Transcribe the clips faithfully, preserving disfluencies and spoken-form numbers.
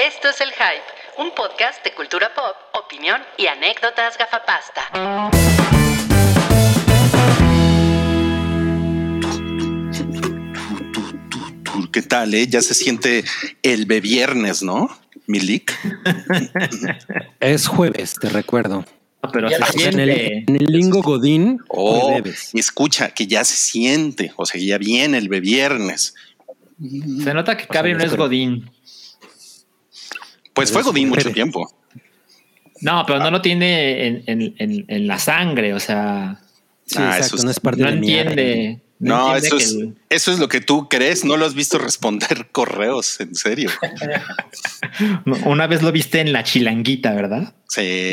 Esto es El Hype, un podcast de cultura pop, opinión y anécdotas gafapasta. ¿Qué tal, eh? Ya se siente el viernes, ¿no, Milik? Es jueves, te recuerdo. No, pero ya se siente. En el, en el lingo godín, oh, jueves. Escucha, que ya se siente, o sea, ya viene el viernes. Se nota que Cabri no es godín. Pues fue godín mucho tiempo. No, pero no lo tiene en, en, en, en la sangre, o sea... Sí, ah, exacto, eso no es parte no de entiende. No, no eso, es, el... eso es lo que tú crees. No lo has visto responder correos, en serio. Una vez lo viste en la chilanguita, ¿verdad? Sí.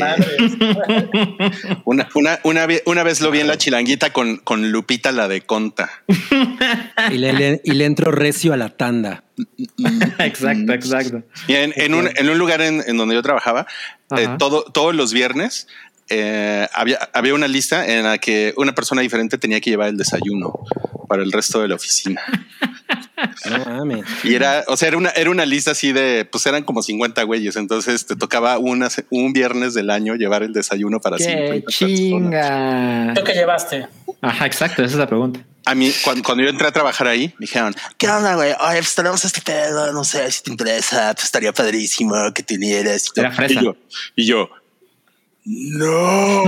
una, una, una, una vez lo vi en la chilanguita con, con Lupita, la de Conta. Y le, le, y le entró recio a la tanda. Exacto, exacto. Y en, en, un, en un lugar en, en donde yo trabajaba, eh, todo, todos los viernes Eh, había, había una lista en la que una persona diferente tenía que llevar el desayuno para el resto de la oficina. No mames. Y era, o sea, era una, era una lista así de, pues eran como cincuenta güeyes. Entonces te tocaba una, un viernes del año llevar el desayuno para cincuenta personas. ¿Tú qué llevaste? Ajá, exacto, esa es la pregunta. A mí, cuando, cuando yo entré a trabajar ahí, me dijeron, ¿qué onda, güey? Oye, pues tenemos este pedo, no sé si te interesa, pues estaría padrísimo que te unieras. Era fresa. Y yo, y yo no.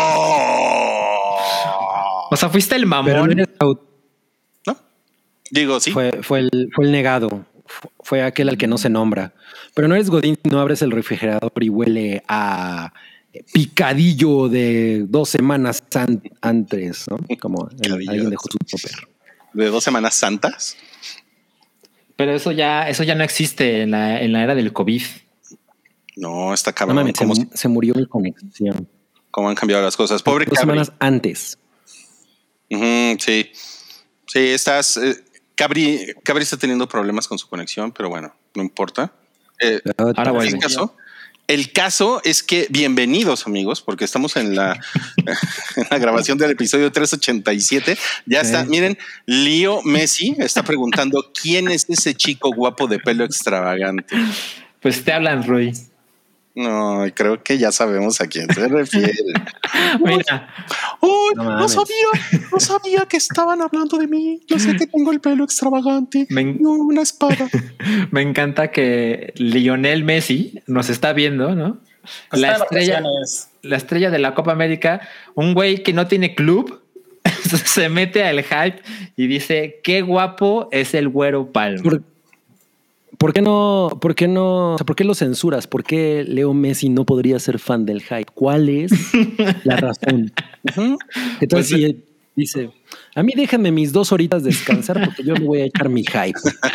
O sea, fuiste el mamón. No, ¿no? Digo, sí. Fue, fue, el, fue el negado. Fue aquel al que no se nombra. Pero no eres godín, no abres el refrigerador y huele a picadillo de dos semanas an- antes, ¿no? Como el, alguien dejó su topper. ¿De dos semanas santas? Pero eso ya, eso ya no existe en la, en la era del COVID. No, está cabrón. No mames, se, se, se murió mi conexión. ¿Cómo han cambiado las cosas? Pobre Dos Cabri. semanas antes. Uh-huh, sí. Sí, estás... Eh, Cabri, Cabri está teniendo problemas con su conexión, pero bueno, no importa. Eh, Ahora vuelve. El caso, el caso es que bienvenidos, amigos, porque estamos en la, en la grabación del episodio trescientos ochenta y siete. Ya está. Sí. Miren, Leo Messi está preguntando quién es ese chico guapo de pelo extravagante. Pues te hablan, Rui. No, creo que ya sabemos a quién se refiere. Mira. Oh, no, no sabía, no sabía que estaban hablando de mí. Yo sé que tengo el pelo extravagante Me en... y una espada. Me encanta que Lionel Messi nos está viendo, ¿no? Pues la estrella, la estrella de la Copa América, un güey que no tiene club, se mete al hype y dice qué guapo es el Güero Palma. ¿Por, ¿por qué no, por qué no, o sea, por qué lo censuras? ¿Por qué Leo Messi no podría ser fan del hype? ¿Cuál es la razón? Uh-huh. Entonces, pues, si él dice, a mí déjame mis dos horitas descansar porque yo me voy a echar mi hype.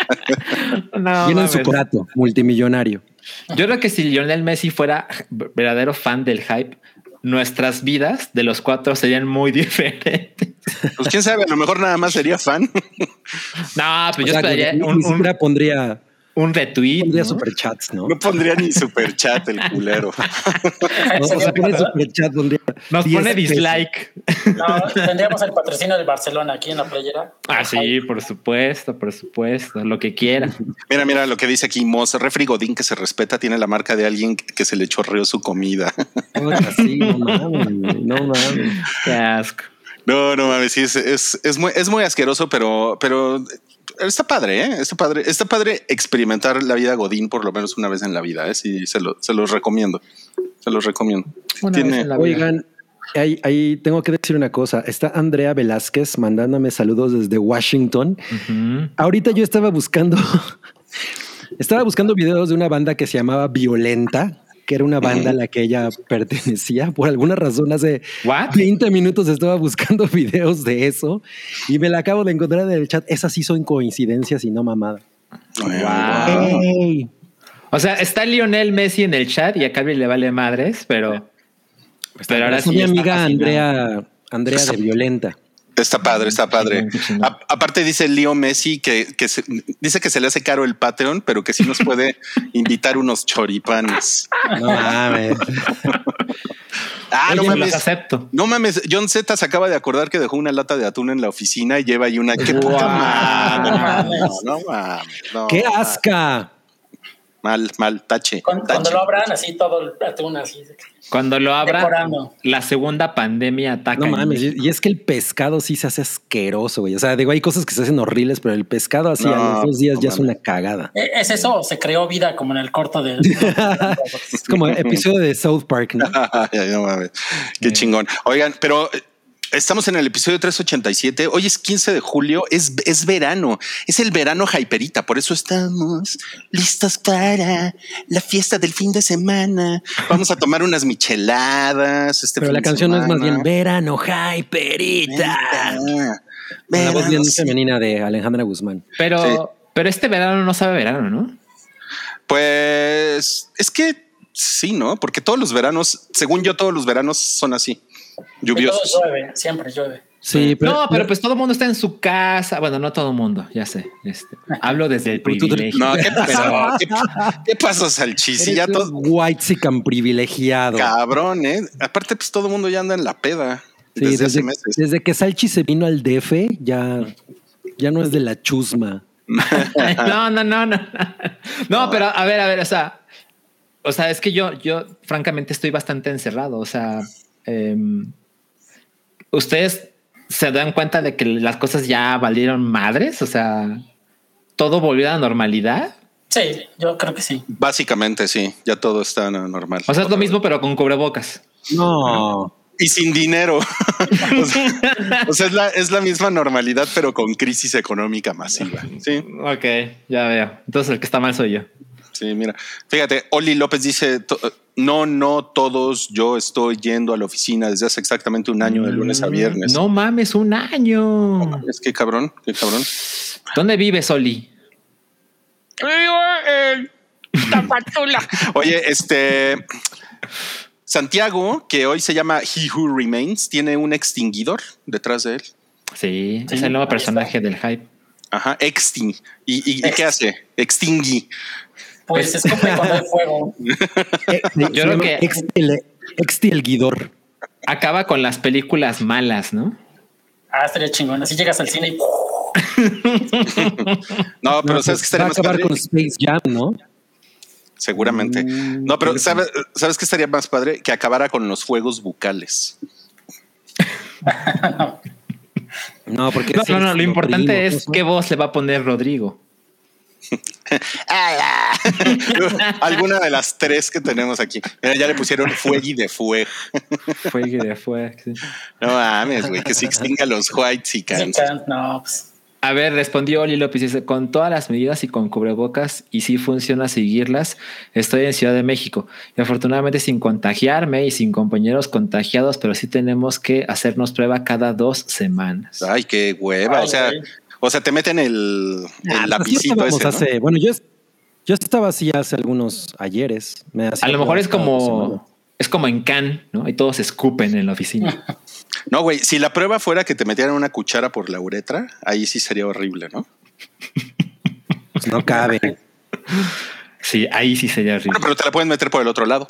No, viene en su contrato multimillonario. Yo creo que si Lionel Messi fuera verdadero fan del hype, nuestras vidas de los cuatro serían muy diferentes. Pues quién sabe, a lo mejor nada más sería fan. No, pues o yo sea, esperaría ni, un, ni siquiera un, pondría un retweet. Pondría ¿no? superchats, ¿no? No pondría ni superchat el culero. No, o sea, pone superchat, pondría. Nos pone dislike. No, tendríamos el patrocinio de Barcelona aquí en la playera. Ah, sí, por supuesto, por supuesto, lo que quiera. Mira, mira lo que dice aquí Moss, refri Godín que se respeta, tiene la marca de alguien que se le chorreó su comida. Sí, no mames, no mames. Qué asco. No, no mames, sí, es, es, es, muy, es muy asqueroso, pero, pero está padre, ¿eh? Está padre, está padre experimentar la vida Godín por lo menos una vez en la vida, ¿eh? Sí, se, lo, se los recomiendo, se los recomiendo. Tiene... Oigan, ahí, ahí tengo que decir una cosa, está Andrea Velázquez mandándome saludos desde Washington. Uh-huh. Ahorita yo estaba buscando, estaba buscando videos de una banda que se llamaba Violenta, que era una banda a la que ella pertenecía. Por alguna razón hace What? veinte minutos estaba buscando videos de eso y me la acabo de encontrar en el chat. Esas sí son coincidencias y no mamada. Wow. Hey. O sea, está Lionel Messi en el chat y a Cabri le vale madres, pero, pues pero ahora sí. Mi amiga Andrea, Andrea de Violenta. Está padre, está padre. A, aparte dice Leo Messi que, que se, dice que se le hace caro el Patreon, pero que sí nos puede invitar unos choripanes. No mames. Ah, Oye, no mames. Los acepto. No mames. John Z se acaba de acordar que dejó una lata de atún en la oficina y lleva ahí una. ¡Qué wow. puta madre! No mames. No mames. No, ¡Qué asca! mal, mal, tache. Cuando, tache. cuando lo abran, así todo el atún así. Cuando lo abra, Decorando. la segunda pandemia ataca. No en mames, y, México. y es que el pescado sí se hace asqueroso, güey. O sea, digo, hay cosas que se hacen horribles, pero el pescado así No, a los dos días no ya es mames. una cagada. ¿E- ¿Es eso o se creó vida como en el corto de... Es como el episodio de South Park, ¿no? Ay, no mames. Qué chingón. Oigan, pero eh, estamos en el episodio trescientos ochenta y siete. Hoy es quince de julio. Es, es verano. Es el verano hyperita. Por eso estamos listos para la fiesta del fin de semana. Vamos a tomar unas micheladas. Este Pero fin la de canción no es más semana. bien verano, hyperita. Ah, Con la voz verano, bien sí. femenina de Alejandra Guzmán. Pero, Sí. pero este verano no sabe verano, ¿no? Pues es que sí, ¿no? Porque todos los veranos, según yo, todos los veranos son así. Y todo Lluviosos. llueve, siempre llueve. Sí, pero, no, pero pues todo el mundo está en su casa. Bueno, no todo el mundo, ya sé. Este, hablo desde el Pero tú- privilegio. No, ¿qué pasó? ¿Qué, qué pasó, Salchi? Si ya eres todo un whitezican privilegiado. cabrón, ¿eh? Aparte, pues todo el mundo ya anda en la peda Sí, desde, desde, hace meses. desde que Salchi se vino al D F, ya, ya no es de la chusma. no, no, no, no. No, pero a ver, a ver, o sea, o sea, es que yo, yo francamente estoy bastante encerrado. O sea, eh, ustedes se dan cuenta de que las cosas ya valieron madres. O sea, todo volvió a la normalidad. Sí, yo creo que sí. Básicamente, sí, ya todo está no, normal. O sea, es lo mismo, pero con cubrebocas. No. Y sin dinero. o sea, o sea, es, la, es la misma normalidad, pero con crisis económica masiva. Sí, Ok, ya veo. Entonces el que está mal soy yo. sí, mira. Fíjate, Oli López dice, to- no, no todos, yo estoy yendo a la oficina desde hace exactamente un año, de lunes a viernes. No mames, un año. Es que cabrón, qué cabrón. ¿Dónde vives, Oli? Oye, este Santiago, que hoy se llama He Who Remains, tiene un extinguidor detrás de él. Sí, Sí, es el nuevo ahí personaje está. del hype. Ajá, exting. ¿Y, y, y qué hace? Extingui. Pues se escupe cuando hay fuego. Yo creo que- Extil, extilguidor. Acaba con las películas malas, ¿no? Ah, estaría chingón. Así llegas al cine y... No, pero No, ¿sabes pues, qué estaría va a más acabar padre? con Space Jam, ¿no? Seguramente. No, pero ¿sabes, ¿sabes qué estaría más padre? Que acabara con los fuegos bucales. No, porque No, ese no, no, es lo importante primo, es qué voz le va a poner Rodrigo. Alguna de las tres que tenemos aquí. Mira, ya le pusieron fuegui de fuego. Fue que fue. Sí. No mames, güey, que se extinga los whites y cans. No, pues... A ver, respondió Oli López, dice, con todas las medidas y con cubrebocas, y si funciona seguirlas, estoy en Ciudad de México. Y afortunadamente sin contagiarme y sin compañeros contagiados, pero sí tenemos que hacernos prueba cada dos semanas. Ay, qué hueva. Ay, o sea, güey. o sea, te meten el, el Ah, pues lapicito ya ese, estábamos ¿no? hace, bueno, yo, yo estaba así hace algunos ayeres. Me hacía A lo mejor es cada dos como, semanas. es como en Cannes, ¿no? Y todos escupen en la oficina. No, güey, si la prueba fuera que te metieran una cuchara por la uretra, ahí sí sería horrible, ¿no? Pues no cabe. Sí, ahí sí sería horrible. Bueno, pero te la pueden meter por el otro lado.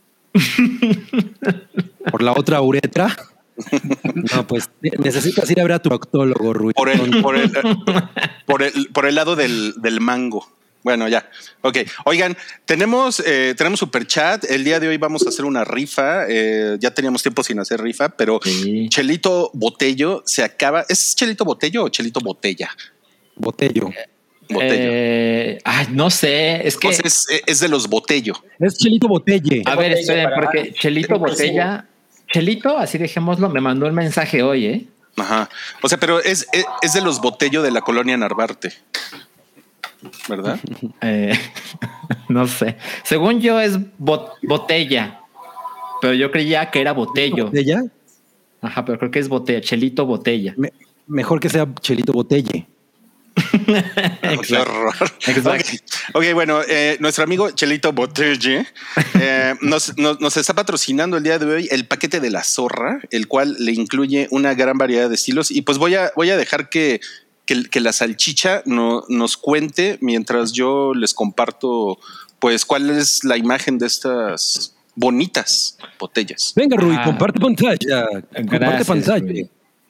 Por la otra uretra. No, pues necesitas ir a ver a tu proctólogo, Rui. Por el, por el, por el, por el lado del, del mango. Bueno, ya. Ok. Oigan, tenemos, eh, tenemos super chat. El día de hoy vamos a hacer una rifa. Eh, ya teníamos tiempo sin hacer rifa, pero Sí. Chelito Botello se acaba. ¿Es Chelito Botello o Chelito Botella? Botello. Botello. Eh, ay, no sé, es que... O sea, es, es de los Botello. Es Chelito Botelle. A ver, Botella esperen, para- porque Chelito Botella, Chelito, así dejémoslo, me mandó un mensaje hoy, ¿eh? Ajá. O sea, pero es, es, es de los Botello de la colonia Narvarte. ¿Verdad? Eh, no sé. Según yo es bot- botella, pero yo creía que era botello. ¿Botella? Ajá, pero creo que es botella, Chelito Botella. Me- mejor que sea Chelito Botelle. Oh, qué horror. Exacto. Ok, okay, bueno, eh, nuestro amigo Chelito Botelle eh, nos, nos, nos está patrocinando el día de hoy el paquete de la zorra, el cual le incluye una gran variedad de estilos. Y pues voy a, voy a dejar que, que, que la salchicha no, nos cuente mientras yo les comparto, pues, cuál es la imagen de estas bonitas botellas. Venga, Rui, Ah. comparte pantalla. Comparte Gracias, pantalla. Rui.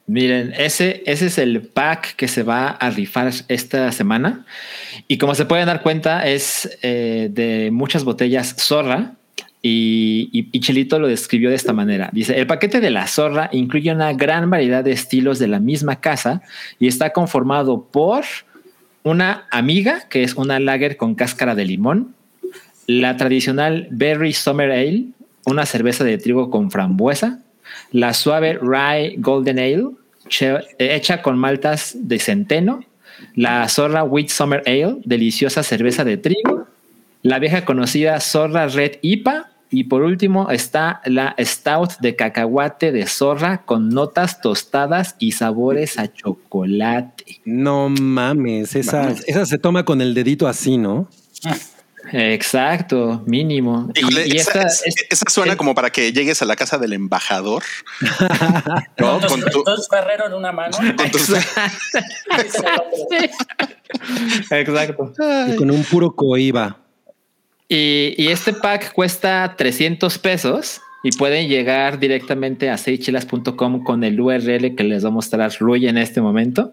Miren, ese, ese es el pack que se va a rifar esta semana. Y como se pueden dar cuenta, es eh, de muchas botellas Zorra. Y, y, y Chelito lo describió de esta manera. Dice, el paquete de la Zorra incluye una gran variedad de estilos de la misma casa y está conformado por una Amiga, que es una lager con cáscara de limón, la tradicional Berry Summer Ale, una cerveza de trigo con frambuesa, la suave Rye Golden Ale, che, hecha con maltas de centeno, la Zorra Wheat Summer Ale, deliciosa cerveza de trigo, la vieja conocida Zorra Red I P A, y por último está la Stout de cacahuate de Zorra con notas tostadas y sabores a chocolate. No mames, esa, mames. esa se toma con el dedito así, ¿no? Exacto, mínimo. Híjole, y, y esa, esta, es, esa suena es, como para que llegues a la casa del embajador. ¿No? Con tu Ferrero en una mano. Con tus... Exacto. Y con un puro coiba. Y, y este pack cuesta trescientos pesos y pueden llegar directamente a seis chelas punto com con el U R L que les va a mostrar Rui en este momento.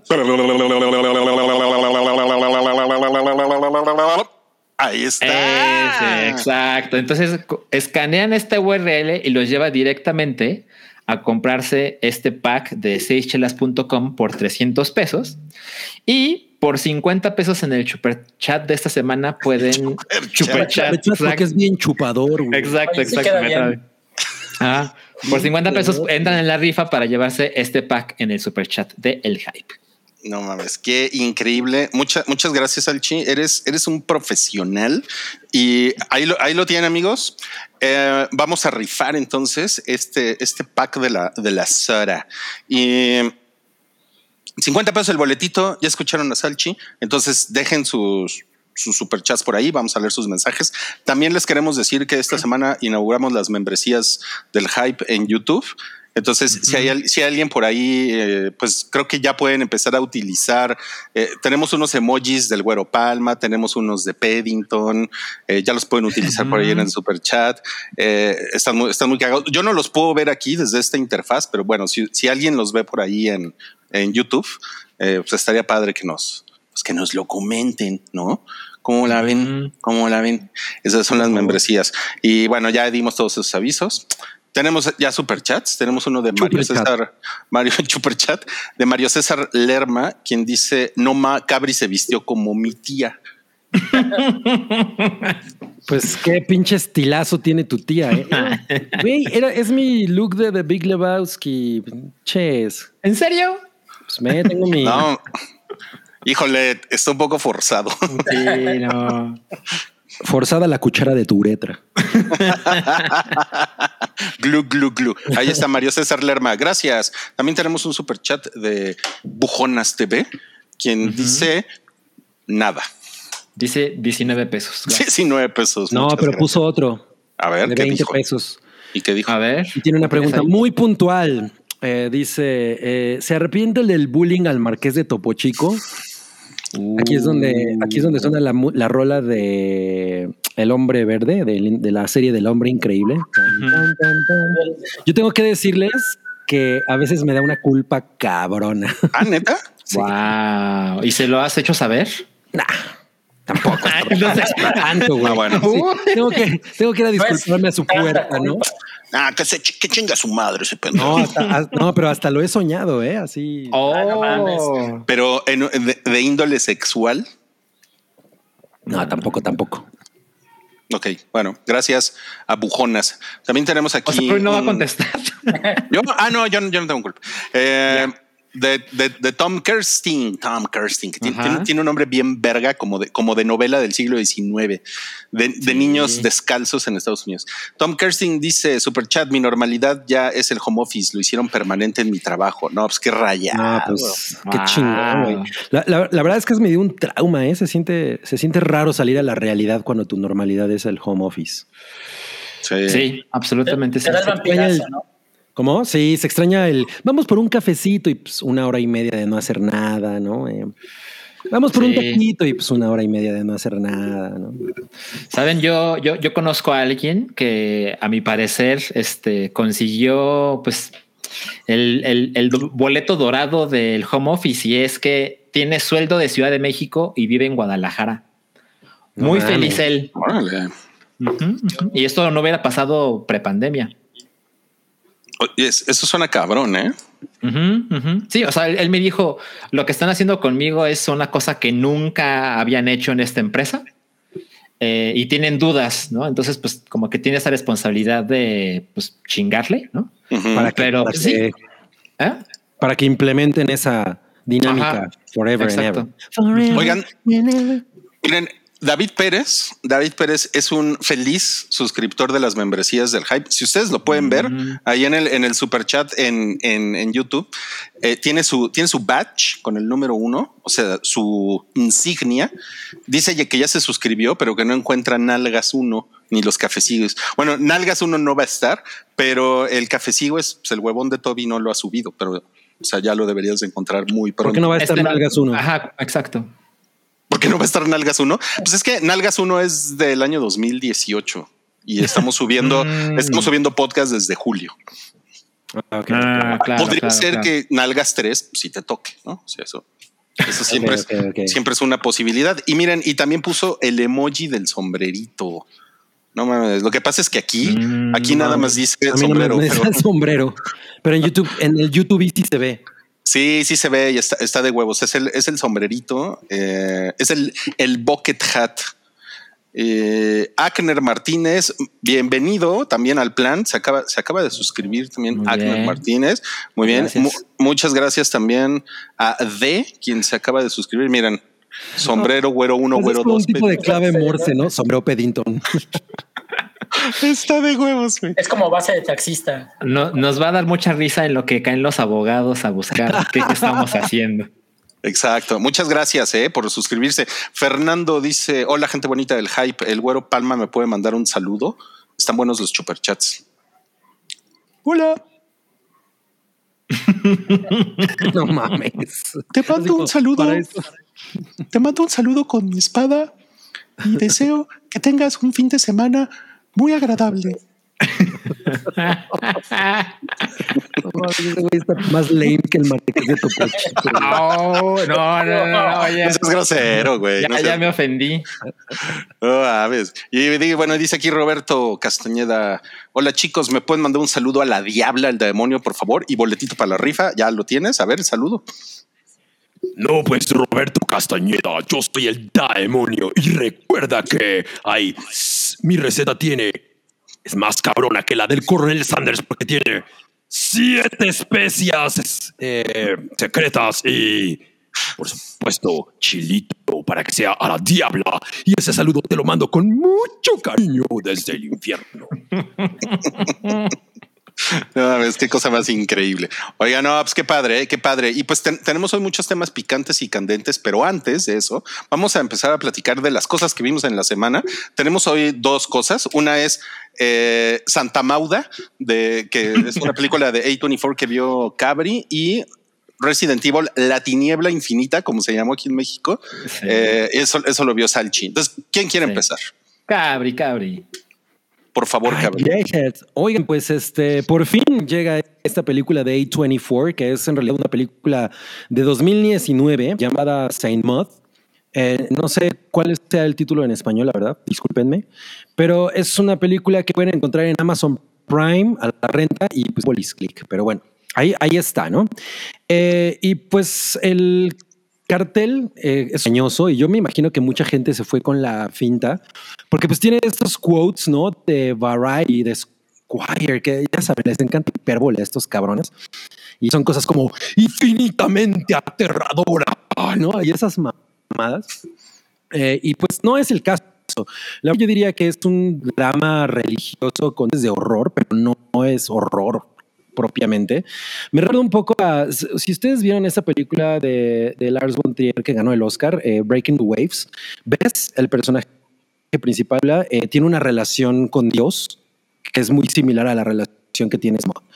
Ahí está. Es, exacto. Entonces escanean este U R L y los lleva directamente a comprarse este pack de seis chelas punto com por trescientos pesos y por cincuenta pesos en el super chat de esta semana pueden super super chat, chat porque es bien chupador. Güey. Exacto, Oye, exacto. Ah, por cincuenta pesos entran en la rifa para llevarse este pack en el super chat de El Hype. No mames, qué increíble. Muchas, muchas gracias, Alchi. Eres, eres un profesional y ahí lo, ahí lo tienen, amigos. Eh, vamos a rifar entonces este, este pack de la, de la Sora. Y cincuenta pesos el boletito. Ya escucharon a Salchi. Entonces dejen sus, sus superchats por ahí. Vamos a leer sus mensajes. También les queremos decir que esta semana inauguramos las membresías del Hype en YouTube. Entonces, uh-huh. si, hay, si hay alguien por ahí, eh, pues creo que ya pueden empezar a utilizar. Eh, tenemos unos emojis del Güero Palma, tenemos unos de Paddington, eh, ya los pueden utilizar uh-huh. por ahí en el super chat. Eh, están, muy, están muy cagados. Yo no los puedo ver aquí desde esta interfaz, pero bueno, si, si alguien los ve por ahí en, en YouTube, eh, pues estaría padre que nos, pues que nos lo comenten, ¿no? ¿Cómo la ven? Uh-huh. ¿Cómo la ven? Esas son las uh-huh. membresías. Y bueno, ya dimos todos esos avisos. Tenemos ya superchats. Tenemos uno de Mario Super César, chat. Mario Superchat, de Mario César Lerma, quien dice: No ma, Cabri se vistió como mi tía. Pues qué pinche estilazo tiene tu tía, ¿eh? Güey, era, es mi look de The Big Lebowski. Ches. ¿En serio? Pues me tengo mi. No, híjole, está un poco forzado. Sí, no. Forzada la cuchara de tu uretra. Glu, glu, glu. Ahí está Mario César Lerma. Gracias. También tenemos un super chat de Bujonas T V, quien uh-huh. dice nada. Dice diecinueve pesos. diecinueve pesos. No, pero gracias. Puso otro. A ver, de ¿qué veinte dijo? pesos. ¿Y qué dijo? A ver. Y tiene una pregunta muy puntual. Eh, dice, eh, ¿se arrepiente del bullying al Marqués de Topo Chico? Uh. Aquí es donde, aquí es donde suena la, la rola de El Hombre Verde, de, de la serie del Hombre Increíble. Uh-huh. Yo tengo que decirles que a veces me da una culpa cabrona. ¿Ah, neta? Sí. Wow. ¿Y se lo has hecho saber? Nah, tampoco. No sé tanto, güey. Ah, bueno. Sí, tengo que, tengo que ir a disculparme a su puerta, ¿no? Ah, que se que chinga su madre ese pendejo. No, hasta, no, pero hasta lo he soñado, ¿eh? Así. Oh. Pero en, de, de índole sexual. No, tampoco, tampoco. Ok, bueno, gracias a Bujonas. También tenemos aquí. O sea, no un... va a contestar. ¿Yo? Ah, no, yo, yo no tengo culpa. Eh, de, de, de Tom Kersting, Tom Kersting, que tiene, tiene, tiene un nombre bien verga, como de, como de novela del siglo diecinueve, de, de sí. niños descalzos en Estados Unidos. Tom Kersting dice: Superchat, mi normalidad ya es el home office, lo hicieron permanente en mi trabajo. No, pues qué rayado. No, pues qué wow. chingón, güey. La, la, la verdad es que me dio un trauma, ¿eh? Se siente, se siente raro salir a la realidad cuando tu normalidad es el home office. Sí, sí absolutamente. Te, te sí. vampirazo, ¿no? ¿Cómo? Sí, se extraña el vamos por un cafecito y pues una hora y media de no hacer nada, ¿no? Eh, vamos por sí. un taquito y pues una hora y media de no hacer nada, ¿no? Saben, yo, yo, yo conozco a alguien que a mi parecer este, consiguió pues el, el, el boleto dorado del home office, y es que tiene sueldo de Ciudad de México y vive en Guadalajara. Muy no, feliz él. Órale. Uh-huh, uh-huh. Y esto no hubiera pasado prepandemia. Eso suena cabrón, ¿eh? Uh-huh, uh-huh. Sí, o sea, él, él me dijo, lo que están haciendo conmigo es una cosa que nunca habían hecho en esta empresa. Eh, y tienen dudas, ¿no? Entonces, pues como que tiene esa responsabilidad de pues chingarle, ¿no? Uh-huh. Para que, Pero para, sí. que, ¿eh? para que implementen esa dinámica. Ajá. Forever Exacto. and ever. Forever Oigan, and ever. Miren, David Pérez, David Pérez es un feliz suscriptor de las membresías del Hype. Si ustedes lo pueden ver uh-huh. ahí en el, en el super chat en, en, en YouTube, eh, tiene su, tiene su badge con el número uno, o sea, su insignia. Dice que ya se suscribió, pero que no encuentra Nalgas uno ni los cafecigos. Bueno, Nalgas uno no va a estar, pero el cafecigo es pues, el huevón de Toby no lo ha subido, pero o sea, ya lo deberías de encontrar muy pronto. ¿Por qué no va a estar este, Nalgas uno? Ajá, exacto. ¿Por qué no va a estar Nalgas uno? Pues es que Nalgas uno es del año dos mil dieciocho y estamos subiendo, estamos subiendo podcast desde julio. Okay, ah, claro, Podría claro, ser claro. que Nalgas tres si te toque, ¿no? O sea, eso, eso siempre, okay, es, okay, okay. siempre es una posibilidad. Y miren, y también puso el emoji del sombrerito. No mames, lo que pasa es que aquí, mm, aquí no, nada más dice a sombrero. No me, me pero, el sombrero, pero en YouTube, en el YouTube sí se ve. Sí, sí se ve y está, está de huevos. Es el, es el sombrerito, eh, es el, el bucket hat. Eh, Akner Martínez, bienvenido también al plan. Se acaba, se acaba de suscribir también Muy Akner bien. Martínez. Muy bien. Mu- muchas gracias también a D, quien se acaba de suscribir. Miren, sombrero, güero uno, pues güero es dos. Un tipo de clave Morse, ¿no? Sombrero Peddington. Está de huevos, güey. Es como base de taxista. No, nos va a dar mucha risa en lo que caen los abogados a buscar qué, qué estamos haciendo. Exacto. Muchas gracias eh, por suscribirse. Fernando dice: hola, gente bonita del Hype. El güero Palma me puede mandar un saludo. Están buenos los superchats. Hola. No mames. Te mando un saludo. Te mando un saludo con mi espada y deseo que tengas un fin de semana muy agradable. Más lame que el marqués de Topo Chico. No, no, no, no, oye. Eso es grosero, güey. Ya, no ya me ofendí. Oh, a ver. Y bueno, dice aquí Roberto Castañeda: hola chicos, ¿me pueden mandar un saludo a la diabla, el demonio, por favor? Y boletito para la rifa. Ya lo tienes. A ver, saludo. No, pues Roberto Castañeda, yo soy el demonio. Y recuerda que hay, mi receta tiene, es más cabrona que la del Coronel Sanders porque tiene siete especias eh, secretas y, por supuesto, chilito para que sea a la diabla. Y ese saludo te lo mando con mucho cariño desde el infierno. No, ves qué cosa más increíble. Oiga, no, pues qué padre, ¿eh? Qué padre. Y pues ten- tenemos hoy muchos temas picantes y candentes, pero antes de eso, vamos a empezar a platicar de las cosas que vimos en la semana. Tenemos hoy dos cosas. Una es eh, Santa Mauda, de, que es una película de A veinticuatro que vio Cabri, y Resident Evil, La Tiniebla Infinita, como se llamó aquí en México. Sí. Eh, eso, eso lo vio Salchi. Entonces, ¿quién quiere sí. empezar? Cabri, Cabri. Por favor, Cabri. Oigan, pues este, por fin llega esta película de A veinticuatro, que es en realidad una película de dos mil diecinueve llamada Saint Maud. Eh, no sé cuál sea el título en español, la verdad, discúlpenme, pero es una película que pueden encontrar en Amazon Prime a la renta y pues Polis Click. Pero bueno, ahí, ahí está, ¿no? Eh, y pues el cartel eh, es engañoso y yo me imagino que mucha gente se fue con la finta porque pues tiene estos quotes, ¿no? De Variety y de Squire, que ya saben, les encanta hipérbole a estos cabrones y son cosas como infinitamente aterradora, ¿no? Y esas mamadas. Eh, y pues no es el caso. Yo diría que es un drama religioso con de horror, pero no es horror propiamente. Me recuerda un poco a, si ustedes vieron esa película de, de Lars von Trier que ganó el Oscar, eh, Breaking the Waves, ves el personaje principal eh, tiene una relación con Dios que es muy similar a la relación que tienes.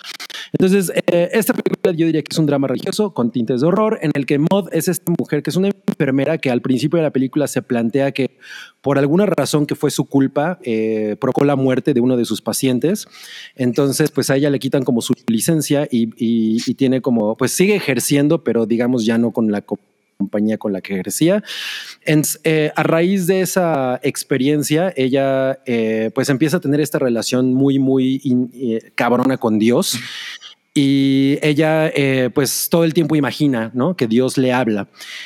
Entonces, eh, esta película yo diría que es un drama religioso con tintes de horror, en el que Maud es esta mujer que es una enfermera que al principio de la película se plantea que por alguna razón que fue su culpa, eh, provocó la muerte de uno de sus pacientes. Entonces, pues a ella le quitan como su licencia y, y, y tiene como, pues sigue ejerciendo, pero digamos ya no con la compañía con la que ejercía. En, eh, a raíz de esa experiencia, ella eh, pues empieza a tener esta relación muy, muy in, eh, cabrona con Dios. Y ella eh, pues todo el tiempo imagina, ¿no?, que Dios le habla.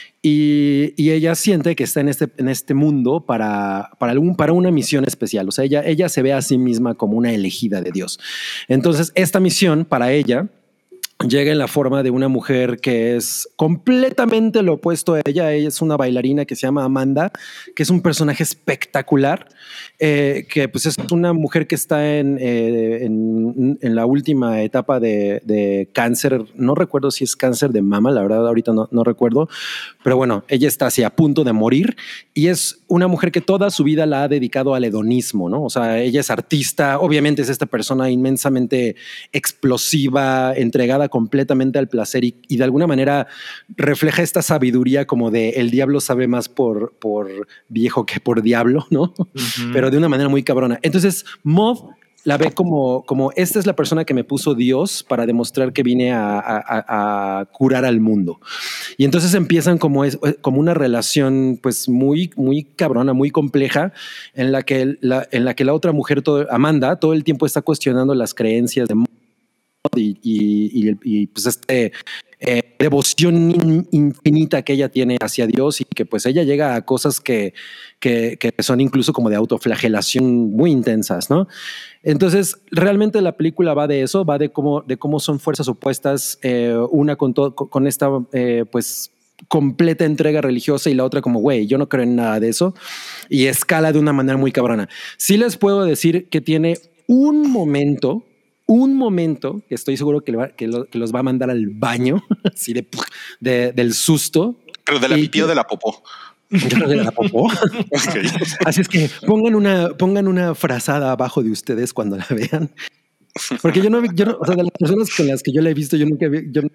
Y, y ella siente que está en este, en este mundo para, para, algún, para una misión especial. O sea, ella, ella se ve a sí misma como una elegida de Dios. Entonces, esta misión para ella llega en la forma de una mujer que es completamente lo opuesto a ella. Ella es una bailarina que se llama Amanda, que es un personaje espectacular, eh, que pues es una mujer que está en, eh, en, en la última etapa de, de cáncer. No recuerdo si es cáncer de mama, la verdad ahorita no, no recuerdo, pero bueno, ella está así a punto de morir y es una mujer que toda su vida la ha dedicado al hedonismo, ¿no? O sea, ella es artista, obviamente es esta persona inmensamente explosiva, entregada completamente al placer y, y de alguna manera refleja esta sabiduría como de el diablo sabe más por, por viejo que por diablo, ¿no? Uh-huh. Pero de una manera muy cabrona. Entonces, Maud la ve como, como esta es la persona que me puso Dios para demostrar que vine a, a, a curar al mundo. Y entonces empiezan como, es, como una relación pues muy, muy cabrona, muy compleja, en la que la, en la, que la otra mujer, todo, Amanda, todo el tiempo está cuestionando las creencias de Maud y, y, y, y pues este eh, devoción in, infinita que ella tiene hacia Dios y que pues ella llega a cosas que, que, que son incluso como de autoflagelación muy intensas, ¿no? Entonces realmente la película va de eso, va de cómo, de cómo son fuerzas opuestas, eh, una con, todo, con esta eh, pues completa entrega religiosa y la otra como güey, yo no creo en nada de eso, y escala de una manera muy cabrona. Sí les puedo decir que tiene un momento un momento que estoy seguro que, le va, que, lo, que los va a mandar al baño, así de, de del susto. Pero de la pipí o de la popó. Yo creo que de la popó. Okay. Así es que pongan una, pongan una frazada abajo de ustedes cuando la vean. Porque yo no, yo no, o sea, de las personas con las que yo la he visto, yo nunca vi, yo,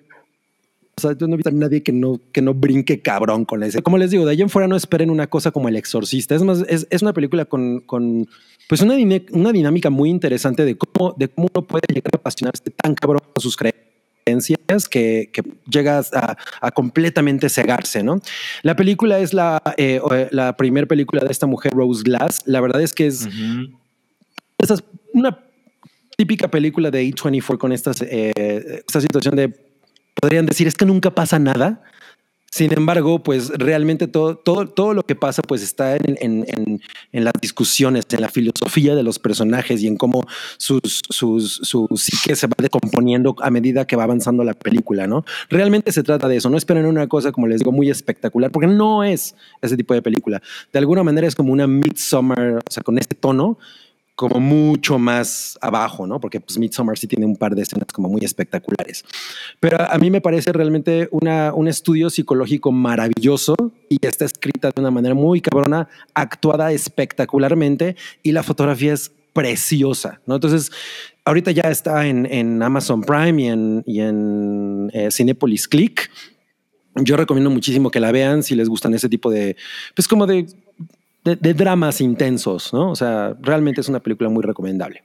o sea, yo no he visto a nadie que no, que no brinque cabrón con ese. Como les digo, de ahí en fuera no esperen una cosa como El Exorcista. Es más, es, es una película con, con pues una, una dinámica muy interesante de cómo, de cómo uno puede llegar a apasionarse tan cabrón con sus creencias que, que llegas a, a completamente cegarse, ¿no? La película es la, eh, la primera película de esta mujer, Rose Glass. La verdad es que es uh-huh. esa es una típica película de A veinticuatro con estas, eh, esta situación de, podrían decir, es que nunca pasa nada. Sin embargo, pues realmente todo, todo, todo lo que pasa pues está en, en, en, en las discusiones, en la filosofía de los personajes y en cómo sus, sus, su psique se va descomponiendo a medida que va avanzando la película, ¿no? Realmente se trata de eso. No esperen una cosa, como les digo, muy espectacular, porque no es ese tipo de película. De alguna manera es como una Midsommar, o sea, con este tono, como mucho más abajo, ¿no? Porque pues Midsommar sí tiene un par de escenas como muy espectaculares. Pero a mí me parece realmente una, un estudio psicológico maravilloso y está escrita de una manera muy cabrona, actuada espectacularmente y la fotografía es preciosa, ¿no? Entonces, ahorita ya está en, en Amazon Prime y en, y en eh, Cinépolis Click. Yo recomiendo muchísimo que la vean si les gustan ese tipo de, pues como de De, de dramas intensos, ¿no? O sea, realmente es una película muy recomendable.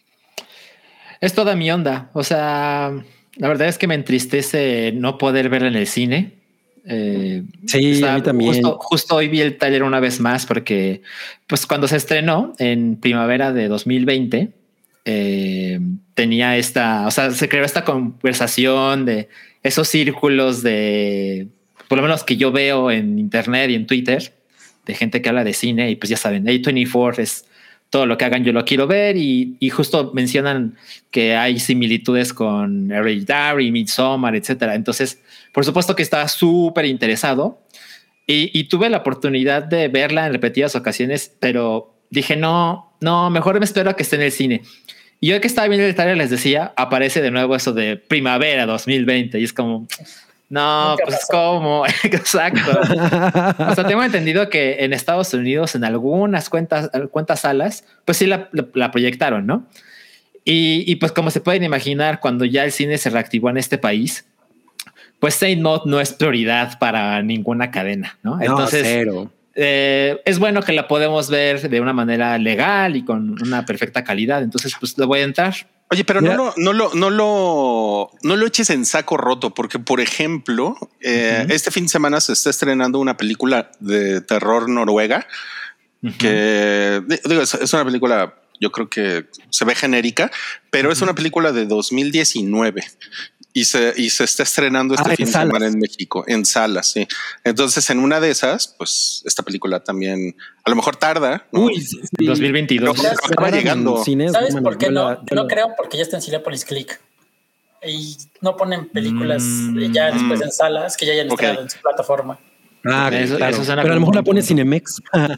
Es toda mi onda. O sea, la verdad es que me entristece no poder verla en el cine. Eh, sí, o sea, a mí también. Justo, justo hoy vi el tráiler una vez más porque, pues, cuando se estrenó en primavera de dos mil veinte, eh, tenía esta, o sea, se creó esta conversación de esos círculos de, por lo menos que yo veo en internet y en Twitter, de gente que habla de cine y pues ya saben, A veinticuatro es todo lo que hagan yo lo quiero ver y, y justo mencionan que hay similitudes con Hereditary, Midsommar, etcétera. Entonces, por supuesto que estaba súper interesado y, y tuve la oportunidad de verla en repetidas ocasiones, pero dije, no, no, mejor me espero a que esté en el cine. Y yo que estaba viendo el trailer les decía, aparece de nuevo eso de primavera dos mil veinte y es como... No, nunca pues pasó. ¿Cómo? Exacto. O sea, tengo entendido que en Estados Unidos, en algunas cuentas, cuentas salas, pues sí la, la, la proyectaron, ¿no? Y, y pues como se pueden imaginar, cuando ya el cine se reactivó en este país, pues Say No no es prioridad para ninguna cadena, ¿no? Entonces, no, cero. Eh, es bueno que la podemos ver de una manera legal y con una perfecta calidad. Entonces, pues le voy a entrar. Oye, pero Mira. no lo, no lo, no lo, no lo eches en saco roto, porque, por ejemplo, eh, uh-huh. este fin de semana se está estrenando una película de terror noruega uh-huh. que digo, es, es una película, yo creo que se ve genérica, pero uh-huh. es una película de dos mil diecinueve. Y se, y se está estrenando este ah, fin de semana en México, en salas, sí. Entonces, en una de esas, pues, esta película también, a lo mejor tarda, ¿no? Uy, sí, sí. dos mil veintidós. Pero acaba llegando. Cines, ¿sabes bueno, por qué no? La, no la... creo, porque ya está en Cinépolis Click. Y no ponen películas mm, ya después en salas que ya hayan okay. estado en su plataforma. Ah, eso, claro. Eso pero a lo mejor la pone Cinemex. a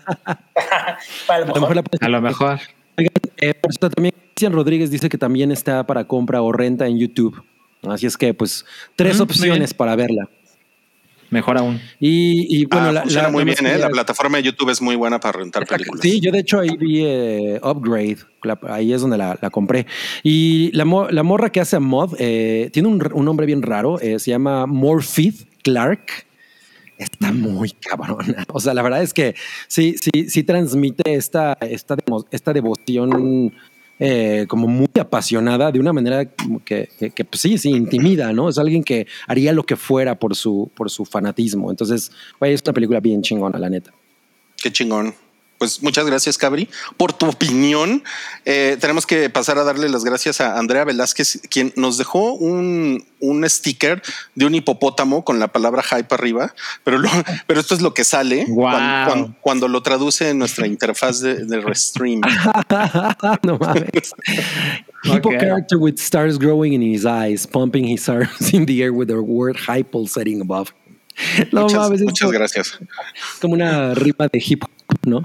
lo mejor. A lo mejor. La pone a lo mejor. Oigan, eh, por cierto, también Cristian Rodríguez dice que también está para compra o renta en YouTube. Así es que, pues, tres mm, opciones para verla. Mejor aún. Y, y bueno, ah, la, funciona la, muy la bien, ¿eh? La plataforma de YouTube es muy buena para rentar películas. Sí, yo de hecho ahí vi eh, Upgrade, la, ahí es donde la, la compré. Y la, la morra que hace a Mod eh, tiene un, un nombre bien raro, eh, se llama Morphy Clark. Está muy cabrona. O sea, la verdad es que sí, sí, sí transmite esta, esta, esta devoción Eh, como muy apasionada de una manera que, que, que pues sí, sí, intimida, ¿no? Es alguien que haría lo que fuera por su, por su fanatismo. Entonces, güey, es una película bien chingona, la neta. Qué chingón. Pues muchas gracias, Cabri, por tu opinión. Eh, tenemos que pasar a darle las gracias a Andrea Velázquez, quien nos dejó un, un sticker de un hipopótamo con la palabra hype arriba, pero, lo, pero esto es lo que sale wow. cuando, cuando, cuando lo traduce en nuestra interfaz de, de Restream. No mames. Hippo okay. character with stars growing in his eyes, pumping his arms in the air with the word hype pulsating above. No muchas, mames, muchas como, gracias. Como una rima de hip hop, ¿no?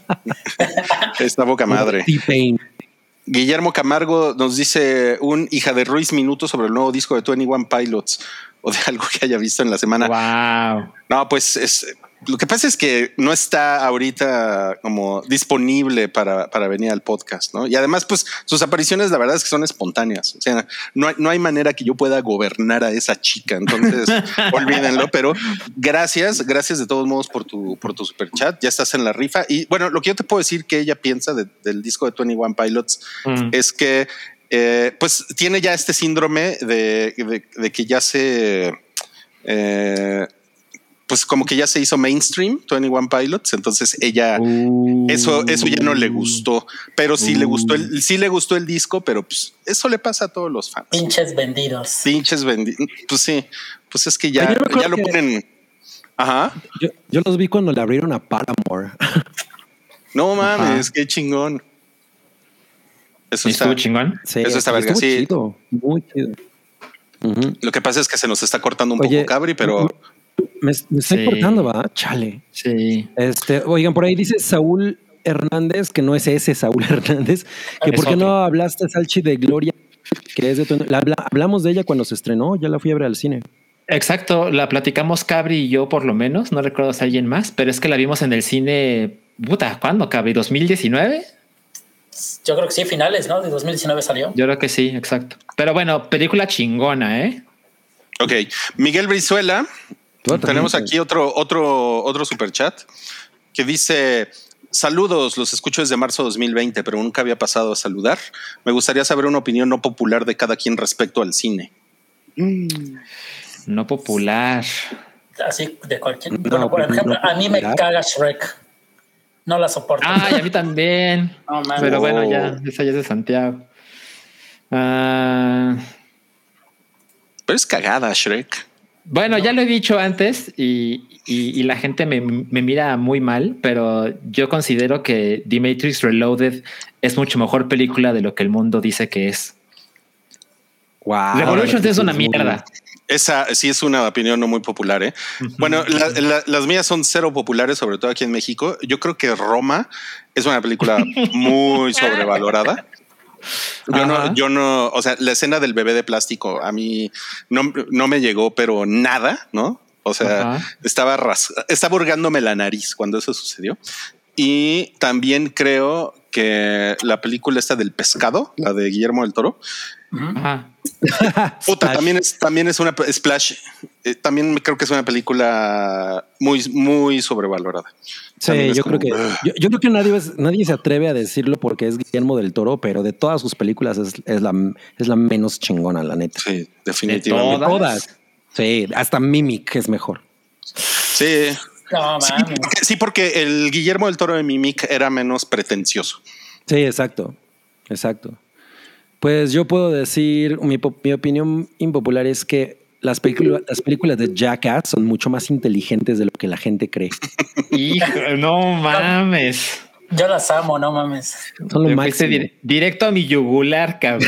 Esta boca madre. T-Pain. Guillermo Camargo nos dice un hija de Ruiz minuto sobre el nuevo disco de veintiuno Pilots o de algo que haya visto en la semana. Wow. No, pues es, lo que pasa es que no está ahorita como disponible para, para venir al podcast, ¿no? Y además, pues sus apariciones, la verdad es que son espontáneas. O sea, no hay, no hay manera que yo pueda gobernar a esa chica. Entonces, olvídenlo. Pero gracias, gracias de todos modos por tu, por tu super chat. Ya estás en la rifa. Y bueno, lo que yo te puedo decir que ella piensa de, del disco de veintiuno Pilots mm. es que, eh, pues, tiene ya este síndrome de, de, de que ya se. Eh, pues como que ya se hizo mainstream veintiuno Pilots, entonces ella uh, eso eso ya no le gustó, pero sí uh, le gustó el sí le gustó el disco, pero pues eso le pasa a todos los fans. Pinches vendidos. Pinches vendidos. Pues sí, pues es que ya, ya lo ponen. Ajá. Yo, yo los vi cuando le abrieron a Paramore. No mames, ajá. Qué chingón. Eso está ¿Estuvo chingón? Sí, eso está verga, sí. Chido, muy chido. Uh-huh. Lo que pasa es que se nos está cortando un Oye, poco, Cabri, pero Me, me estoy sí. cortando, ¿va? Chale. Sí. Este, oigan, por ahí dice Saúl Hernández, que no es ese Saúl Hernández, que es por qué otro. No hablaste, Salchi, de Gloria, que es de tu, la, hablamos de ella cuando se estrenó, ya la fui a ver al cine. Exacto, la platicamos Cabri y yo por lo menos, no recuerdo si alguien más, pero es que la vimos en el cine, puta, ¿cuándo, Cabri? ¿dos mil diecinueve? Yo creo que sí, finales, ¿no? De dos mil diecinueve salió. Yo creo que sí, exacto. Pero bueno, película chingona, ¿eh? Ok, Miguel Brizuela. Tenemos aquí otro, otro, otro superchat que dice: saludos, los escucho desde marzo de dos mil veinte, pero nunca había pasado a saludar. Me gustaría saber una opinión no popular de cada quien respecto al cine. Mm. No popular. Así de cualquier. No, bueno, por ejemplo, no a mí me caga Shrek. No la soporto. Ah, y a mí también. No, man. Pero oh. bueno, ya, esa ya es de Santiago. Uh... Pero es cagada Shrek. Bueno, no. Ya lo he dicho antes y, y, y la gente me, me mira muy mal, pero yo considero que The Matrix Reloaded es mucho mejor película de lo que el mundo dice que es. Wow. Revolutions es una mierda. Esa sí es una opinión no muy popular, ¿eh? Uh-huh. Bueno, la, la, las mías son cero populares, sobre todo aquí en México. Yo creo que Roma es una película muy sobrevalorada. Yo no, yo no, o sea, la escena del bebé de plástico a mí no, no me llegó, pero nada, ¿no? O sea, ajá. estaba ras- estaba hurgándome la nariz cuando eso sucedió. Y también creo que la película esta del pescado, la de Guillermo del Toro. Ajá. Puta, también es, también es una Splash. Eh, también creo que es una película muy, muy sobrevalorada. Sí, yo como, creo que uh. yo, yo creo que nadie, es, nadie se atreve a decirlo porque es Guillermo del Toro, pero de todas sus películas es, es la es la menos chingona, la neta. Sí, definitivamente. ¿De todas? todas. Sí, hasta Mimic es mejor. Sí. No, sí, porque, sí, porque el Guillermo del Toro de Mimic era menos pretencioso. Sí, exacto, exacto. Pues yo puedo decir, mi, mi opinión impopular es que las, película, las películas de Jackass son mucho más inteligentes de lo que la gente cree. Hijo, no mames. Yo las amo, no mames. Son lo máximo. Dire, directo a mi yugular, cabrón.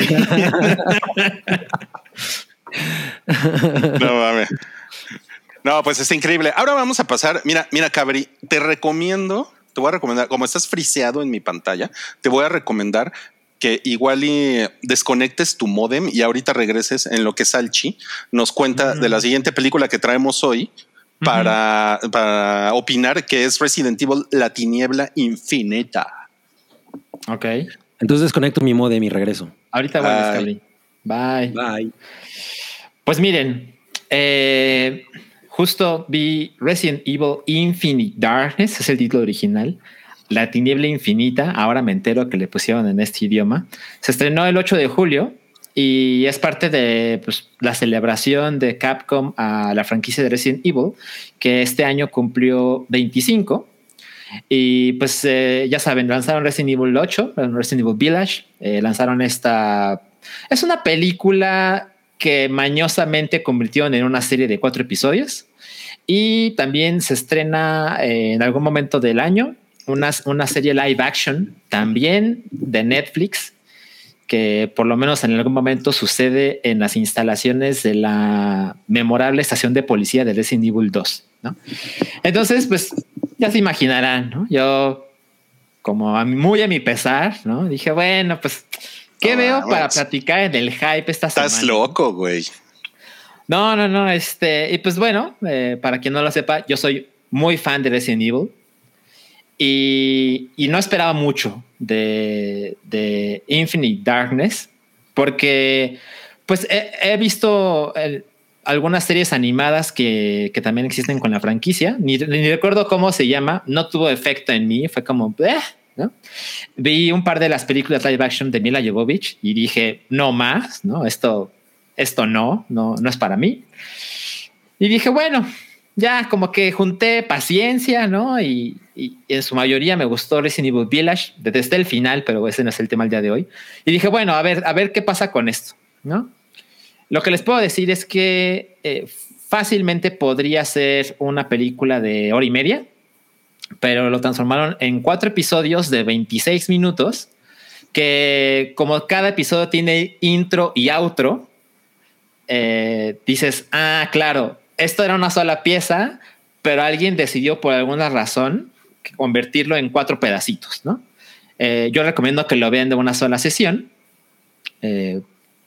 No mames. No, pues está increíble. Ahora vamos a pasar. Mira, mira, Cabri, te recomiendo, te voy a recomendar, como estás friseado en mi pantalla, te voy a recomendar que igual y desconectes tu módem y ahorita regreses en lo que Salchi nos cuenta uh-huh. de la siguiente película que traemos hoy para, uh-huh. para opinar, que es Resident Evil La Tiniebla Infinita. Ok. Entonces desconecto mi módem y regreso. Ahorita vuelves, Cabri. Bye. Bye. Pues miren, eh, justo vi Resident Evil Infinite Darkness, es el título original. La Tiniebla Infinita, ahora me entero que le pusieron en este idioma. Se estrenó el ocho de julio y es parte de pues, la celebración de Capcom a la franquicia de Resident Evil, que este año cumplió veinticinco. Y pues eh, ya saben, lanzaron Resident Evil ocho, Resident Evil Village, eh, lanzaron esta... Es una película que mañosamente convirtieron en una serie de cuatro episodios y también se estrena eh, en algún momento del año Una, una serie live action también de Netflix que por lo menos en algún momento sucede en las instalaciones de la memorable estación de policía de Resident Evil dos, ¿no? Entonces, pues ya se imaginarán, ¿no? Yo, como a, muy a mi pesar, ¿no? Dije, bueno, pues, ¿qué no, veo para platicar en el hype esta semana? Estás loco, güey. No, no, no. Este, y pues bueno, eh, para quien no lo sepa, yo soy muy fan de Resident Evil. Y, y no esperaba mucho de, de Infinite Darkness porque pues he, he visto el, algunas series animadas que, que también existen con la franquicia. Ni, ni recuerdo cómo se llama. No tuvo efecto en mí. Fue como... Eh, ¿no? Vi un par de las películas live action de Mila Jovovich y dije, no más, ¿no? Esto, esto no, no, no es para mí. Y dije, bueno... Ya como que junté paciencia, ¿no? Y, y en su mayoría me gustó Resident Evil Village desde el final, pero ese no es el tema el día de hoy. Y dije, bueno, a ver, a ver qué pasa con esto, ¿no? Lo que les puedo decir es que eh, fácilmente podría ser una película de hora y media, pero lo transformaron en cuatro episodios de veintiséis minutos, que como cada episodio tiene intro y outro, eh, dices, ah, claro, esto era una sola pieza, pero alguien decidió por alguna razón convertirlo en cuatro pedacitos, ¿no? Eh, yo recomiendo que lo vean de una sola sesión. Eh,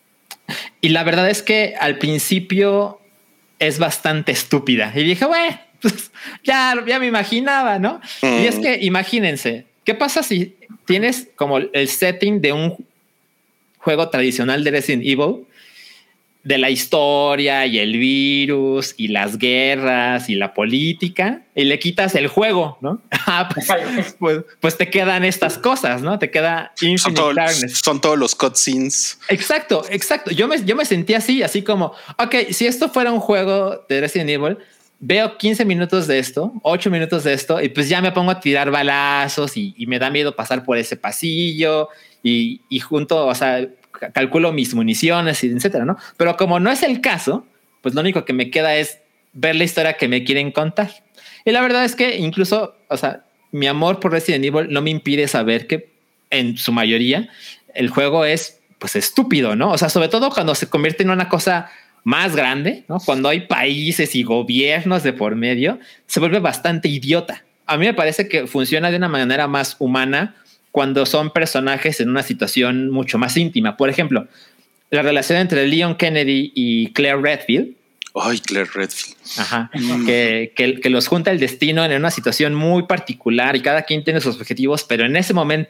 y la verdad es que al principio es bastante estúpida. Y dije, bueno, pues ya, ya me imaginaba, ¿no? Mm. Y es que imagínense, ¿qué pasa si tienes como el setting de un juego tradicional de Resident Evil? De la historia y el virus y las guerras y la política y le quitas el juego, ¿no? pues, pues, pues te quedan estas cosas, ¿no? Te queda Infinite son todo, Darkness. Son todos los cutscenes. Exacto, exacto. Yo me, yo me sentí así, así como, ok, si esto fuera un juego de Resident Evil, veo quince minutos de esto, ocho minutos de esto y pues ya me pongo a tirar balazos y, y me da miedo pasar por ese pasillo y, y junto, o sea, calculo mis municiones y etcétera, ¿no? Pero como no es el caso, pues lo único que me queda es ver la historia que me quieren contar. Y la verdad es que incluso, o sea, mi amor por Resident Evil no me impide saber que en su mayoría el juego es pues estúpido, ¿no? O sea, sobre todo cuando se convierte en una cosa más grande, ¿no? Cuando hay países y gobiernos de por medio, se vuelve bastante idiota. A mí me parece que funciona de una manera más humana cuando son personajes en una situación mucho más íntima. Por ejemplo, la relación entre Leon Kennedy y Claire Redfield. Ay, Claire Redfield. Ajá. Mm. Que, que, que los junta el destino en una situación muy particular y cada quien tiene sus objetivos, pero en ese momento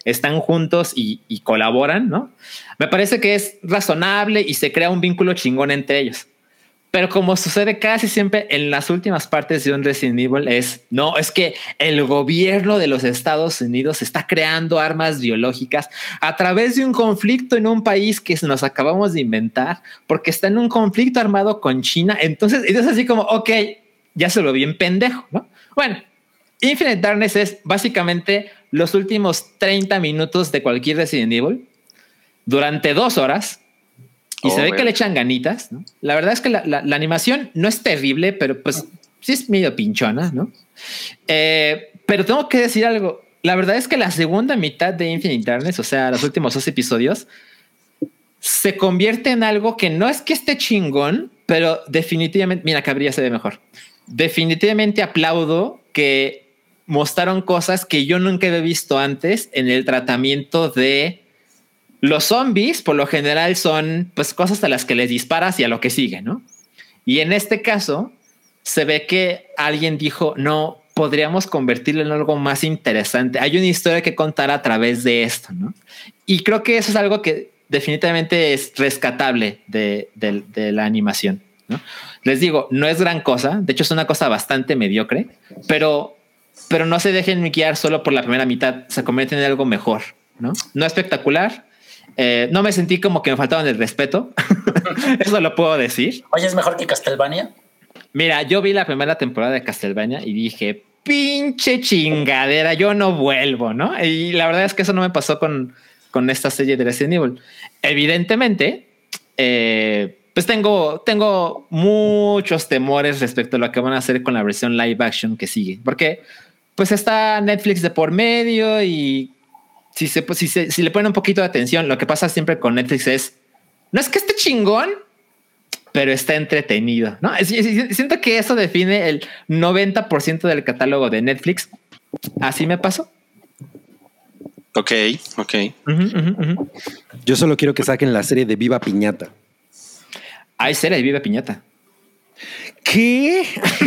están juntos y, y colaboran, ¿no? Me parece que es razonable y se crea un vínculo chingón entre ellos. Pero como sucede casi siempre en las últimas partes de un Resident Evil es, no, es que el gobierno de los Estados Unidos está creando armas biológicas a través de un conflicto en un país que nos acabamos de inventar porque está en un conflicto armado con China. Entonces es así como, ok, ya se lo vi en pendejo, ¿no? Bueno, Infinite Darkness es básicamente los últimos treinta minutos de cualquier Resident Evil durante dos horas. Y oh, se ve bueno. que le echan ganitas, ¿no? La verdad es que la, la, la animación no es terrible, pero pues sí es medio pinchona, ¿no? Eh, pero tengo que decir algo. La verdad es que la segunda mitad de Infinite Darkness, o sea, los últimos dos episodios, se convierte en algo que no es que esté chingón, pero definitivamente, mira, Cabrilla se ve mejor. Definitivamente aplaudo que mostraron cosas que yo nunca había visto antes en el tratamiento de los zombies. Por lo general son pues cosas a las que les disparas y a lo que sigue, ¿no? Y en este caso se ve que alguien dijo, no, podríamos convertirlo en algo más interesante. Hay una historia que contar a través de esto, ¿no? Y creo que eso es algo que definitivamente es rescatable de, de, de la animación, ¿no? Les digo, no es gran cosa. De hecho, es una cosa bastante mediocre, pero, pero no se dejen guiar solo por la primera mitad. Se convierte en algo mejor, ¿no? No espectacular. Eh, no me sentí como que me faltaban el respeto. Eso lo puedo decir. Oye, ¿es mejor que Castlevania? Mira, yo vi la primera temporada de Castlevania y dije, pinche chingadera, yo no vuelvo, ¿no? Y la verdad es que eso no me pasó con, con esta serie de Resident Evil. Evidentemente, eh, pues tengo, tengo muchos temores respecto a lo que van a hacer con la versión live action que sigue. Porque pues está Netflix de por medio y Si, se, si, se, si le ponen un poquito de atención, lo que pasa siempre con Netflix es, no es que esté chingón, pero está entretenido, ¿no? Es, es, siento que eso define el noventa por ciento del catálogo de Netflix. Así me pasó. Ok, ok. Uh-huh, uh-huh, uh-huh. Yo solo quiero que saquen la serie de Viva Piñata. Hay serie de Viva Piñata. ¿Qué?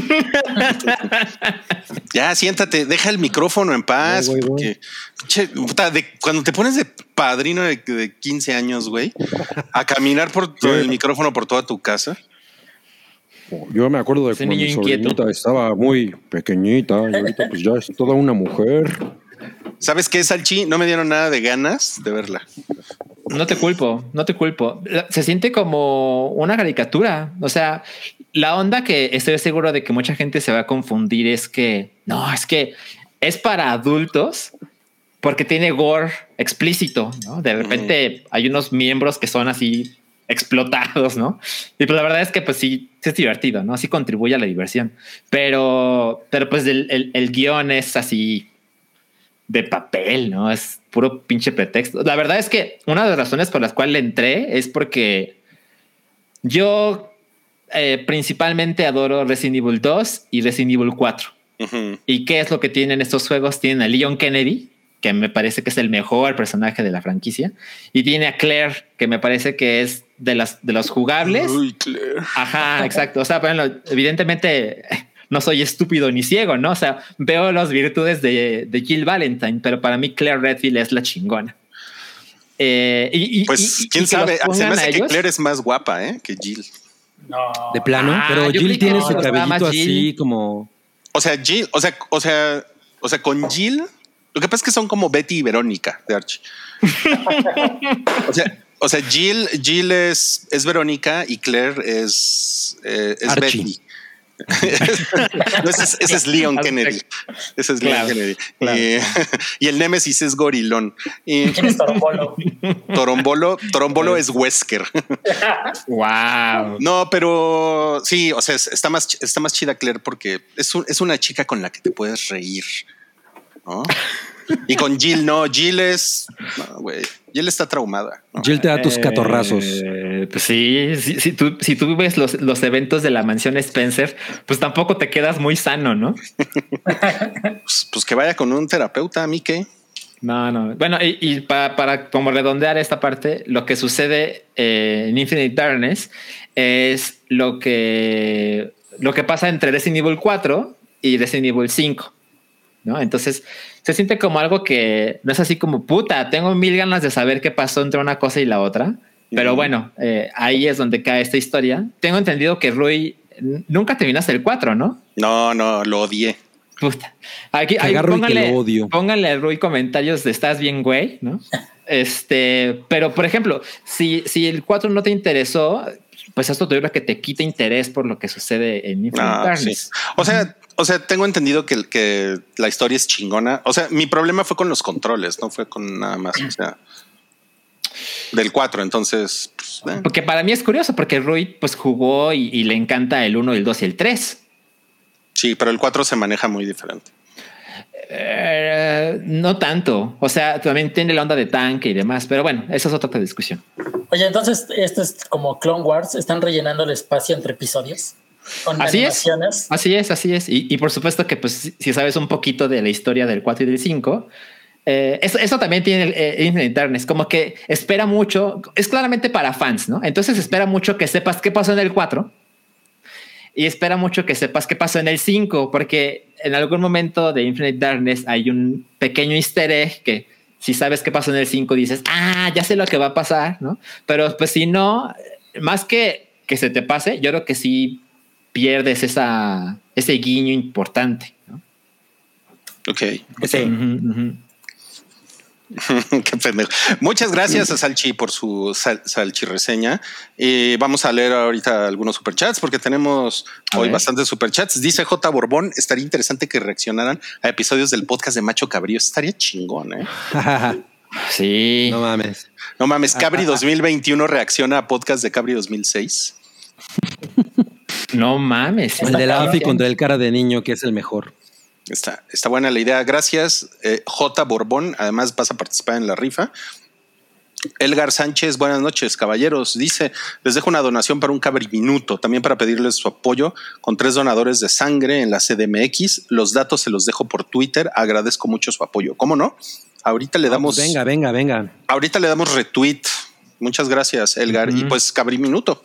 Ya, siéntate, deja el micrófono en paz. Voy, voy, voy. Porque, che, puta, de, cuando te pones de padrino de, de quince años, güey, a caminar por todo el micrófono por toda tu casa. Yo me acuerdo de cuando mi sobrinita estaba muy pequeñita y ahorita pues ya es toda una mujer. ¿Sabes qué, Salchi? No me dieron nada de ganas de verla. No te culpo, no te culpo. Se siente como una caricatura. O sea, la onda que estoy seguro de que mucha gente se va a confundir es que no, es que es para adultos porque tiene gore explícito, ¿no? De repente mm. hay unos miembros que son así explotados, ¿no? Y pues la verdad es que pues sí, sí es divertido, ¿no? Sí contribuye a la diversión. Pero, pero pues el, el, el guión es así de papel, ¿no? Es puro pinche pretexto. La verdad es que una de las razones por las cuales le entré es porque yo eh, principalmente adoro Resident Evil dos y Resident Evil cuatro. Uh-huh. ¿Y qué es lo que tienen estos juegos? Tienen a Leon Kennedy, que me parece que es el mejor personaje de la franquicia, y tiene a Claire, que me parece que es de las de los jugables. Uy, Claire. Ajá, exacto. O sea, bueno, evidentemente no soy estúpido ni ciego, ¿no? O sea, veo las virtudes de, de Jill Valentine, pero para mí Claire Redfield es la chingona. Eh, y, pues, y, quién y sabe, se me hace que ellos. Claire es más guapa, ¿eh? Que Jill. No. De plano, ah, pero Jill tiene su cabellito así como... O sea, Jill, o sea, o sea, o sea, con Jill, lo que pasa es que son como Betty y Verónica de Archie. o sea, o sea, Jill, Jill es, es Verónica y Claire es, eh, es Betty. no, ese, es, ese es Leon Kennedy. Ese es Leon claro, Kennedy. Claro. Y, y el Némesis es Gorilón. Y ¿quién es Torombolo? Torombolo, Torombolo es Wesker. Wow. No, pero sí, o sea, está más, está más chida Claire porque es, un, es una chica con la que te puedes reír, ¿no? Y con Jill no, Jill es, no, güey, Jill está traumada, ¿no? Jill te da tus catorrazos. Eh, pues sí, si, si, tú, si tú ves los, los eventos de la mansión Spencer, pues tampoco te quedas muy sano, ¿no? pues, pues que vaya con un terapeuta, ¿a mí qué? No, no. Bueno, y, y para, para como redondear esta parte, lo que sucede eh, en Infinite Darkness es lo que, lo que pasa entre Resident Evil cuatro y Resident Evil cinco. ¿no? Entonces se siente como algo que no es así como puta, tengo mil ganas de saber qué pasó entre una cosa y la otra. Pero bueno, eh, ahí es donde cae esta historia. Tengo entendido que Rui nunca terminaste el cuatro, ¿no? No, no, lo odié. Puta. Aquí, ahí, pónganle, que lo odio. pónganle a Rui comentarios de estás bien, güey, ¿no? Este, pero por ejemplo, si, si el cuatro no te interesó, pues esto te digo que te quita interés por lo que sucede en Infinite Ah, Darkness. sí. O sea, o sea, tengo entendido que, que la historia es chingona. O sea, mi problema fue con los controles, no fue con nada más. O sea, del cuatro, entonces. Pues, eh. Porque para mí es curioso, porque Rui pues jugó y, y le encanta el uno, el dos y el tres. Sí, pero el cuatro se maneja muy diferente. Eh, no tanto. O sea, también tiene la onda de tanque y demás, pero bueno, esa es otra discusión. Oye, entonces, esto es como Clone Wars, están rellenando el espacio entre episodios. Con así animaciones. es, así es, así es. Y, y por supuesto que pues si sabes un poquito de la historia del cuatro y del cinco, eh, eso, eso también tiene el, el Infinite Darkness, como que espera mucho, es claramente para fans, ¿no? Entonces espera mucho que sepas qué pasó en el cuatro y espera mucho que sepas qué pasó en el cinco, porque en algún momento de Infinite Darkness hay un pequeño easter egg que si sabes qué pasó en el cinco dices, ah, ya sé lo que va a pasar, ¿no? Pero pues si no, más que que se te pase, yo creo que sí pierdes esa, ese guiño importante, ¿no? Ok. Sí. Uh-huh, uh-huh. Qué pendejo. Muchas gracias a Salchi por su sal, Salchi reseña. Y vamos a leer ahorita algunos superchats porque tenemos a hoy ver. bastantes superchats. Dice J. Borbón, estaría interesante que reaccionaran a episodios del podcast de Macho Cabrío. Estaría chingón, ¿eh? Sí. No mames. No mames, Cabri dos mil veintiuno reacciona a podcast de Cabri dos mil seis. No mames. El de la A F I contra el cara de niño, que es el mejor. Está, está buena la idea. Gracias, eh, J. Borbón. Además, vas a participar en la rifa. Elgar Sánchez, buenas noches, caballeros. Dice: les dejo una donación para un Cabri Minuto, también para pedirles su apoyo con tres donadores de sangre en la C D M X. Los datos se los dejo por Twitter. Agradezco mucho su apoyo. ¿Cómo no? Ahorita le damos. No, pues venga, venga, venga. Ahorita le damos retweet. Muchas gracias, Elgar. Uh-huh. Y pues Cabri Minuto.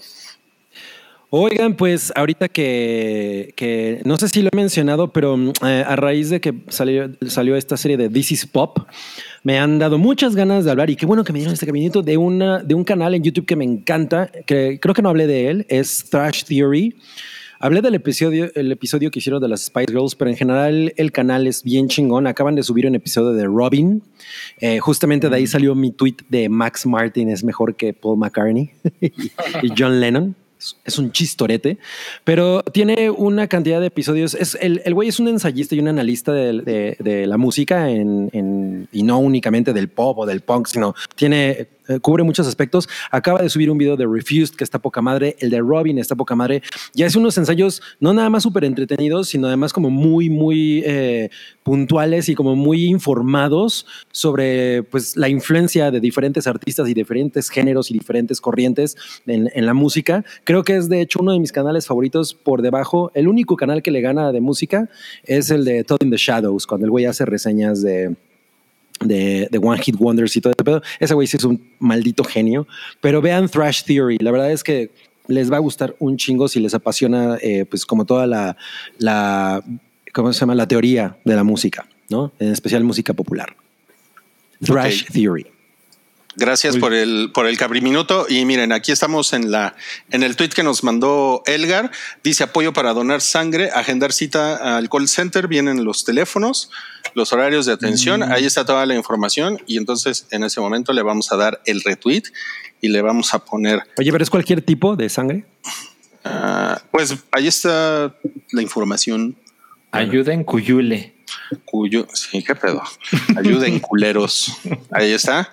Oigan, pues ahorita que, que no sé si lo he mencionado, pero eh, a raíz de que salió, salió esta serie de This is Pop, me han dado muchas ganas de hablar y qué bueno que me dieron este caminito de, una, de un canal en YouTube que me encanta, que creo que no hablé de él, es Thrash Theory. Hablé del episodio, el episodio que hicieron de las Spice Girls, pero en general el canal es bien chingón. Acaban de subir un episodio de Robin. Eh, justamente de ahí salió mi tweet de Max Martin es mejor que Paul McCartney y John Lennon. Es un chistorete, pero tiene una cantidad de episodios. Es el, el güey es un ensayista y un analista de, de, de la música en, en, y no únicamente del pop o del punk, sino tiene, eh, cubre muchos aspectos. Acaba de subir un video de Refused que está poca madre. El de Robin está poca madre. Ya hace unos ensayos no nada más súper entretenidos, sino además como muy, muy eh, puntuales y como muy informados sobre pues, la influencia de diferentes artistas y diferentes géneros y diferentes corrientes en, en la música. Creo que es de hecho uno de mis canales favoritos por debajo. El único canal que le gana de música es el de Todd in the Shadows, cuando el güey hace reseñas de, de, de One Hit Wonders y todo ese pedo. Ese güey sí es un maldito genio. Pero vean Thrash Theory. La verdad es que les va a gustar un chingo si les apasiona eh, pues como toda la, la, ¿cómo se llama? La teoría de la música, ¿no? En especial música popular. Thrash okay. Theory. Gracias por el, por el Cabri Minuto. Y miren, aquí estamos en la, en el tweet que nos mandó Elgar. Dice apoyo para donar sangre, agendar cita al call center, vienen los teléfonos, los horarios de atención. Mm. Ahí está toda la información. Y entonces en ese momento le vamos a dar el retweet y le vamos a poner. Oye, pero es cualquier tipo de sangre. Uh, pues ahí está la información. Ayuda en Cuyule. Cuyo, sí, qué pedo. Ayuden culeros. Ahí está.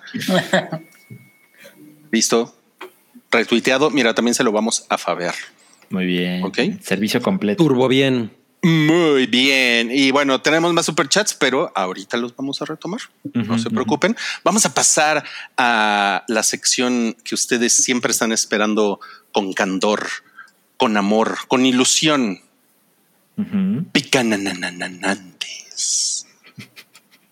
Listo. Retuiteado. Mira, también se lo vamos a favear. Muy bien. Ok. Servicio completo. Turbo bien. Muy bien. Y bueno, tenemos más superchats, pero ahorita los vamos a retomar. Uh-huh, no se preocupen. Uh-huh. Vamos a pasar a la sección que ustedes siempre están esperando con candor, con amor, con ilusión. Uh-huh. Picanananananantes.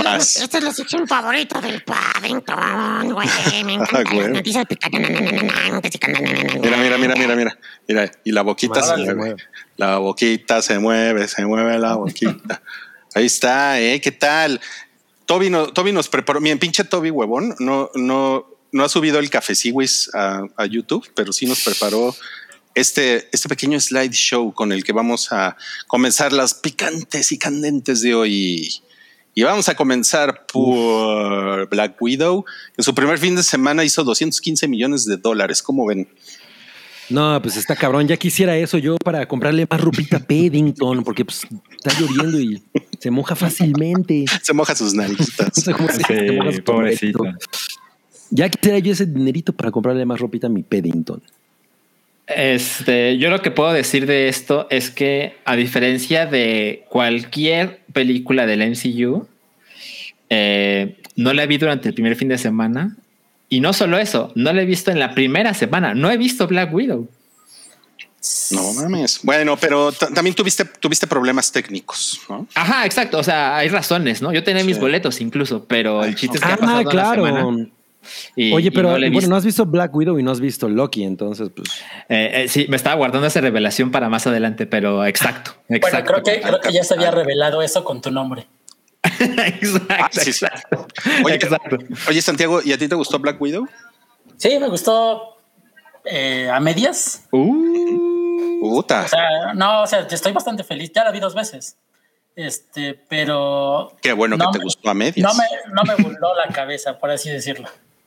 más. Esta es la sección favorita del Paddington, güey. Me encantan Ah, güey. las noticias picantes. Mira, mira, mira, mira, mira. Mira, y la boquita Madre, se se mueve. mueve. La boquita se mueve, se mueve la boquita. Ahí está, ¿eh? ¿Qué tal? Toby, no, Toby nos preparó. Miren, pinche Toby huevón, no, no, no ha subido el cafecíguis a, a YouTube, pero sí nos preparó este, este pequeño slideshow con el que vamos a comenzar las picantes y candentes de hoy. Y vamos a comenzar por Black Widow. En su primer fin de semana hizo doscientos quince millones de dólares. ¿Cómo ven? No, pues está cabrón. Ya quisiera eso yo para comprarle más ropita a Paddington, porque pues está lloviendo y se moja fácilmente. Se moja sus narizitas. No sé cómo se- Sí, se moja su pobrecito. sombrerito. Ya quisiera yo ese dinerito para comprarle más ropita a mi Paddington. Este, yo lo que puedo decir de esto es que, a diferencia de cualquier película del M C U, eh, no la vi durante el primer fin de semana. Y no solo eso, no la he visto en la primera semana. No he visto Black Widow. No mames. Bueno, pero t- también tuviste, tuviste problemas técnicos, ¿no? Ajá, exacto. O sea, hay razones, ¿no? Yo tenía mis Sí. boletos incluso, pero el chiste es que ha Ah, pasado claro. una semana. y- Oye, y pero no la he bueno, visto. no has visto Black Widow y no has visto Loki, entonces pues Eh, eh, sí, me estaba guardando esa revelación para más adelante, pero exacto. Bueno, exacto. creo que, creo que ya se había revelado eso con tu nombre. exacto, Ah, sí, sí. exacto. Oye, Exacto. oye, Santiago, ¿y a ti te gustó Black Widow? Sí, me gustó eh, a medias. Uh, Puta. O sea, no, o sea, estoy bastante feliz. Ya la vi dos veces. Este, pero. Qué bueno no que te me- gustó a medias. No me, no me voló la cabeza, por así decirlo.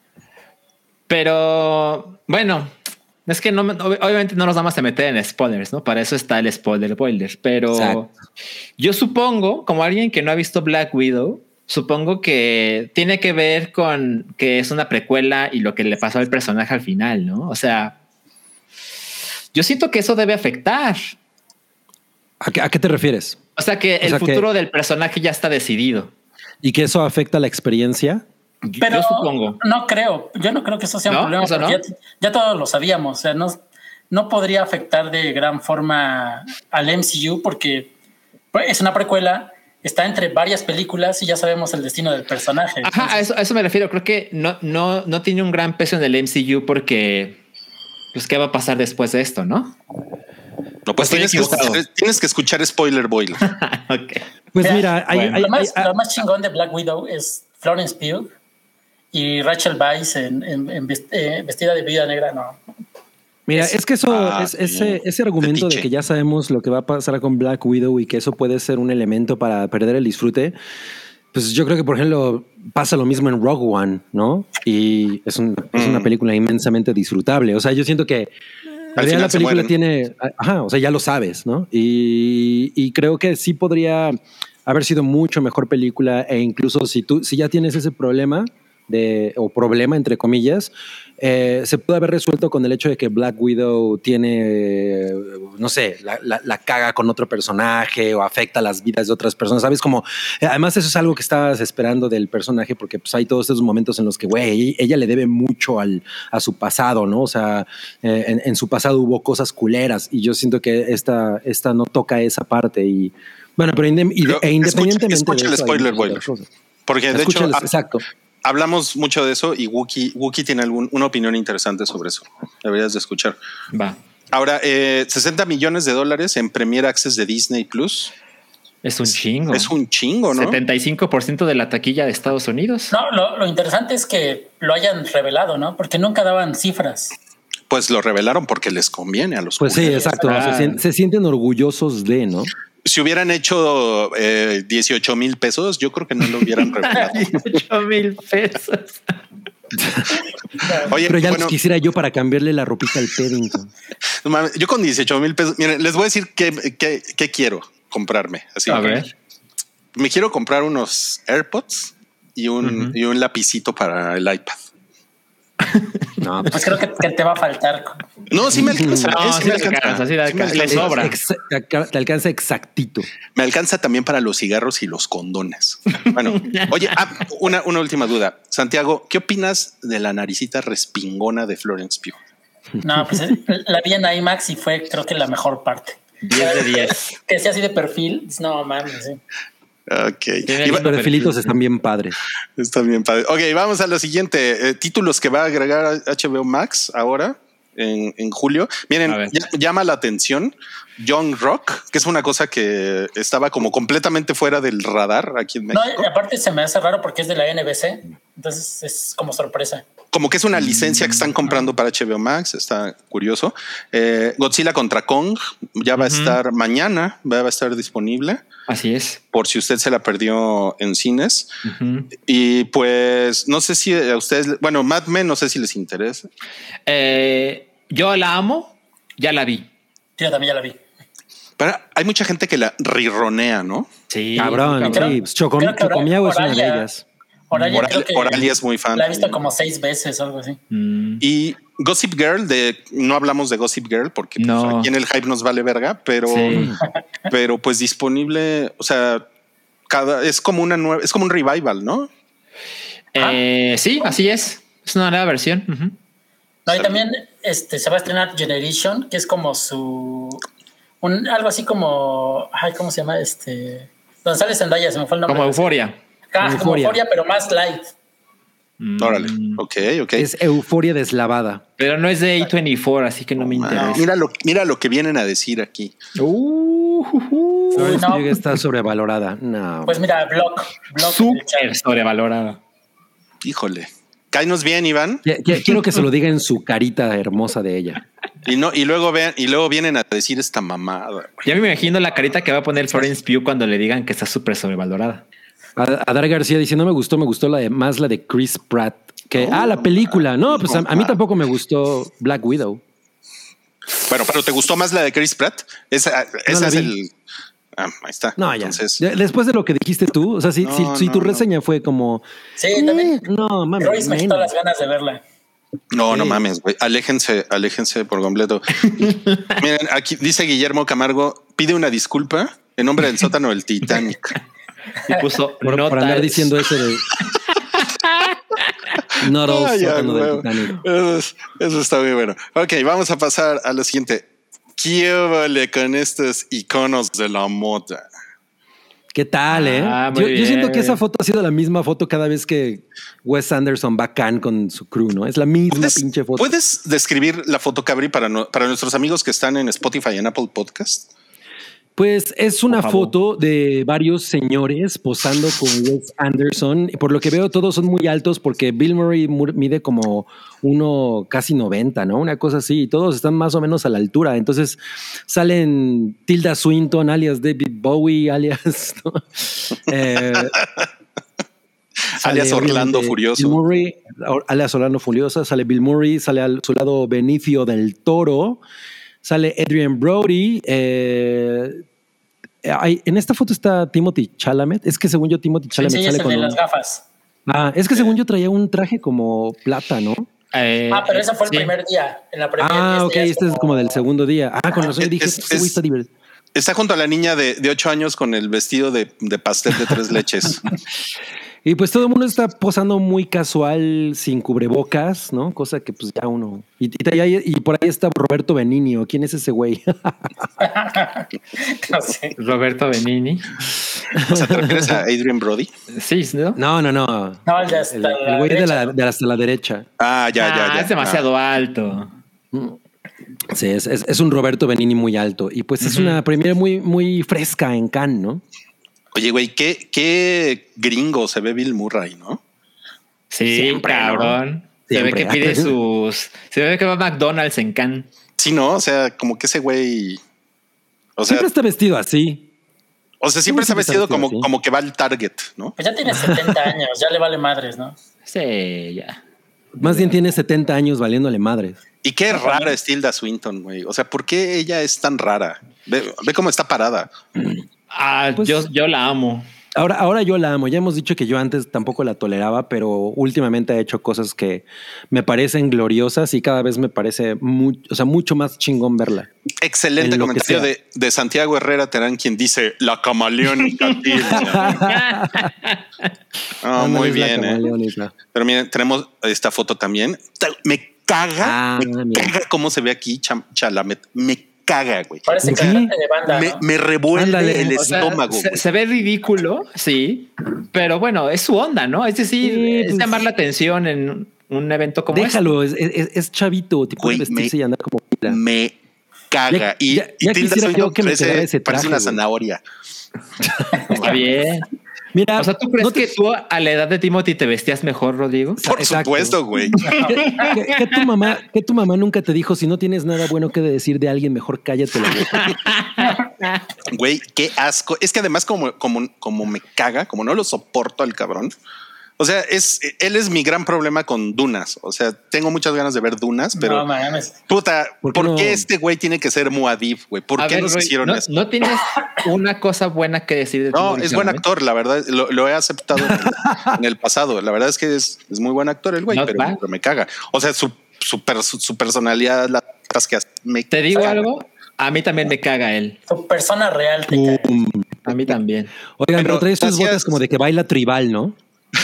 pero bueno, es que no, me- ob- obviamente no nos vamos a meter en spoilers, ¿no? Para eso está el spoiler boiler. Pero Exacto. yo supongo, como alguien que no ha visto Black Widow, supongo que tiene que ver con que es una precuela y lo que le pasó al personaje al final, ¿no? O sea, yo siento que eso debe afectar. ¿a qué, a qué te refieres? O sea, que O el sea, que- futuro del personaje ya está decidido. ¿Y que eso afecta la experiencia? Pero yo supongo. no creo, yo no creo que eso sea un ¿No? problema, ¿Eso porque no? ya, ya todos lo sabíamos. O sea, no, no podría afectar de gran forma al M C U porque pues, es una precuela, está entre varias películas y ya sabemos el destino del personaje. Ajá, a eso, a eso me refiero. Creo que no, no, no tiene un gran peso en el M C U porque, pues, ¿qué va a pasar después de esto, no? No, pues Estoy tienes que, equivocado. escuchar, tienes que escuchar Spoiler Boiler. Ok. Pues Mira, mira, hay, bueno. hay- lo, más, hay- lo más chingón de Black Widow es Florence Pugh y Rachel Weisz en, en- en vest- eh, vestida de vida negra. No, mira, es- es que eso, Ah, es, sí. ese, ese argumento de Fetiche. que ya sabemos lo que va a pasar con Black Widow y que eso puede ser un elemento para perder el disfrute, pues yo creo que, por ejemplo, pasa lo mismo en Rogue One, ¿no? Y es, un- es una Mm. película inmensamente disfrutable. O sea, yo siento que en Al realidad final la se película mueren. tiene, ajá, o sea, ya lo sabes, ¿no? Y, y creo que sí podría haber sido mucho mejor película e incluso si tú, si ya tienes ese problema de, o problema entre comillas, eh, se puede haber resuelto con el hecho de que Black Widow tiene, eh, no sé, la, la- la caga con otro personaje o afecta las vidas de otras personas, ¿sabes? Como, eh, además eso es algo que estabas esperando del personaje porque pues hay todos esos momentos en los que, güey, ella le debe mucho al, a su pasado, ¿no? O sea, eh, en, en su pasado hubo cosas culeras y yo siento que esta, esta no toca esa parte y, bueno, pero inde- y- Pero e independientemente escucha- escucha de el eso, hay spoiler muchas boiler. otras cosas. Porque de Escúchales, hecho, ha- exacto. hablamos mucho de eso y Wookie, Wookie tiene algún, una opinión interesante sobre eso. Deberías de escuchar. Va. Ahora, eh, sesenta millones de dólares en Premier Access de Disney Plus. Es un chingo. Es un chingo, ¿no? setenta y cinco por ciento de la taquilla de Estados Unidos. no lo, lo interesante es que lo hayan revelado, ¿no? Porque nunca daban cifras. Pues lo revelaron porque les conviene a los Pues sí, culeros. exacto. Ah. Se, sien- se sienten orgullosos de, ¿no? Si hubieran hecho eh, dieciocho mil pesos, yo creo que no lo hubieran revelado. dieciocho mil pesos. Oye, Pero ya bueno, los quisiera yo para cambiarle la ropita al Paddington. no mames, yo con dieciocho mil pesos, miren, les voy a decir qué, qué, qué quiero comprarme. Así A que ver. me quiero comprar unos AirPods y un, Ujú. y un lapicito para el iPad. No, pues, Pues creo que, que te va a faltar. No, sí me alcanza. No, eh, sí le alcanza, sí le Sí me alcanza. Le alcanza. sobra. ex- te- te alcanza exactito. Me alcanza también para los cigarros y los condones. Bueno, oye, ah, una, una última duda. Santiago, ¿qué opinas de la naricita respingona de Florence Pugh? No, pues la vi en IMAX y fue, creo que la mejor parte. diez de diez. Que sea así de perfil, no mames, sí. Ok. Los perfilitos están bien padres. Están bien padres. Ok, vamos a lo siguiente. Eh, títulos que va a agregar H B O Max ahora en, en julio. Miren, ya, llama la atención Young Rock, que es una cosa que estaba como completamente fuera del radar aquí en México. No, aparte se me hace raro porque es de la N B C, entonces es como sorpresa. Como que es una licencia que están comprando para H B O Max, está curioso. Eh, Godzilla contra Kong ya va uh-huh. a estar mañana, va a estar disponible. Así es. Por si usted se la perdió en cines. Uh-huh. Y pues no sé si a ustedes, bueno, Mad Men, no sé si les interesa. Eh, yo la amo, ya la vi. Yo también ya la vi. Pero hay mucha gente que la rirronea, ¿no? Sí, cabrón. Creo, sí, Chocom, Chocomiao es una de ellas. Oralia, Oral, Oralia es muy fan. La he visto como seis veces o algo así. Mm. Y Gossip Girl, de no hablamos de Gossip Girl porque no. pues, aquí en el hype nos vale verga, pero, sí. pero pues disponible, o sea, cada es como una nueva, es como un revival, ¿no? Eh, sí, así es. Es una nueva versión. Uh-huh. No, y también este se va a estrenar Generation, que es como su un algo así como, ay, ¿cómo se llama? Este, donde sale Zendaya, se me fue el nombre. Como Euforia. Ah, como Euforia. Euforia, pero más light. Mm. Órale, ok, ok. Es Euforia deslavada. Pero no es de A veinticuatro, así que no me interesa. Ah, mira, lo, mira lo que vienen a decir aquí. Uh, uh, uh. No, no. Está sobrevalorada. No. Pues mira, Block. Block Súper sobrevalorada. Híjole. Cáenos bien, Iván. Quiero que se lo diga en su carita hermosa de ella. Y no, y luego vean, y luego vienen a decir esta mamada. Ya me imagino la carita que va a poner Florence Pugh cuando le digan que está súper sobrevalorada. Adar García dice, no me gustó, me gustó la de, más la de Chris Pratt. Que, oh, ah, la película. No, pues a, a mí tampoco me gustó Black Widow. Bueno, pero ¿te gustó más la de Chris Pratt? Esa, esa no es el... Ah, ahí está. No, ya. Entonces... Después de lo que dijiste tú, o sea, si, no, si, no, si tu no. reseña fue como... Sí, también. No, mames. Royce me quitó las ganas de verla. No, sí. no mames, güey. Aléjense, aléjense por completo. Miren, aquí dice Guillermo Camargo, pide una disculpa en nombre del sótano del Titanic. Y puso por, por andar diciendo eso de... No, no, ah, ya, del bueno. Titanic. Eso, es, eso está muy bueno. Ok, vamos a pasar a lo siguiente. ¿Qué vale con estos iconos de la moda? ¿Qué tal, eh? Ah, yo, yo siento que esa foto ha sido la misma foto cada vez que Wes Anderson va a Cannes con su crew, ¿no? Es la misma ¿Puedes, pinche foto. ¿Puedes describir la foto, Cabri, para, no, para nuestros amigos que están en Spotify y en Apple Podcast? Pues es una foto de varios señores posando con Wes Anderson. Por lo que veo, todos son muy altos porque Bill Murray mide como uno casi noventa, ¿no? Una cosa así. Y todos están más o menos a la altura. Entonces salen Tilda Swinton, alias David Bowie, alias... ¿no? eh, alias Orlando Furioso. Bill Murray, alias Orlando Furioso. Sale Bill Murray, sale a su lado Benicio del Toro. Sale Adrian Brody. Eh, hay, en esta foto está Timothy Chalamet. Es que según yo, Timothy Chalamet sí, sale es con de un... las gafas. Ah, es que según yo traía un traje como plata, ¿no? Eh, ah, pero ese fue el sí. primer día. En la premier, ah, este ok, este es como... es como del segundo día. Ah, con razón dije, es, este güey está divertido. Está junto a la niña de, de ocho años con el vestido de, de pastel de tres leches. Y pues todo el mundo está posando muy casual, sin cubrebocas, ¿no? Cosa que pues ya uno... Y, y, y por ahí está Roberto Benigni. ¿Quién es ese güey? No sé. Roberto Benigni. O sea, ¿te refieres a Adrian Brody? Sí, ¿no? No, no, no. No, el, de hasta el, el güey de, la, de hasta la derecha. Ah, ya, ya, ah, ya. Es demasiado ah. alto. Sí, es, es, es un Roberto Benigni muy alto. Y pues uh-huh. es una premiere muy, muy fresca en Cannes, ¿no? Oye, güey, qué, qué gringo se ve Bill Murray, ¿no? Sí, siempre, cabrón. ¿no? Se siempre. ve que pide sus... Se ve que va a McDonald's en Cannes. Sí, ¿no? O sea, como que ese güey... O sea, siempre está vestido así. O sea, siempre está vestido, vestido como, como que va al Target, ¿no? Pues ya tiene setenta años, ya le vale madres, ¿no? Sí, ya. Más bien tiene setenta años valiéndole madres. Y qué rara es Tilda Swinton, güey. O sea, ¿por qué ella es tan rara? Ve, ve cómo está parada. Ah, pues, yo, yo la amo. Ahora, ahora yo la amo. Ya hemos dicho que yo antes tampoco la toleraba, pero últimamente ha hecho cosas que me parecen gloriosas y cada vez me parece muy, o sea, mucho más chingón verla. Excelente comentario de, de Santiago Herrera Terán, quien dice la camaleónica Tilda. Oh, muy bien, eh. Pero miren, tenemos esta foto también. Me caga, Ah, me mira. caga cómo se ve aquí Cham- Chalamet. Me caga, güey. Parece Sí. cantante de banda, Me, ¿no? me revuelve Ándale, el O sea, estómago, se, güey. se ve ridículo, sí, pero bueno, es su onda, ¿no? Es decir, Sí, es pues- llamar la atención en un evento como Déjalo, es, es, es chavito, tipo Güey, de vestirse me- y andar como pila. Me caga. Ya- y ya- y ya Tilda quisiera yo Swinton que me parece, quedara ese parece traje, una güey. zanahoria. este. Está bien. Mira, O sea, ¿tú crees no te- que tú a la edad de Timothy te vestías mejor, Rodrigo? Por Exacto. supuesto, güey. que, que- que tu mamá, que tu mamá nunca te dijo si no tienes nada bueno que decir de alguien, mejor cállate la boca. Güey, qué asco. Es que además, como, como, como me caga, como no lo soporto al cabrón. O sea, es él es mi gran problema con Dunas. O sea, tengo muchas ganas de ver Dunas, pero No mames. puta, ¿Por ¿por qué qué, no? este güey tiene que ser Muad'Dib, güey? ¿Por A qué ver, nos Roy, hicieron ¿no, eso? ¿no tienes una cosa buena que decir de No, Timothy es buen Chalamet? actor, la verdad, lo, lo he aceptado en el, en el pasado. La verdad es que es, es muy buen actor el güey, Not pero, bad. pero me caga. O sea, su, su, per- su, su personalidad, las cosas que hace, me Te digo caga. algo, a mí también me caga él. Tu persona real te cae. A mí también. Oigan, pero, Pero traes tus hacías- botas como de que baila tribal, ¿no?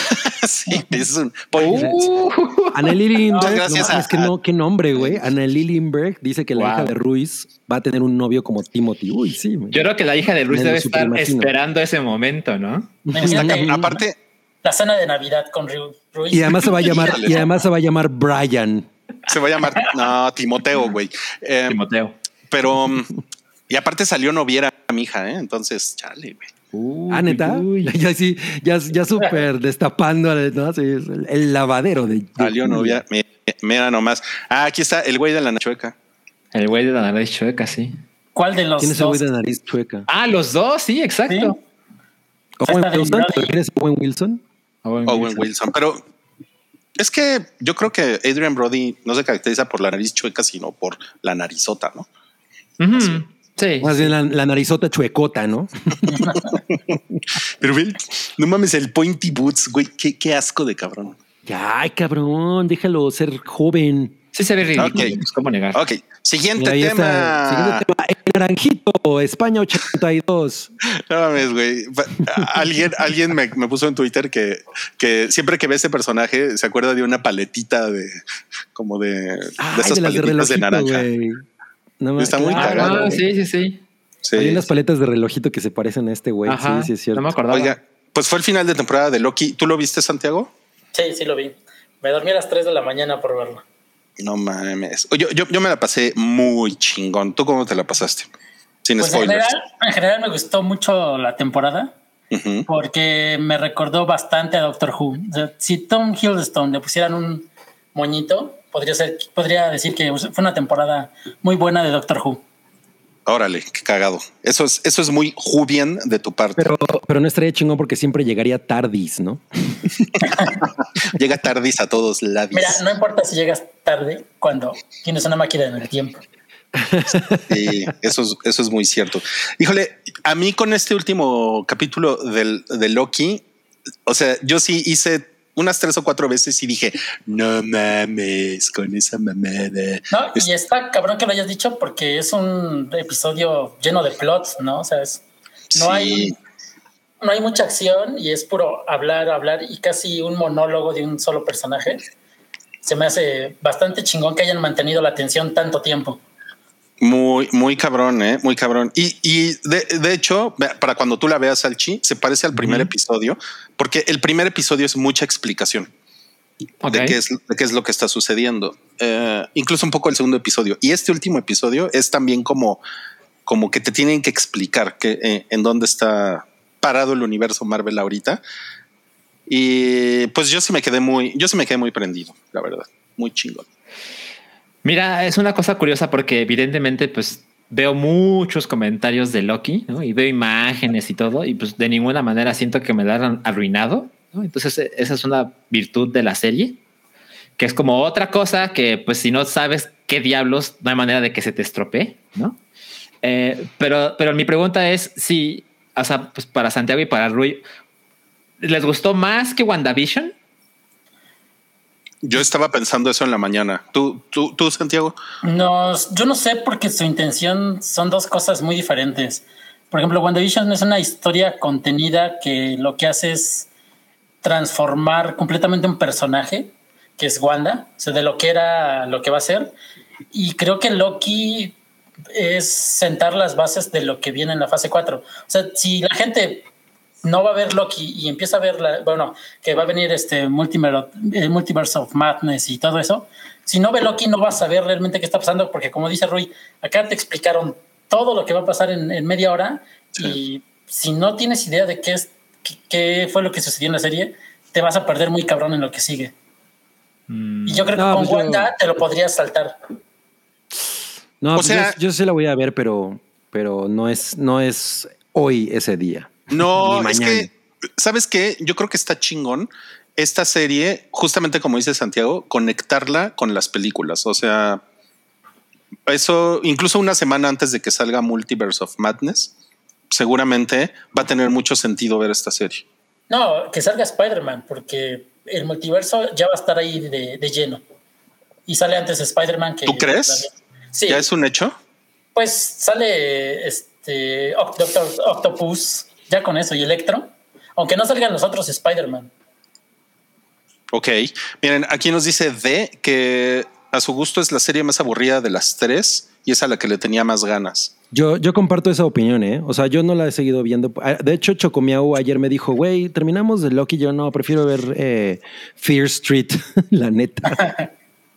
Sí, es un... Uh, Anneli Lindbergh, No, gracias no, a- es que no, qué nombre, güey. Anneli Lindbergh dice que la Wow. hija de Ruiz va a tener un novio como Timothy. Uy, sí. güey. yo creo que la hija de Luis Me lo debe estar superimagino. esperando ese momento, ¿no? Imagínate Aparte, la cena de Navidad con Ru- Ruiz. Y además se va a llamar, Híjole. y además se va a llamar Brian. se va a llamar no, Timoteo, güey. Eh, Timoteo. pero um, y aparte salió noviera a mi hija, ¿eh? Entonces, chale, güey. Uy, Ah, neta. uy, uy. Ya sí, ya, ya súper destapando, ¿no? Sí, es el, el lavadero de. de Salió Julia. novia. Me- Mira nomás. Ah, aquí está el güey de la chueca. El güey de la nariz chueca, sí. ¿Cuál de los ¿Quién es el dos? güey de nariz chueca? Ah, los dos, sí, exacto. Sí. ¿Owen Hasta de Wilson? Brody. ¿Te refieres a Owen Wilson? Owen Owen Wilson. Wilson. Pero es que yo creo que Adrian Brody no se caracteriza por la nariz chueca, sino por la narizota, ¿no? Ujú. Sí. Más bien la, la narizota chuecota, ¿no? Pero ve, no mames, el Pointy Boots, güey. Qué, qué asco de cabrón. Ya, ay, cabrón, déjalo ser joven. Sí se ve ridículo. Ok. Pues, ¿cómo negar? Ok, siguiente Mira, ahí tema. está. Siguiente tema. El naranjito, España ochenta y dos. No mames, güey. Fa- Alguien, alguien me, me puso en Twitter que, que siempre que ve ese personaje se acuerda de una paletita de como de, de Ay, esas de las de paletitas de, relojito, naranja. güey. No más, Está muy claro. cagado, Ah, güey. sí, sí, sí. Sí. Hay unas paletas de relojito que se parecen a este güey. Ajá. Sí, sí, es cierto. No me acordaba. Oiga, pues fue el final de temporada de Loki. ¿Tú lo viste, Santiago? Sí, sí lo vi. Me dormí a las tres de la mañana por verlo. No mames. Yo, yo, yo me la pasé muy chingón. ¿Tú cómo te la pasaste? Sin Pues en spoilers. general, en general me gustó mucho la temporada Ujú. porque me recordó bastante a Doctor Who. O sea, si Tom Hiddleston le pusieran un moñito, podría ser, podría decir que fue una temporada muy buena de Doctor Who. Órale, qué cagado. Eso es, eso es muy Jubian de tu parte. Pero, pero no estaría chingón porque siempre llegaría tardis, ¿no? Llega tardis a todos lados. Mira, no importa si llegas tarde cuando tienes una máquina en el tiempo. Sí, eso es, eso es muy cierto. Híjole, a mí con este último capítulo del, de Loki, o sea, yo sí hice unas tres o cuatro veces y dije, no mames con esa mamada. No, Es- y está cabrón que lo hayas dicho porque es un episodio lleno de plots, ¿no? O sea, es, no sí. hay no hay mucha acción y es puro hablar, hablar y casi un monólogo de un solo personaje. Se me hace bastante chingón que hayan mantenido la atención tanto tiempo. Muy, muy cabrón, ¿eh? Muy cabrón. Y, y de, de hecho, para cuando tú la veas, Salchi, se parece al primer episodio, porque el primer episodio es mucha explicación Ok. de, qué es, de qué es lo que está sucediendo. Eh, incluso un poco el segundo episodio. Y este último episodio es también como, como que te tienen que explicar que, eh, en dónde está parado el universo Marvel ahorita. Y pues yo sí me quedé muy, yo sí me quedé muy prendido, la verdad. Muy chingón. Mira, es una cosa curiosa porque evidentemente pues veo muchos comentarios de Loki, ¿no? Y veo imágenes y todo y pues de ninguna manera siento que me la han arruinado, ¿no? Entonces esa es una virtud de la serie, que es como otra cosa que pues si no sabes qué diablos, no hay manera de que se te estropee, ¿no? Eh, pero, pero mi pregunta es si, o sea, pues para Santiago y para Rui, ¿les gustó más que WandaVision? Yo estaba pensando eso en la mañana. ¿Tú, tú, tú Santiago? No, yo no sé porque su intención son dos cosas muy diferentes. Por ejemplo, WandaVision es una historia contenida que lo que hace es transformar completamente un personaje que es Wanda, o sea, de lo que era, lo que va a ser. Y creo que Loki es sentar las bases de lo que viene en la fase cuatro. O sea, si la gente no va a ver Loki y empieza a ver, la, bueno, que va a venir este Multiverse, el Multiverse of Madness y todo eso, si no ve Loki no vas a saber realmente qué está pasando, porque como dice Rui, acá te explicaron todo lo que va a pasar en, en media hora, sí. Y si no tienes idea de qué, es, qué, qué fue lo que sucedió en la serie, te vas a perder muy cabrón en lo que sigue. Mm. Y yo creo que no, con pues Wanda yo... te lo podrías saltar. No, o pues sea, yo, yo sí la voy a ver, pero, pero no es, no es hoy ese día. No, es que, ¿sabes qué? Yo creo que está chingón esta serie, justamente como dice Santiago, conectarla con las películas. O sea, eso incluso una semana antes de que salga Multiverse of Madness, seguramente va a tener mucho sentido ver esta serie. No, que salga Spider-Man, porque el multiverso ya va a estar ahí de, de lleno. Y sale antes Spider-Man que... ¿Tú crees? Sí. ¿Ya es un hecho? Pues sale este Doctor Octopus, ya con eso, y Electro. Aunque no salgan los otros Spider-Man. Ok. Miren, aquí nos dice D que a su gusto es la serie más aburrida de las tres y es a la que le tenía más ganas. Yo, yo comparto esa opinión, ¿eh? O sea, yo no la he seguido viendo. De hecho, Chocomiao ayer me dijo, güey, terminamos de Loki. Yo no, prefiero ver eh, Fear Street, la neta.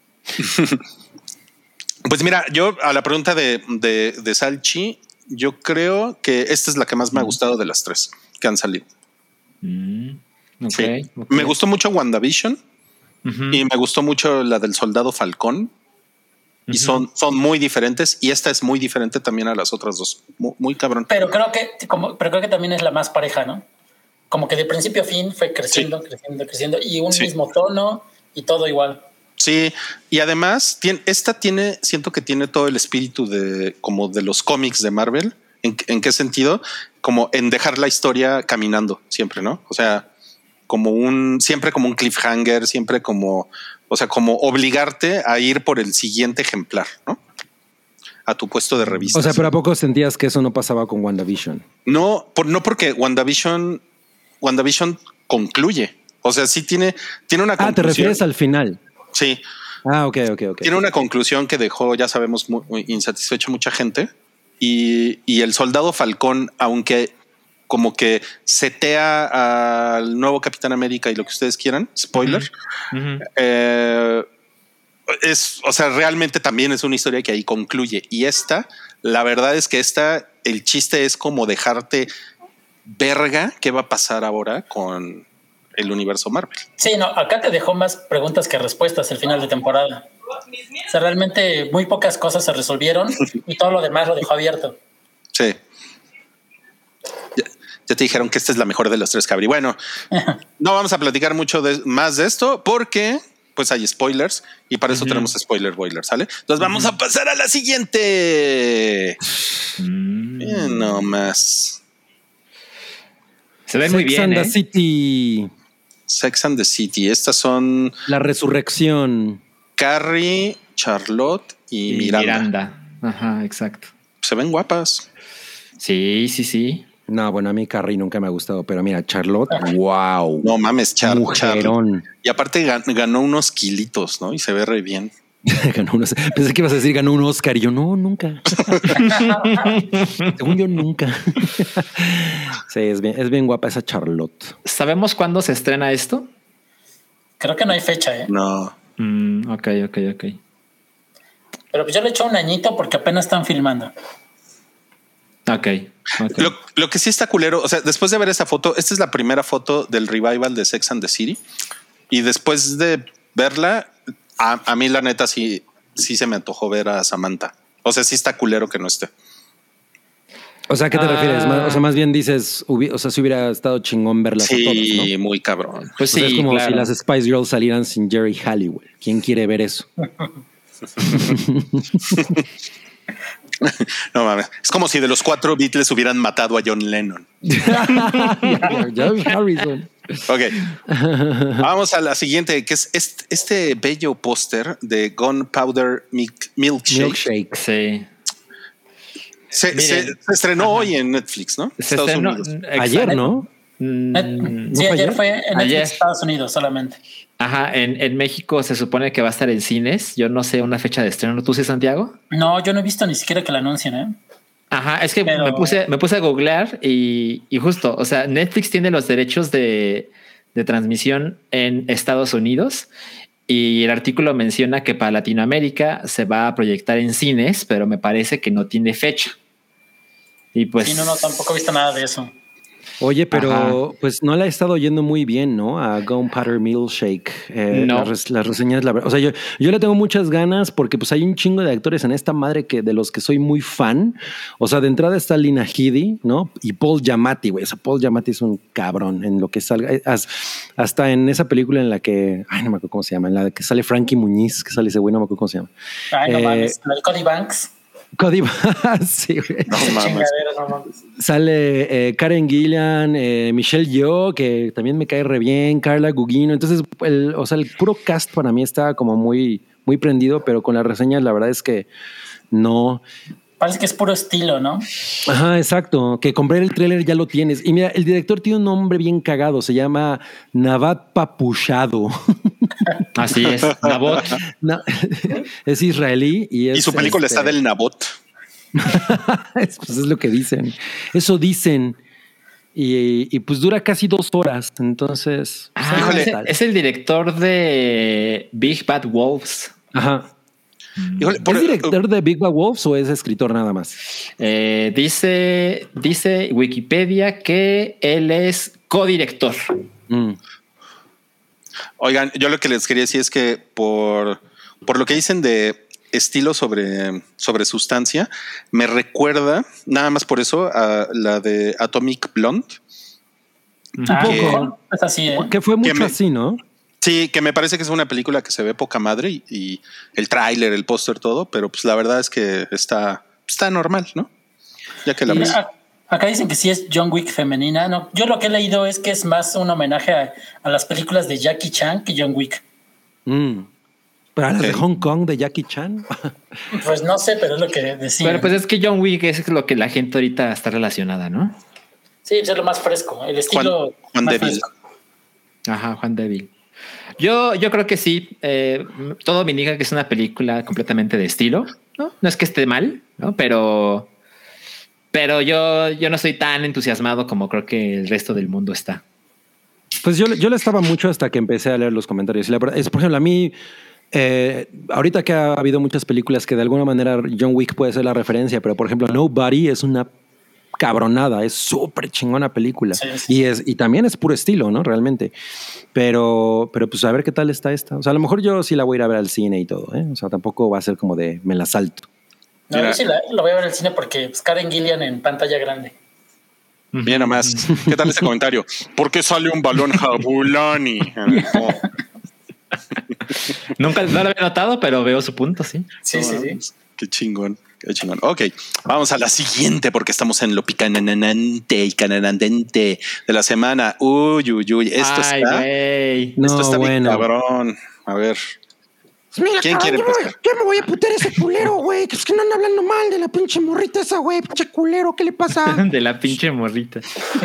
Pues mira, yo a la pregunta de, de, de Salchi, yo creo que esta es la que más me ha gustado de las tres que han salido. Mm, okay, sí. okay. Me gustó mucho WandaVision uh-huh. y me gustó mucho la del Soldado Falcón. Uh-huh. Y son, son muy diferentes y esta es muy diferente también a las otras dos. Muy, muy cabrón. Pero creo que como, pero creo que también es la más pareja, ¿no? Como que de principio a fin fue creciendo, sí. creciendo, creciendo y un sí. mismo tono y todo igual. Sí, y además tiene, esta tiene, siento que tiene todo el espíritu de como de los cómics de Marvel. ¿En, en qué sentido? Como en dejar la historia caminando siempre, ¿no? O sea, como un, siempre como un cliffhanger, siempre como, o sea, como obligarte a ir por el siguiente ejemplar, ¿no? A tu puesto de revista. O sea, pero ¿a poco sentías que eso no pasaba con WandaVision? No, por, no porque WandaVision, WandaVision concluye. O sea, sí tiene, tiene una conclusión. Ah, te refieres al final. Sí. Ah, ok, ok, ok. Tiene una conclusión que dejó, ya sabemos, muy, muy insatisfecha mucha gente. Y, y el Soldado Falcón, aunque como que setea al nuevo Capitán América y lo que ustedes quieran, spoiler, uh-huh. Uh-huh. Eh, es, o sea, realmente también es una historia que ahí concluye. Y esta, la verdad es que esta, el chiste es como dejarte verga qué va a pasar ahora con el universo Marvel. Sí, no, acá te dejó más preguntas que respuestas el final de temporada. O sea, realmente muy pocas cosas se resolvieron y todo lo demás lo dejó abierto. Sí. Ya, ya te dijeron que esta es la mejor de los tres, Cabri. Bueno, no vamos a platicar mucho de, más de esto porque pues hay spoilers y para eso uh-huh. tenemos spoiler boiler, ¿sale? Entonces vamos uh-huh. a pasar a la siguiente. Uh-huh. Eh, no más. Se ve Sex muy bien, and ¿eh? the City. Sex and the City. Estas son La Resurrección. Carrie, Charlotte y, y Miranda. Miranda. Ajá, exacto. Se ven guapas. Sí, sí, sí. No, bueno, a mí Carrie nunca me ha gustado, pero mira, Charlotte, wow. No mames, Char- Mujerón. Charlotte. Y aparte gan- ganó unos kilitos, ¿no? Y se ve re bien. ganó unos, pensé que ibas a decir ganó un Oscar y yo no, nunca. Según yo, nunca. Sí, es bien, es bien guapa esa Charlotte. ¿Sabemos cuándo se estrena esto? Creo que no hay fecha, ¿eh? No. Mm, ok, ok, ok. Pero pues yo le he hecho un añito porque apenas están filmando. Ok. okay. Lo, lo que sí está culero, o sea, después de ver esa foto, esta es la primera foto del revival de Sex and the City. Y después de verla, a, a mí la neta sí, sí se me antojó ver a Samantha. O sea, sí está culero que no esté. O sea, ¿a qué te ah. refieres? O sea, más bien dices, o sea, si hubiera estado chingón verlas sí, a todas, ¿no? Sí, muy cabrón. Pues o sea, sí, es como claro. si las Spice Girls salieran sin Jerry Halliwell. ¿Quién quiere ver eso? No mames. Es como si de los cuatro Beatles hubieran matado a John Lennon. George Harrison. Ok. Vamos a la siguiente, que es este, este bello póster de Gunpowder Milk, Milkshake. Milkshake. Sí. Se, se, se estrenó Ajá. hoy en Netflix, ¿no? Se estrenó ayer, ¿no? No, Mm, Net- sí, fue ayer ayer? fue en Netflix, Ayer. Estados Unidos solamente. Ajá, en, en México se supone que va a estar en cines. Yo no sé una fecha de estreno. ¿Tú sí, Santiago? No, yo no he visto ni siquiera que la anuncien, ¿eh? Ajá, es que Pero- me puse, me puse a googlear y, y justo, o sea, Netflix tiene los derechos de, de transmisión en Estados Unidos y el artículo menciona que para Latinoamérica se va a proyectar en cines, pero me parece que no tiene fecha. Y pues Sí, no, no, tampoco he visto nada de eso. Oye, pero Ajá. pues no la ha estado yendo muy bien, ¿no? A Gunpowder Milkshake. Eh, No. Las, res- las reseñas, la verdad. O sea, yo, yo le tengo muchas ganas porque pues hay un chingo de actores en esta madre que de los que soy muy fan. O sea, de entrada está Lina Headey, ¿no? Y Paul Giamatti, güey. O sea, Paul Giamatti es un cabrón en lo que salga. Eh, as- Hasta en esa película en la que, ay, no me acuerdo cómo se llama, en la que sale Frankie Muñiz, que sale ese güey, no me acuerdo cómo se llama. Ay, no Eh, mames. El Cody Banks. Cody, sí, güey. No Ese mames. chingadero, no mames. Sale eh, Karen Gillan, eh, Michelle Yeoh, que también me cae re bien, Carla Gugino. Entonces, el, o sea, el puro cast para mí está como muy, muy prendido, pero con las reseñas la verdad es que no. Parece que es puro estilo, ¿no? Ajá, exacto. Que compré el tráiler ya lo tienes. Y mira, el director tiene un nombre bien cagado. Se llama Navad Papuchado. así es, Nabot. No, es israelí y es. Y su película este, está del Nabot. es, pues es lo que dicen. Eso dicen. Y, y pues dura casi dos horas. Entonces. pues, Ah, Híjole. es, es el director de Big Bad Wolves. Ajá. Híjole, por- ¿Es director de Big Bad Wolves o es escritor nada más? Eh, dice, dice Wikipedia que él es codirector. Mm. Oigan, yo lo que les quería decir es que por, por lo que dicen de estilo sobre, sobre sustancia, me recuerda, nada más por eso, a la de Atomic Blonde. Ah, Que- mejor es así, ¿eh? Que fue mucho me- así, ¿no? Sí, que me parece que es una película que se ve poca madre y, y el tráiler, el póster, todo, pero pues la verdad es que está, está normal, ¿no? Ya que la Y ves. a- acá dicen que sí es John Wick femenina. No, yo lo que he leído es que es más un homenaje a, a las películas de Jackie Chan que John Wick. Mm. Pero a las de Ok. Hong Kong de Jackie Chan. Pues no sé, pero es lo que decía. Pero pues es que John Wick es lo que la gente ahorita está relacionada, ¿no? Sí, es lo más fresco, el estilo Juan- Juan más Devil. fresco. Ajá, Juan Devil. Yo, yo creo que sí. eh, todo me indica que es una película completamente de estilo. No, no es que esté mal, ¿no? Pero, pero yo, yo no soy tan entusiasmado como creo que el resto del mundo está. Pues yo, yo le estaba mucho hasta que empecé a leer los comentarios. Y la verdad es, por ejemplo, a mí, eh, ahorita que ha habido muchas películas que de alguna manera John Wick puede ser la referencia, pero por ejemplo, Nobody es una cabronada, es súper chingona película. Sí, sí, y, es, y también es puro estilo, ¿no? Realmente. Pero, pero pues a ver qué tal está esta. O sea, a lo mejor yo sí la voy a ir a ver al cine y todo, ¿eh? O sea, tampoco va a ser como de me la salto. No, Mira. yo sí la, lo voy a ver en el cine porque pues, Karen Gillian en pantalla grande. Bien, nomás. ¿Qué tal ese comentario? ¿Por qué sale un balón Jabulani? Oh, Nunca no lo había notado, pero veo su punto, sí. Sí, no sí, mames. sí. Qué chingón, qué chingón. Ok, vamos a la siguiente porque estamos en lo picanante y cananandente de la semana. Uy, uy, uy. Esto Ay, está, güey. No, esto está bien bueno. cabrón. A ver, Pues mira, ¿quién cabrón, quiere yo, me- empezar? yo me voy a putear ese culero, güey. Que es que no anda hablando mal de la pinche morrita esa, güey. Pinche culero, ¿qué le pasa? De la pinche morrita.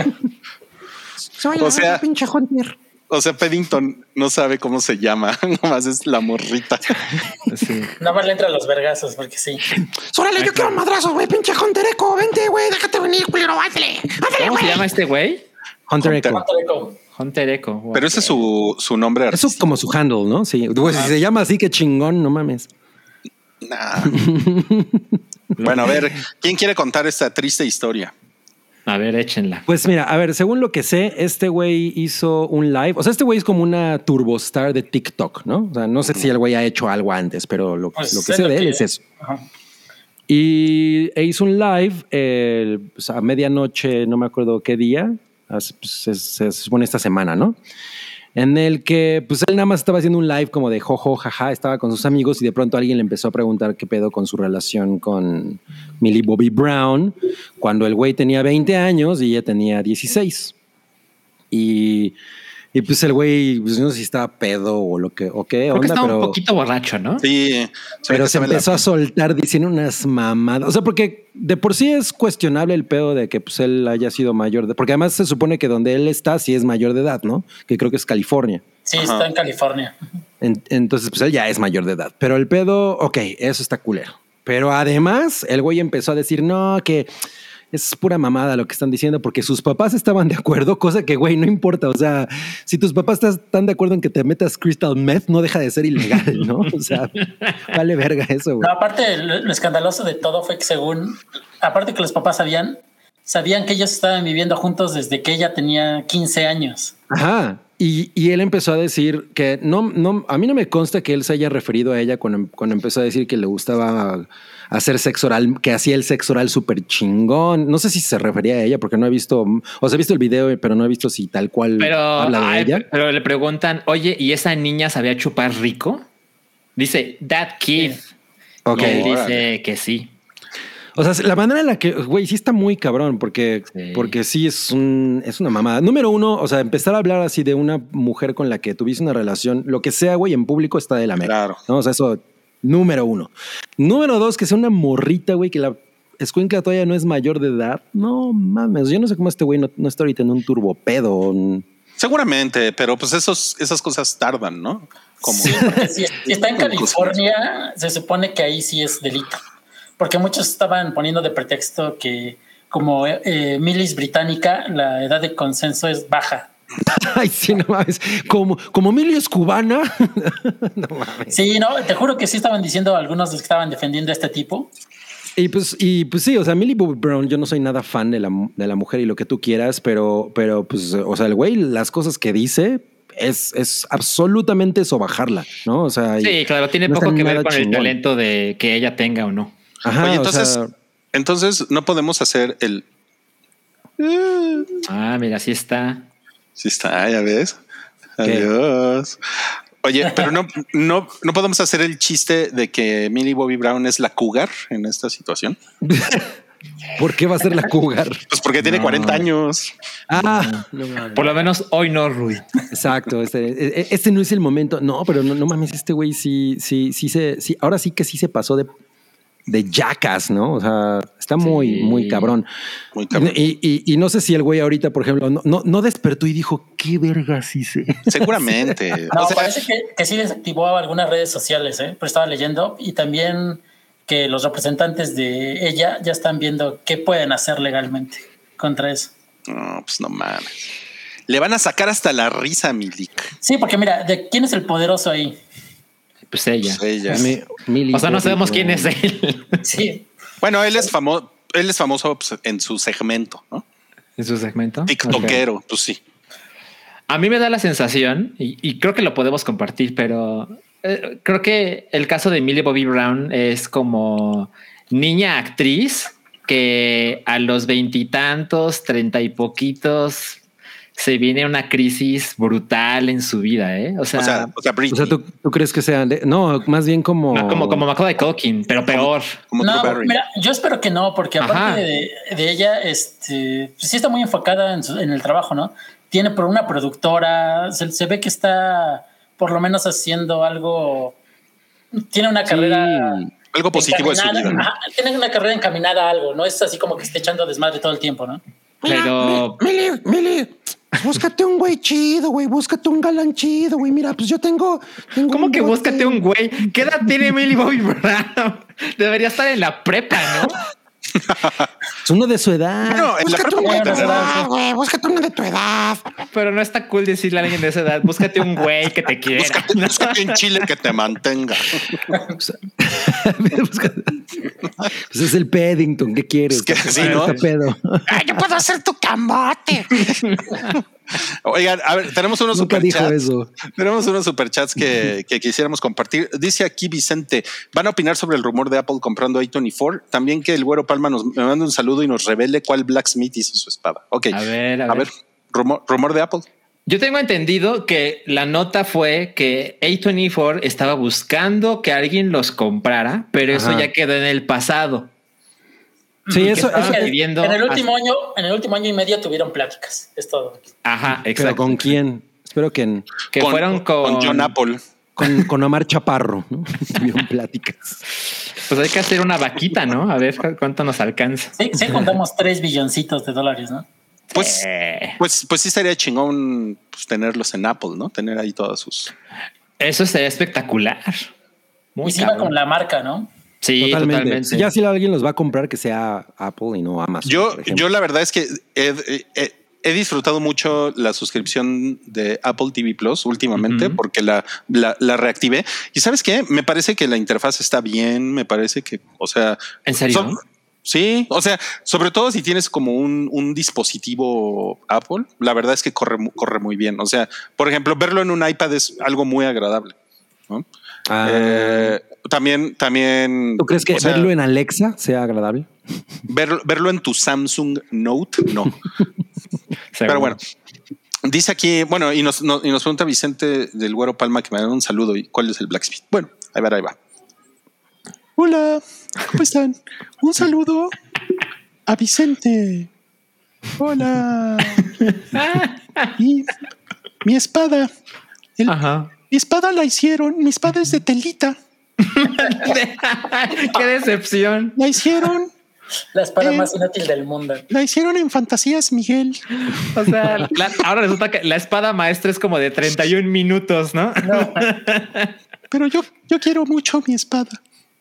Se vaya O a sea- la pinche Hunter. O sea, Paddington no sabe cómo se llama, nomás es la morrita. Sí. Nada más le entra a los vergazos porque sí. Órale, yo quiero madrazos, güey. Pinche Hunter Eco, vente, güey. Déjate venir, culero. Ándale. Ándale, ¿Cómo se güey. llama este güey? Hunter Hunter. Echo. Hunter. Hunter Echo. Pero ese es su, su nombre Eso artístico. como su handle, ¿no? Sí. Pues, si se llama así, que chingón, no mames. Nah. Bueno, a ver, ¿quién quiere contar esta triste historia? A ver, échenla. Pues mira, a ver, según lo que sé, este güey hizo un live. O sea, este güey es como una turbostar de TikTok, ¿no? O sea, no sé si el güey ha hecho algo antes, pero lo, Pues lo que es sé lo de él que- es eso. Ajá. Y e hizo un live eh, pues, a medianoche, no me acuerdo qué día, as- pues, se, se supone esta semana, ¿no? En el que pues él nada más estaba haciendo un live como de jojo, jaja, estaba con sus amigos y de pronto alguien le empezó a preguntar qué pedo con su relación con Millie Bobby Brown, cuando el güey tenía veinte años y ella tenía dieciséis. Y Y pues el güey, pues no sé si estaba pedo o lo que, o qué Creo onda, que estaba pero, un poquito borracho, ¿no? Sí, pero se ve empezó la- a soltar diciendo unas mamadas. O sea, porque de por sí es cuestionable el pedo de que pues él haya sido mayor de, porque además se supone que donde él está sí es mayor de edad, ¿no? Que creo que es California. Sí, Ajá. está en California. En- entonces, pues él ya es mayor de edad. Pero el pedo, ok, eso está culero. Pero además, el güey empezó a decir, no, que es pura mamada lo que están diciendo, porque sus papás estaban de acuerdo, cosa que, güey, no importa. O sea, si tus papás están de acuerdo en que te metas crystal meth, no deja de ser ilegal, ¿no? O sea, vale verga eso, güey. No, aparte, lo, lo escandaloso de todo fue que según, aparte que los papás sabían, sabían que ellos estaban viviendo juntos desde que ella tenía quince años. Ajá. Y, y él empezó a decir que no, no, a mí no me consta que él se haya referido a ella cuando, cuando empezó a decir que le gustaba hacer sexo oral, que hacía el sexo oral súper chingón. No sé si se refería a ella porque no he visto, o sea, he visto el video, pero no he visto si tal cual Pero, habla de ay, ella. pero le preguntan, oye, ¿y esa niña sabía chupar rico? Dice, that kid. Ok. Y él dice Órale. que sí. O sea, la manera en la que, güey, sí está muy cabrón, porque Sí. porque sí es un es una mamada. Número uno, o sea, empezar a hablar así de una mujer con la que tuviste una relación, lo que sea, güey, en público está de la mera. Claro. ¿No? O sea, eso, número uno. Número dos, que sea una morrita, güey, que la escuincla todavía no es mayor de edad. No mames, yo no sé cómo este güey no, no está ahorita en un turbopedo. en- Seguramente, pero pues esos, esas cosas tardan, ¿no? Como Sí, porque si, si está en Como California, se supone que ahí sí es delito. Porque muchos estaban poniendo de pretexto que como eh, Millie es británica, la edad de consenso es baja. Ay, sí, no mames. Como, como Millie es cubana. No mames. Sí, no, te juro que sí estaban diciendo algunos de los que estaban defendiendo a este tipo. Y pues, y pues sí, o sea, Millie Bobby Brown, yo no soy nada fan de la, de la mujer y lo que tú quieras, pero, pero pues, o sea, el güey, las cosas que dice es, es absolutamente sobajarla, ¿no? O sea, y- Sí, claro, tiene no poco está que ver nada con el chingón. talento de que ella tenga o no. Ajá, Oye, o entonces, sea, entonces no podemos hacer el. Ah, mira, sí está. Sí está, ya ves. ¿Qué? Adiós. Oye, pero no, no, no podemos hacer el chiste de que Millie Bobby Brown es la cougar en esta situación. ¿por qué va a ser la cougar? Pues porque tiene No. cuarenta años. Ah, no mames. Por lo menos hoy no, Rui. Exacto, este, este no es el momento. No, pero no, no mames, este güey sí, sí, sí se, sí, ahora sí que sí se pasó de, de jackass, ¿no? O sea, está muy, Sí. muy cabrón. Muy cabrón. Y, y, y no sé si el güey ahorita, por ejemplo, no, no, no despertó y dijo, qué vergas hice. Seguramente. No, O sea, parece que, que sí desactivó algunas redes sociales, ¿eh? Pero estaba leyendo y también que los representantes de ella ya están viendo qué pueden hacer legalmente contra eso. no, pues no mames. Le van a sacar hasta la risa a Milik. Sí, porque mira, ¿de quién es el poderoso ahí? Pues ella. Pues ella. Mi- Millie O sea, no Bobby sabemos quién Brown. es él Sí, Bueno, él es famoso. Él es famoso pues, en su segmento, ¿no? en su segmento. TikTokero, pues sí. A mí me da la sensación, y, y creo que lo podemos compartir, pero eh, creo que el caso de Millie Bobby Brown es como niña actriz que a los veintitantos, treinta y poquitos, se viene una crisis brutal en su vida, ¿eh? O sea, O sea, o sea, O Britney, sea, ¿tú, tú crees que sean de, no, más bien como, no, como, como Macaulay Culkin, pero peor. como no, Drew Barry. mira, yo espero que no, porque Ajá. aparte de, de ella, este, pues sí está muy enfocada en, su- en el trabajo, ¿no? Tiene por una productora, se, se ve que está por lo menos haciendo algo, tiene una carrera Algo positivo de su encaminada- vida. ajá, tiene una carrera encaminada a algo, no es así como que esté echando desmadre todo el tiempo, ¿no? Mira, Pero- Mi- Mili, Mili, búscate un güey chido, güey. Búscate un galán chido, güey. Mira, pues yo tengo. tengo ¿Cómo que bote. búscate un güey? ¿Qué edad tiene Millie Bobby Brown? Debería estar en la prepa, ¿no? es uno de su edad. Bueno, en la Búscate prepa uno de puede tu tener- edad, güey. Búscate uno de tu edad. Pero no está cool decirle a alguien de esa edad, búscate un güey que te quiera. Búscate, búscate un chile que te mantenga. Pues es el Paddington, ¿qué quieres? Es que sí, Está ¿no? pedo. Ay, yo puedo hacer tu camote. Oigan, a ver, tenemos unos Nunca dijo superchats. eso. Tenemos unos superchats que, que quisiéramos compartir. Dice aquí Vicente, ¿van a opinar sobre el rumor de Apple comprando A veinticuatro? También que el Güero Palma nos me manda un saludo y nos revele cuál blacksmith hizo su espada. Ok. A ver, a A ver. ver, rumor, rumor de Apple. Yo tengo entendido que la nota fue que A veinticuatro estaba buscando que alguien los comprara, pero eso Ajá. ya quedó en el pasado. Sí, Que eso, estaba eso- En el- pidiendo en el último hasta- año, en el último año y medio tuvieron pláticas, es todo. Ajá, pero exacto. ¿con quién? Espero que, en, que con, fueron con, con John Apple. Con, con Omar Chaparro, ¿no? Tuvieron pláticas. Pues hay que hacer una vaquita, ¿no? A ver cuánto nos alcanza. Sí, sí juntamos tres billoncitos de dólares, ¿no? Pues, Eh. pues, pues sí estaría chingón pues, tenerlos en Apple, ¿no? Tener ahí todas sus... Eso sería espectacular. Muy y si va con la marca, ¿no? Sí, totalmente. totalmente. Ya si alguien los va a comprar, que sea Apple y no Amazon. Yo, yo la verdad es que he, he, he disfrutado mucho la suscripción de Apple T V Plus últimamente uh-huh. porque la, la, la reactivé. Y ¿sabes qué? Me parece que la interfaz está bien. Me parece que, o sea... ¿En serio? Son, sí, o sea, sobre todo si tienes como un, un dispositivo Apple, la verdad es que corre, corre muy bien. O sea, por ejemplo, verlo en un iPad es algo muy agradable, ¿no? Ah. Eh, también, también. ¿Tú crees que o sea, verlo en Alexa sea agradable? Ver, verlo en tu Samsung Note, no. Pero bueno, dice aquí, bueno, y nos, no, y nos pregunta Vicente del Güero Palma que me da un saludo y cuál es el Black Speed. Bueno, ahí va, ahí va. Hola, ¿cómo están? Un saludo a Vicente. Hola. mi, mi espada. El, Ajá. Mi espada la hicieron, mi espada es de telita. Qué decepción. La hicieron. La espada eh, más inútil del mundo. La hicieron en Fantasías Miguel. O sea, la, ahora resulta que la espada maestra es como de treinta y un minutos, ¿no? No. Pero yo, yo quiero mucho mi espada.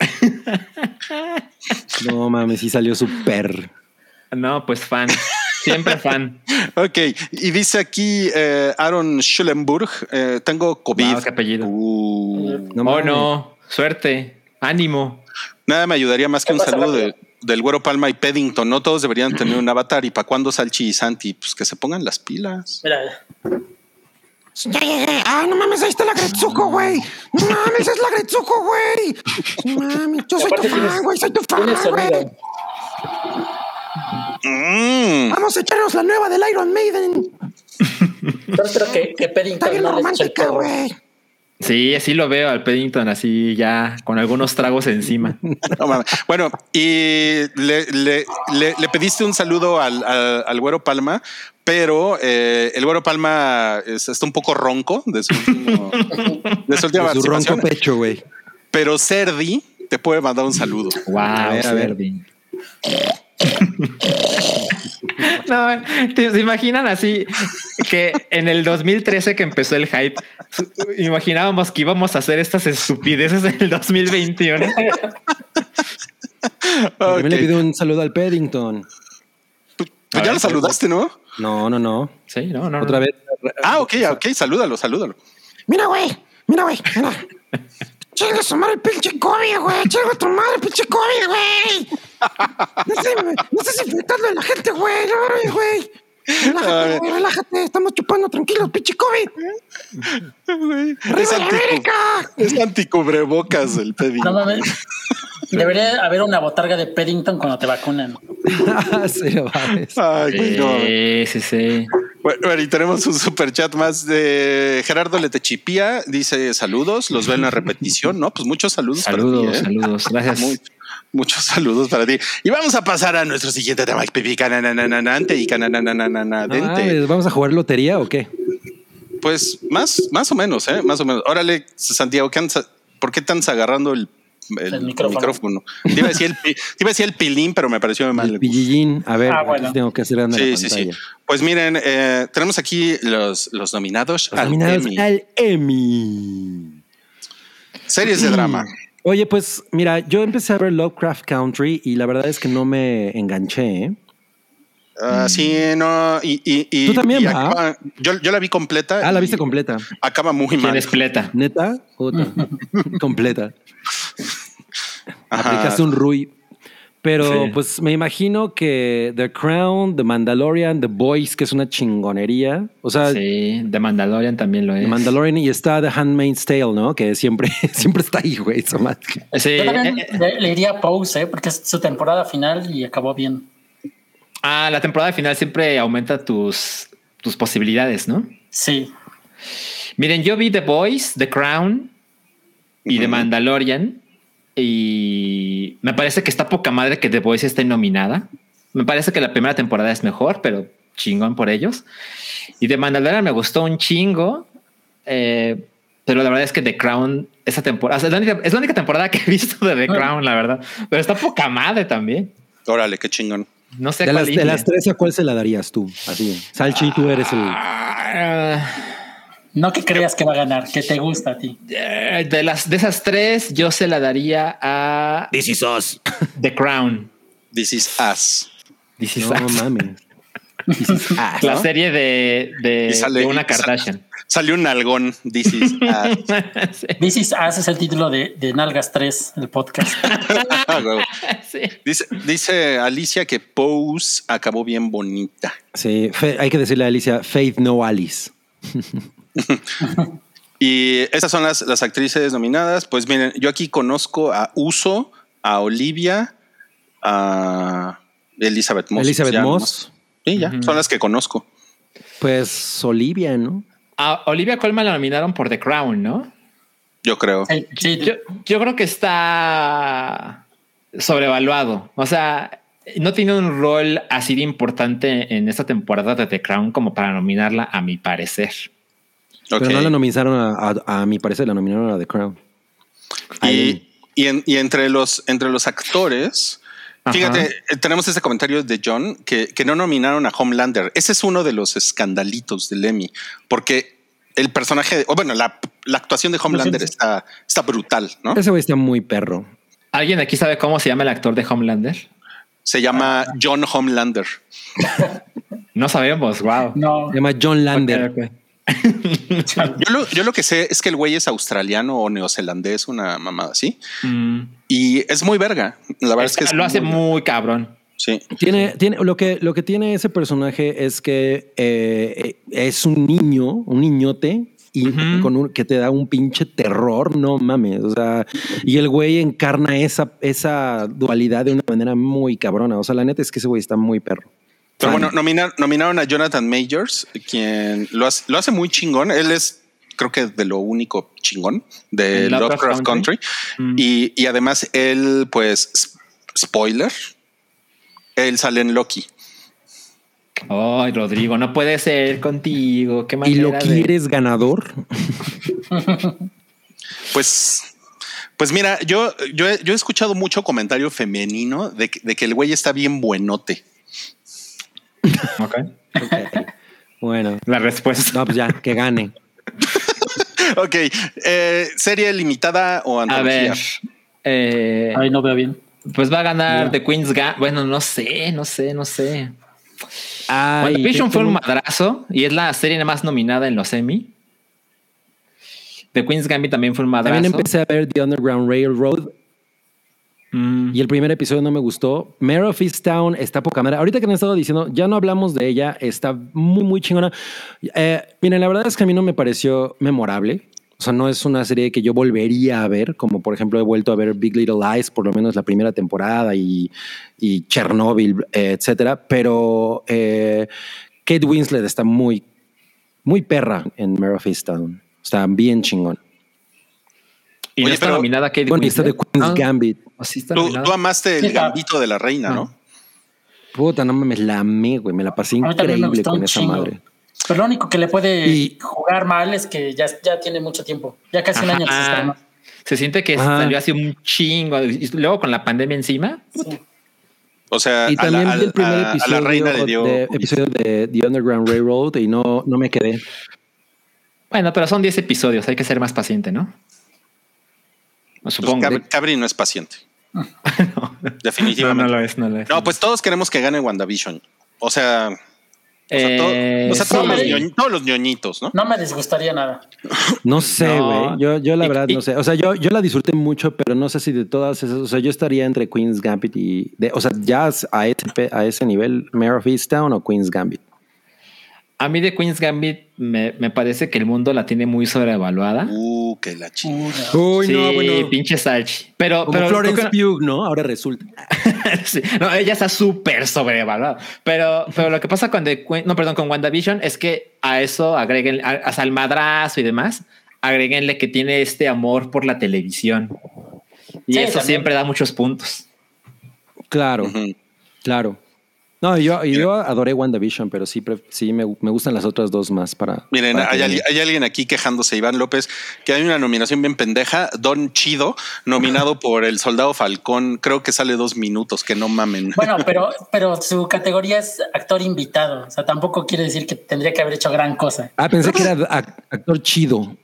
No mames, sí salió súper. No, pues fan. Siempre fan. Ok, y dice aquí eh, Aaron Schulenburg, eh, tengo COVID. Wow, qué apellido. Uh, no, oh, no, suerte, ánimo. Nada me ayudaría más que un saludo de, del Güero Palma y Paddington. No todos deberían tener un avatar. ¿Y para cuándo Salchi y Santi? Pues que se pongan las pilas. Mira. Ya llegué. Ah, no mames, ahí está la Gretsuko, güey. No mames, es la Gretsuko, güey. No mames, yo soy tu fan, güey, soy tu fan, güey. Mm. Vamos a echarnos la nueva del Iron Maiden. Yo creo que, que Paddington está bien no romántica, güey. Sí, así lo veo al Paddington, así ya con algunos tragos encima. No, bueno, y le, le, le, le pediste un saludo al, al, al Güero Palma, pero eh, el Güero Palma es, está un poco ronco de su, último, de su última de su ronco pecho, güey. Pero Cerdi te puede mandar un saludo. Wow, a ver, Cerdi. No, ¿se imaginan así que en el dos mil trece que empezó el hype imaginábamos que íbamos a hacer estas estupideces en el dos mil veintiuno? Okay. También le pido un saludo al Paddington. Pues ya ver, lo saludaste, ¿no? No, no, no. Sí, no, no. Otra no. vez. Ah, ok, ok, salúdalo, salúdalo. Mira, güey, mira, güey, mira. Chinga su madre el pinche COVID, güey. Chinga tu madre el pinche COVID, güey. No sé, no sé si infectarlo a la gente, güey. No mames, güey. Relájate, güey, relájate. Estamos chupando tranquilos, pinche COVID. Güey, es, anticu es anticubrebocas el Paddington. No mames. Debería haber una botarga de Paddington cuando te vacunan. Sí, lo mames. Ay, sí, no. sí, sí. Bueno, y tenemos un super chat más de Gerardo Letechipía. Dice saludos, los ven en la repetición, ¿no? Pues muchos saludos. Saludos, para ti, ¿eh? saludos. Gracias. Muy, muchos saludos para ti. Y vamos a pasar a nuestro siguiente tema. Y ah, ¿vamos a jugar lotería o qué? Pues más, más o menos, ¿eh? Más o menos. Órale, Santiago, ¿por qué estás agarrando el El, el micrófono. micrófono. Te iba a decir el, te iba a decir el pilín, pero me pareció mal. El pillín. A ver, ah, bueno. tengo que hacer sí, la sí, sí. Pues miren, eh, tenemos aquí los, los nominados, los al, nominados Emmy. al Emmy. Series de drama. Oye, pues mira, yo empecé a ver Lovecraft Country y la verdad es que no me enganché, ¿eh? Uh, mm. Sí, no, y, y, y tú también, y acaba, yo, yo la vi completa. Ah, la viste completa. Acaba muy mal. ¿Tienes completa? ¿Neta? Otra. Completa. Ajá. Aplicaste un Rui. Pero sí. Pues me imagino que The Crown, The Mandalorian, The Boys, que es una chingonería. O sea, sí, The Mandalorian también lo es. The Mandalorian y está The Handmaid's Tale, ¿no? Que siempre, siempre está ahí, güey. Eso más. Sí. Yo también le, le iría Pose, ¿eh? Porque es su temporada final y acabó bien. Ah, la temporada final siempre aumenta tus, tus posibilidades, ¿no? Sí. Miren, yo vi The Boys, The Crown y uh-huh. The Mandalorian. Y me parece que está poca madre que The Voice esté nominada. Me parece que la primera temporada es mejor, pero chingón por ellos. Y de Mandalorian me gustó un chingo. Eh, pero la verdad es que The Crown, esa temporada, es la única, es la única temporada que he visto de The Crown, la verdad. Pero está poca madre también. Órale, qué chingón. No sé De cuál las, de irle. las tres, ¿a cuál se la darías tú? Así. Salchi, tú eres el. Ah, No que creas que va a ganar, que te gusta a ti. eh, de las de esas tres, yo se la daría a This is us. The Crown. This is us. This is No us. mames. Ah, La ¿no? serie de, de, Y sale- de una y sale- Kardashian. Salió un algón. This is us. Sí. This is Us es el título de, de Nalgas tres, el podcast. Ah, huevo. Sí. Dice, dice Alicia que Pose acabó bien bonita. Sí, Fe- hay que decirle a Alicia, Faith no Alice. Y estas son las, las actrices nominadas. Pues miren, yo aquí conozco a Uso, a Olivia, a Elizabeth Moss. Elizabeth Ya Moss. nomás. Sí, ya, son las que conozco. Pues Olivia, ¿no? A Olivia Colman la nominaron por The Crown, ¿no? Yo creo. Sí, sí, Yo, yo creo que está sobrevaluado. O sea, no tiene un rol así de importante en esta temporada de The Crown como para nominarla, a mi parecer. Ok. Pero no la nominaron a, a, a mi parecer, la nominaron a The Crown. Y, y, en- y entre los entre los actores, Ajá. fíjate, eh, tenemos ese comentario de John que, que no nominaron a Homelander. Ese es uno de los escandalitos del Emmy, porque el personaje, o bueno, la, la actuación de Homelander sí, sí. está, está brutal, ¿no? Ese güey está muy perro. ¿Alguien aquí sabe cómo se llama el actor de Homelander? Se llama John Homelander. No sabemos, wow. no. Se llama John Lander. Ok, ok. Yo lo, yo lo que sé es que el güey es australiano o neozelandés, una mamada así. Mm. Y es muy verga. La verdad es que es lo hace muy- muy cabrón. Sí. Tiene, tiene, lo que, lo que tiene ese personaje es que eh, es un niño, un niñote, y Ujú. con un, que te da un pinche terror, no mames. O sea, y el güey encarna esa, esa dualidad de una manera muy cabrona. O sea, la neta es que ese güey está muy perro. Pero Fan. bueno, nominar- nominaron a Jonathan Majors, quien lo hace, lo hace muy chingón. Él es, creo que de lo único chingón de En Lovecraft Lovecraft Country. Country. Mm. Y, y además él, pues, s- spoiler, él sale en Loki. Ay, Rodrigo, no puede ser contigo. Qué y manera lo de- quieres ganador. Pues, pues mira, yo, yo, he, yo he escuchado mucho comentario femenino de, que- de que el güey está bien buenote. Ok. Bueno, La respuesta. no, pues ya, que gane. Ok, eh, serie limitada o A antología. ver. eh, Ay, no veo bien. pues va a ganar Ya. The Queen's Gambit. Bueno, no sé, no sé, no sé. Ay, WandaVision qué- fue un qué- madrazo y es la serie más nominada en los Emmy. The Queen's Gambit también fue un madrazo. También empecé a ver The Underground Railroad Mm. y el primer episodio no me gustó. Mare of Easttown está poca madre. Ahorita que me he estado diciendo, ya no hablamos de ella, está muy, muy chingona. Eh, miren, la verdad es que a mí no me pareció memorable. O sea, no es una serie que yo volvería a ver, como por ejemplo he vuelto a ver Big Little Lies, por lo menos la primera temporada, y, y Chernobyl, eh, etcétera. Pero eh, Kate Winslet está muy, muy perra en Mare of Easttown. Está bien chingón. Y no Oye, está pero- nominada Kate Bueno, y está de Winslet. Queen's Ah, Gambit. ¿o sí está Tú, nominada? tú amaste el Sí, está. gambito de la reina, ¿no? Puta, no me la amé, güey. Me la pasé A mí también me increíble gustó con un esa chingo. madre. Pero lo único que le puede Y- jugar mal es que ya, ya tiene mucho tiempo. Ya casi un año que se Ajá. estrenó. Se siente que Ajá. salió así un chingo. Y luego con la pandemia encima. Sí. O sea, Y a la, también a- vi el primer a- a episodio, la reina le dio. de, episodio de The Underground Railroad y no, no me quedé. Bueno, pero son diez episodios. Hay que ser más paciente, ¿no? Pues Supongo. Cabri, Cabri no es paciente. No, Definitivamente. no No, lo es, no lo es. pues todos queremos que gane WandaVision. O sea, o sea, to- Eh, o sea, todos, sí. los ñoñ- todos los ñoñitos, ¿no? No me disgustaría nada. No sé, No. güey. Yo, yo la Y- verdad y- no sé. O sea, yo, yo la disfruté mucho, pero no sé si de todas esas. O sea, yo estaría entre Queen's Gambit y. De, o sea, ya a ese, pe- a ese nivel, Mare of Easttown o Queen's Gambit. A mí de Queen's Gambit me, me parece que el mundo la tiene muy sobrevaluada. Uh, que la chingada. Uh, no. Uy, sí, pinche Salchi. Pero, Como pero Florence creo que- Pugh, ¿no? Ahora resulta. Sí, no, ella está súper sobrevalorada. Pero, pero lo que pasa con The Queen- no, perdón, con WandaVision es que a eso agreguen, a- hasta al madrazo y demás, agreguenle que tiene este amor por la televisión. Y Sí, eso también. siempre da muchos puntos. Claro, Ujú. claro. No, yo, yo adoré WandaVision, pero sí, sí me, me gustan las otras dos más para... Miren, para hay, que... alguien, hay alguien aquí quejándose, Iván López, que hay una nominación bien pendeja. Don Chido, nominado por El Soldado Falcón, creo que sale dos minutos, que no mamen. Bueno, pero, pero su categoría es actor invitado. O sea, tampoco quiere decir que tendría que haber hecho gran cosa. Ah, pensé que era actor chido.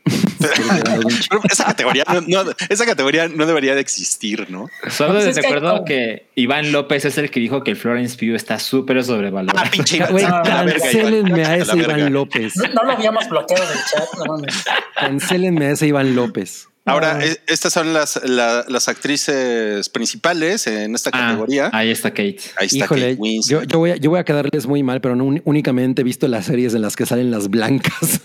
esa categoría no, no, esa categoría no debería de existir, ¿no? Solo Pues les es que recuerdo hay- que Iván López es el que dijo que el Florence Pugh está súper sobrevalorado. Ah, pinche Iván. Güey, sácate la verga, Iván. cancélenme a Sácate la ese verga. Iván López. No, no lo habíamos bloqueado del chat. No mames. Cancélenme a ese Iván López. Ahora, eh, estas son las, la- las actrices principales en esta Ah, categoría. ahí está Kate. Ahí está Híjole, Kate Winslet. yo, yo, voy a, yo voy a quedarles muy mal, pero no uni- únicamente he visto las series en las que salen las blancas.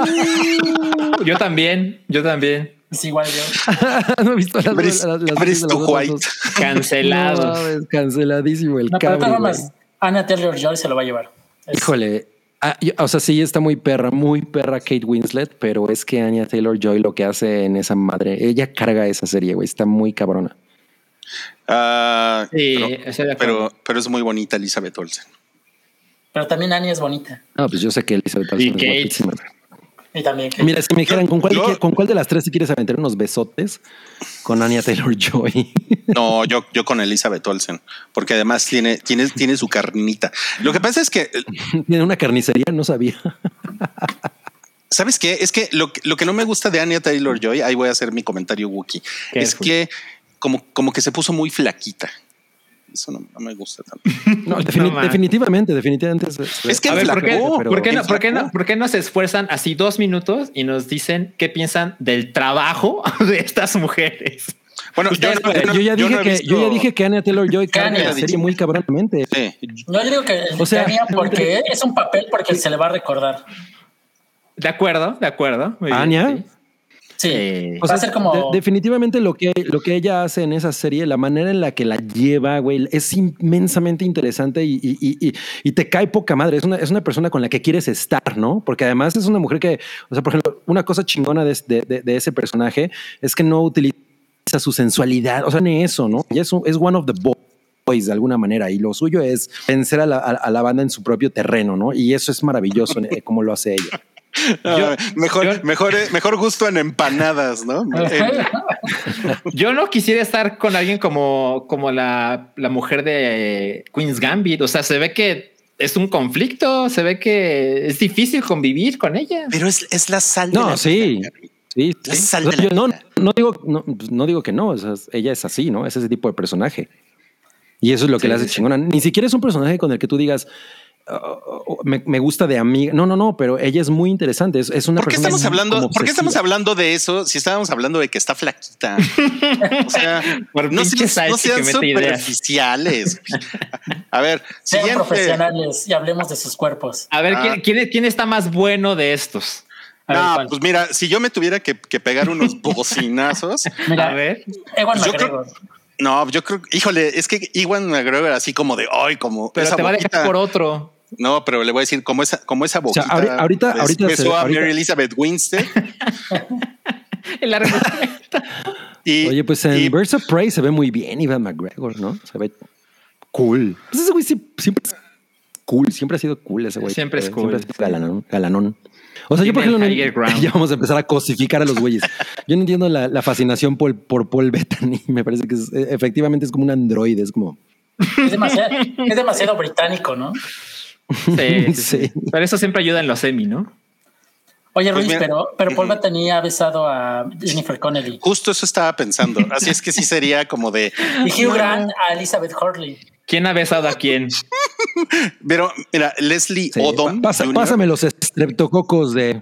Uh, yo también, yo también. Es igual yo. No he visto las, Abres- las, las abres series de tu las otras white. dos. Cancelados. No, mames, canceladísimo el No, pero de cable. todas güey. formas, Anna Taylor-Joy se lo va a llevar. Es- Híjole. Ah, yo- o sea, sí está muy perra, muy perra Kate Winslet, pero es que Anya Taylor-Joy lo que hace en esa madre, ella carga esa serie, güey, está muy cabrona. Ah, Sí, pero, estoy de acuerdo. pero, pero es muy bonita Elizabeth Olsen. Pero también Annie es bonita. No, pues yo sé que Elizabeth Olsen Y es Kate. guapísima. Y también. que- Mira, es que me dijeran, ¿con cuál, Yo- ¿con cuál de las tres si quieres aventar unos besotes? Con Anya Taylor-Joy. No, yo, yo con Elizabeth Olsen, porque además tiene, tiene, tiene su carnita. Lo que pasa es que, Tiene una carnicería, no sabía. ¿sabes qué? Es que lo, que- lo que no me gusta de Anya Taylor-Joy, ahí voy a hacer mi comentario Wookiee, ¿Qué es fue? que como, como que se puso muy flaquita. Eso no, no me gusta tanto. No, defini- No, man. definitivamente, definitivamente. se- se- Es que A ver, ¿por qué, enflacó, pero- ¿por, qué no, por, qué no, enflacó. ¿por qué no se esfuerzan así dos minutos y nos dicen qué piensan del trabajo de estas mujeres? Bueno, yo, Ustedes no- pueden. no- yo ya dije no he que visto- yo ya dije que Anya Taylor-Joy carga Anya, la serie dicho. muy cabronamente. Sí. No, yo digo que el O sea, Tania porque es un papel porque se le va a recordar. De acuerdo, de acuerdo. Muy bien, Anya. sí. Sí. Eh, O va a sea, ser como. de- definitivamente lo que, lo que ella hace en esa serie, la manera en la que la lleva, güey, es inmensamente interesante y, y- y- y- y te cae poca madre. Es una, es una persona con la que quieres estar, ¿no? Porque además es una mujer que, o sea, por ejemplo, una cosa chingona de, de- de- de ese personaje es que no utiliza su sensualidad, o sea, ni eso, ¿no? Ella es, un- es one of the boys de alguna manera y lo suyo es vencer a la, a- a la banda en su propio terreno, ¿no? Y eso es maravilloso, eh, como lo hace ella. Ah, mejor, yo- mejor, mejor gusto en empanadas, ¿no? En- Yo no quisiera estar con alguien como, como la, la mujer de Queen's Gambit. O sea, se ve que es un conflicto, se ve que es difícil convivir con ella. pero es, es la sal de No, la sí. vida, Gary. Sí, La sí. sal O de sea, la yo no, vida. no digo, no, pues, no digo que no, o sea, ella es así, ¿no? Es ese tipo de personaje. Y eso es lo que Sí, le hace sí, sí. chingona. Ni siquiera es un personaje con el que tú digas, "Oh, me, me gusta de amiga. No, no, no, pero ella es muy interesante. Es, es una ¿Por qué persona estamos hablando? como ¿Por qué estamos obsesiva. hablando de eso si estábamos hablando de que está flaquita? O sea, Por no pinche sean, no Salchi que sean mete ideas. superficiales. A ver, Sean siguiente. profesionales y hablemos de sus cuerpos. A ver, Ah. ¿quién, quién, quién está más bueno de estos? A ver, No, ¿cuál? pues mira, si yo me tuviera que, que pegar unos bocinazos, Mira, A ver. Ewan Pues yo creo- McGregor. no, yo creo, híjole, es que Iwan McGregor así como de, ay, como Pero esa te va a boquita. dejar por otro. No, pero le voy a decir, como esa, como esa sea, boquita. ahori- ahorita- bes- ahorita besó se- a ahorita- Mary Elizabeth Winstead. El largo. Y, Oye, pues en y- Birds of Prey se ve muy bien Ivan McGregor, ¿no? Se ve cool. Pues ese güey sí- siempre es cool, siempre ha sido cool ese güey. Siempre es Eh, cool. Siempre ha sido galanón. galanón. O sea, yo por Tiene ejemplo, el no- higher ground. ya vamos a empezar a cosificar a los güeyes. Yo no entiendo la, la fascinación por, por Paul Bettany. Me parece que es- eh, efectivamente es como un androide, es como... Es demasiado, es demasiado británico, ¿no? Sí, sí, sí. Sí. Pero eso siempre ayuda en los Emmy, ¿no? Oye, Pues Luis, mira- pero, pero Paul Bettany ha besado a Jennifer Connelly. justo eso estaba pensando. Así es que sí sería como de, Y Hugh Grant a Elizabeth Hurley. ¿Quién ha besado a quién? pero mira, Leslie Sí, Odom. pa- pasa- junior pásame los estreptococos de...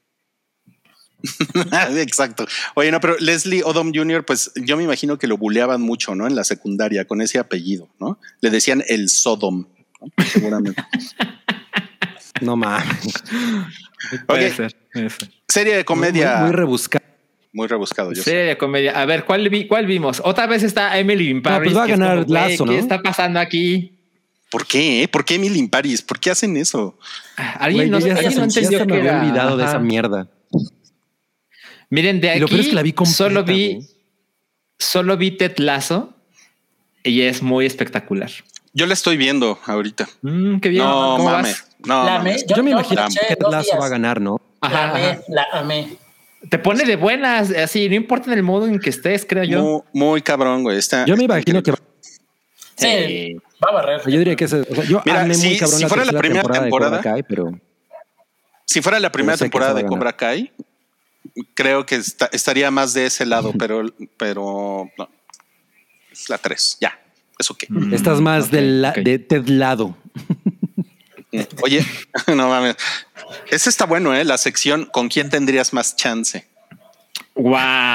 Exacto. Oye, no, pero Leslie Odom junior, pues yo me imagino que lo buleaban mucho, ¿no? En la secundaria con ese apellido, ¿no? Le decían el Sodom, ¿no? Seguramente. No mames. Puede Ok. ser, puede ser. Serie de comedia Muy, muy, muy rebuscado. rebuscado. Yo sé. Serie de comedia. A ver, ¿cuál, vi, ¿cuál vimos? Otra vez está Emily in Paris. pues va a que es ganar como, güey, Lazo, ¿qué ¿no? está pasando aquí? ¿Por qué? eh? ¿Por qué Emily in Paris? ¿Por qué hacen eso? Alguien Güey, no, yo ya alguien se- no ya entendió se me que había era. olvidado de Ajá. esa mierda. Miren, de Y aquí lo peor es que la vi completa, solo vi, güey. solo vi Ted Lasso y es muy espectacular. Yo la estoy viendo ahorita. Mm, qué bien. No ¿Cómo mames. vas? No, La mames. amé. Yo, me yo imagino la eché que dos Lazo días. va a ganar, ¿no? La Ajá, amé, ajá. la amé. Te pone de buenas, así, no importa en el modo en que estés, creo yo. Muy, muy cabrón, güey. Está, Yo me está imagino que increíble. Sí, Sí. va a barrer. yo diría que ese, o sea, yo Mira, amé si- muy cabrón si la fuera la tercera primera temporada, temporada, de Cobra Kai, pero Si fuera la primera sé que temporada esa va de a Cobra Kai, creo que está- estaría más de ese lado, pero, pero no. Es la tres. Ya. Es ok. Mm, estás más ok, del la- ok. de Ted Lado. Oye, no mames. Ese está bueno, ¿eh? La sección ¿con quién tendrías más chance? Wow.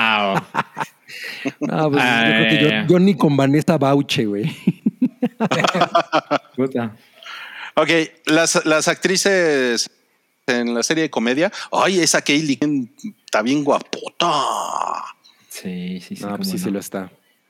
No, pues yo creo que yo, Ah, yo ni con Vanessa Bauche, güey. puta. Ok, las, las actrices en la serie de comedia. Ay, esa Kaylee está bien guapota. Sí, sí, sí. No, pues cómo sí, sí no. lo está.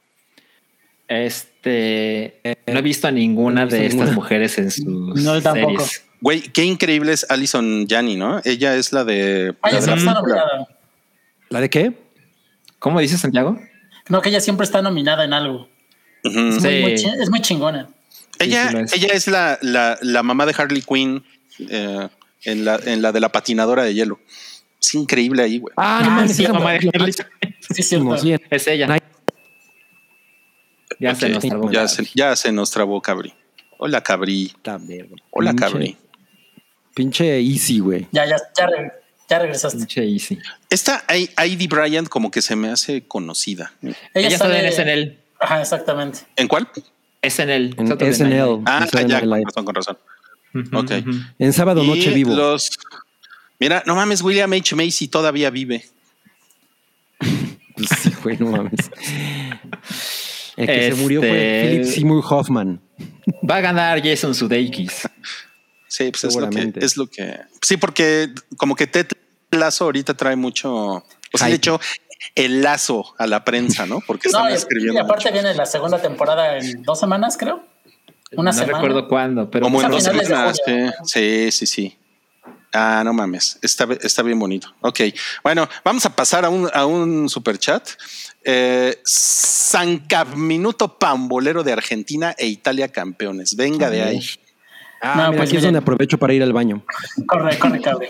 Este, no he visto a ninguna no he visto de estas ninguna. mujeres en sus No, yo tampoco. series. Güey, qué increíble es Alison Janney, ¿no? Ella es la de. Ay, la ella de la siempre está película. nominada. ¿La de qué? ¿Cómo dices, Santiago? No, que ella siempre está nominada en algo. Ujú. Es, muy, Sí. muy chi- es muy chingona. Ella, sí lo es. ella es la, la, la mamá de Harley Quinn eh, en, la, en la de la patinadora de hielo. Es increíble ahí, güey. Ah, no Ah, mames, sí, esa mamá de mujer- Harley. Sí, es cierto. Sí, Es ella. Night- Ya Ok, se nos trabó. ya, se, ya se nos trabó Cabri. Hola, Cabri. la verga. Hola, Pinche- Cabri. Pinche Easy, güey. Ya, ya, ya, re- ya regresaste. Pinche Easy. Esta I- Heidi Bryant como que se me hace conocida. Ella está sale- en S N L. Ajá, exactamente. ¿En cuál? S N L. En Saturday S N L. Night Ah, en Saturday ya, Night con Live. razón, con razón. Live. Ujú, Ok. ujú. En Sábado Y Noche Vivo. los... Mira, no mames, William H. Macy todavía vive. Sí, güey, no mames. El que se murió fue Este- Philip Seymour Hoffman. Va a ganar Jason Sudeikis. Sí, pues es lo, que, Seguramente. es lo que... Sí, porque como que Ted Lasso ahorita trae mucho... O sea, Hype. de hecho, el lazo a la prensa, ¿no? Porque están No, y, escribiendo y aparte mucho. viene la segunda temporada en dos semanas, creo. Una no semana. recuerdo cuándo, pero Como en a dos finales de semanas. julio. Sí, sí, sí, sí. Ah, no mames. Está, está bien bonito. Ok. Bueno, vamos a pasar a un, a un super chat. Eh, San Minuto Pambolero de Argentina e Italia campeones. Venga de ahí. Ah, No, mira, pues aquí es miren. donde aprovecho para ir al baño. Corre, corre, cabrón.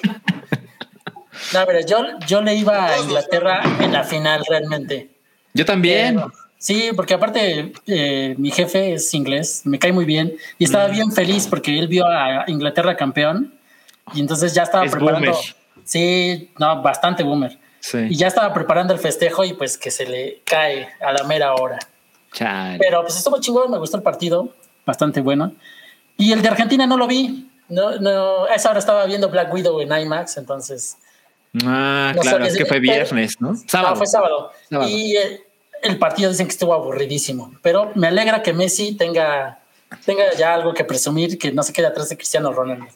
No, pero yo, yo le iba a Inglaterra en la final realmente. yo también. Pero- sí, porque aparte eh, mi jefe es inglés, me cae muy bien y Mm. estaba bien feliz porque él vio a Inglaterra campeón y entonces ya estaba Es preparando. boomer. Sí, no, bastante boomer. Sí. Y ya estaba preparando el festejo y pues que se le cae a la mera hora. Chale. Pero pues estuvo chingón, me gustó el partido, bastante bueno. Y el de Argentina no lo vi. No, no, a esa hora estaba viendo Black Widow en IMAX, entonces. Ah, no claro, sabes- es que fue viernes, ¿no? Sábado. No, fue sábado. Sábado. Y eh, el partido dicen que estuvo aburridísimo. Pero me alegra que Messi tenga, tenga ya algo que presumir, que no se quede atrás de Cristiano Ronaldo.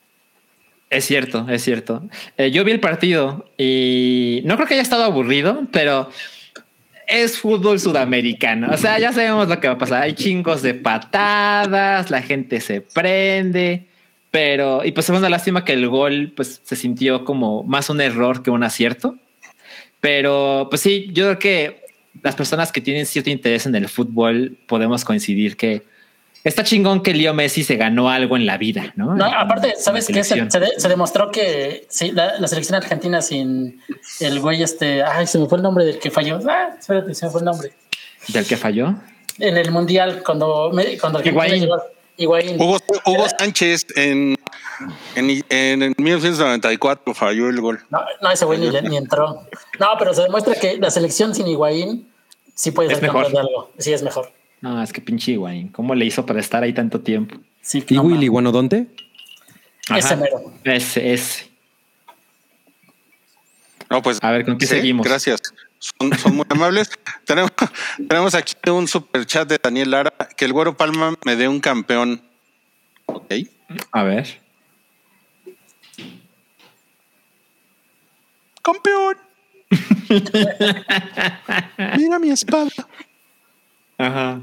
Es cierto, es cierto. Eh, yo vi el partido y no creo que haya estado aburrido, pero es fútbol sudamericano. O sea, ya sabemos lo que va a pasar. Hay chingos de patadas, la gente se prende, pero y pues fue una lástima que el gol pues se sintió como más un error que un acierto. Pero pues sí, yo creo que las personas que tienen cierto interés en el fútbol podemos coincidir que está chingón que Leo Messi se ganó algo en la vida, ¿no? No, En- aparte, en ¿sabes la qué? Se, selección. se de- se demostró que sí, la, la selección argentina sin el güey este... Ay, se me fue el nombre del que falló. Ah, espérate, se me fue el nombre. ¿Del que falló? En el Mundial, cuando, me- cuando Argentina Higuaín. llegó- Higuaín. Hugo, Hugo Sánchez en, en, en, en mil novecientos noventa y cuatro falló el gol. No, no, ese güey ni, le- ni entró. No, pero se demuestra que la selección sin Higuaín sí puede Es ser campeón mejor. de algo. Sí, es mejor. No, es que pinche Higuaín. ¿Cómo le hizo para estar ahí tanto tiempo? Sí, ¿Y no, Willy mames. Guanodonte? Ese Ajá. mero. Ese, ese. No, pues. A ver, ¿con qué sí, seguimos? Gracias. Son, son muy amables. tenemos, tenemos aquí un super chat de Daniel Lara. Que el Güero Palma me dé un campeón. Ok. A ver. Campeón. Mira mi espada. Ajá.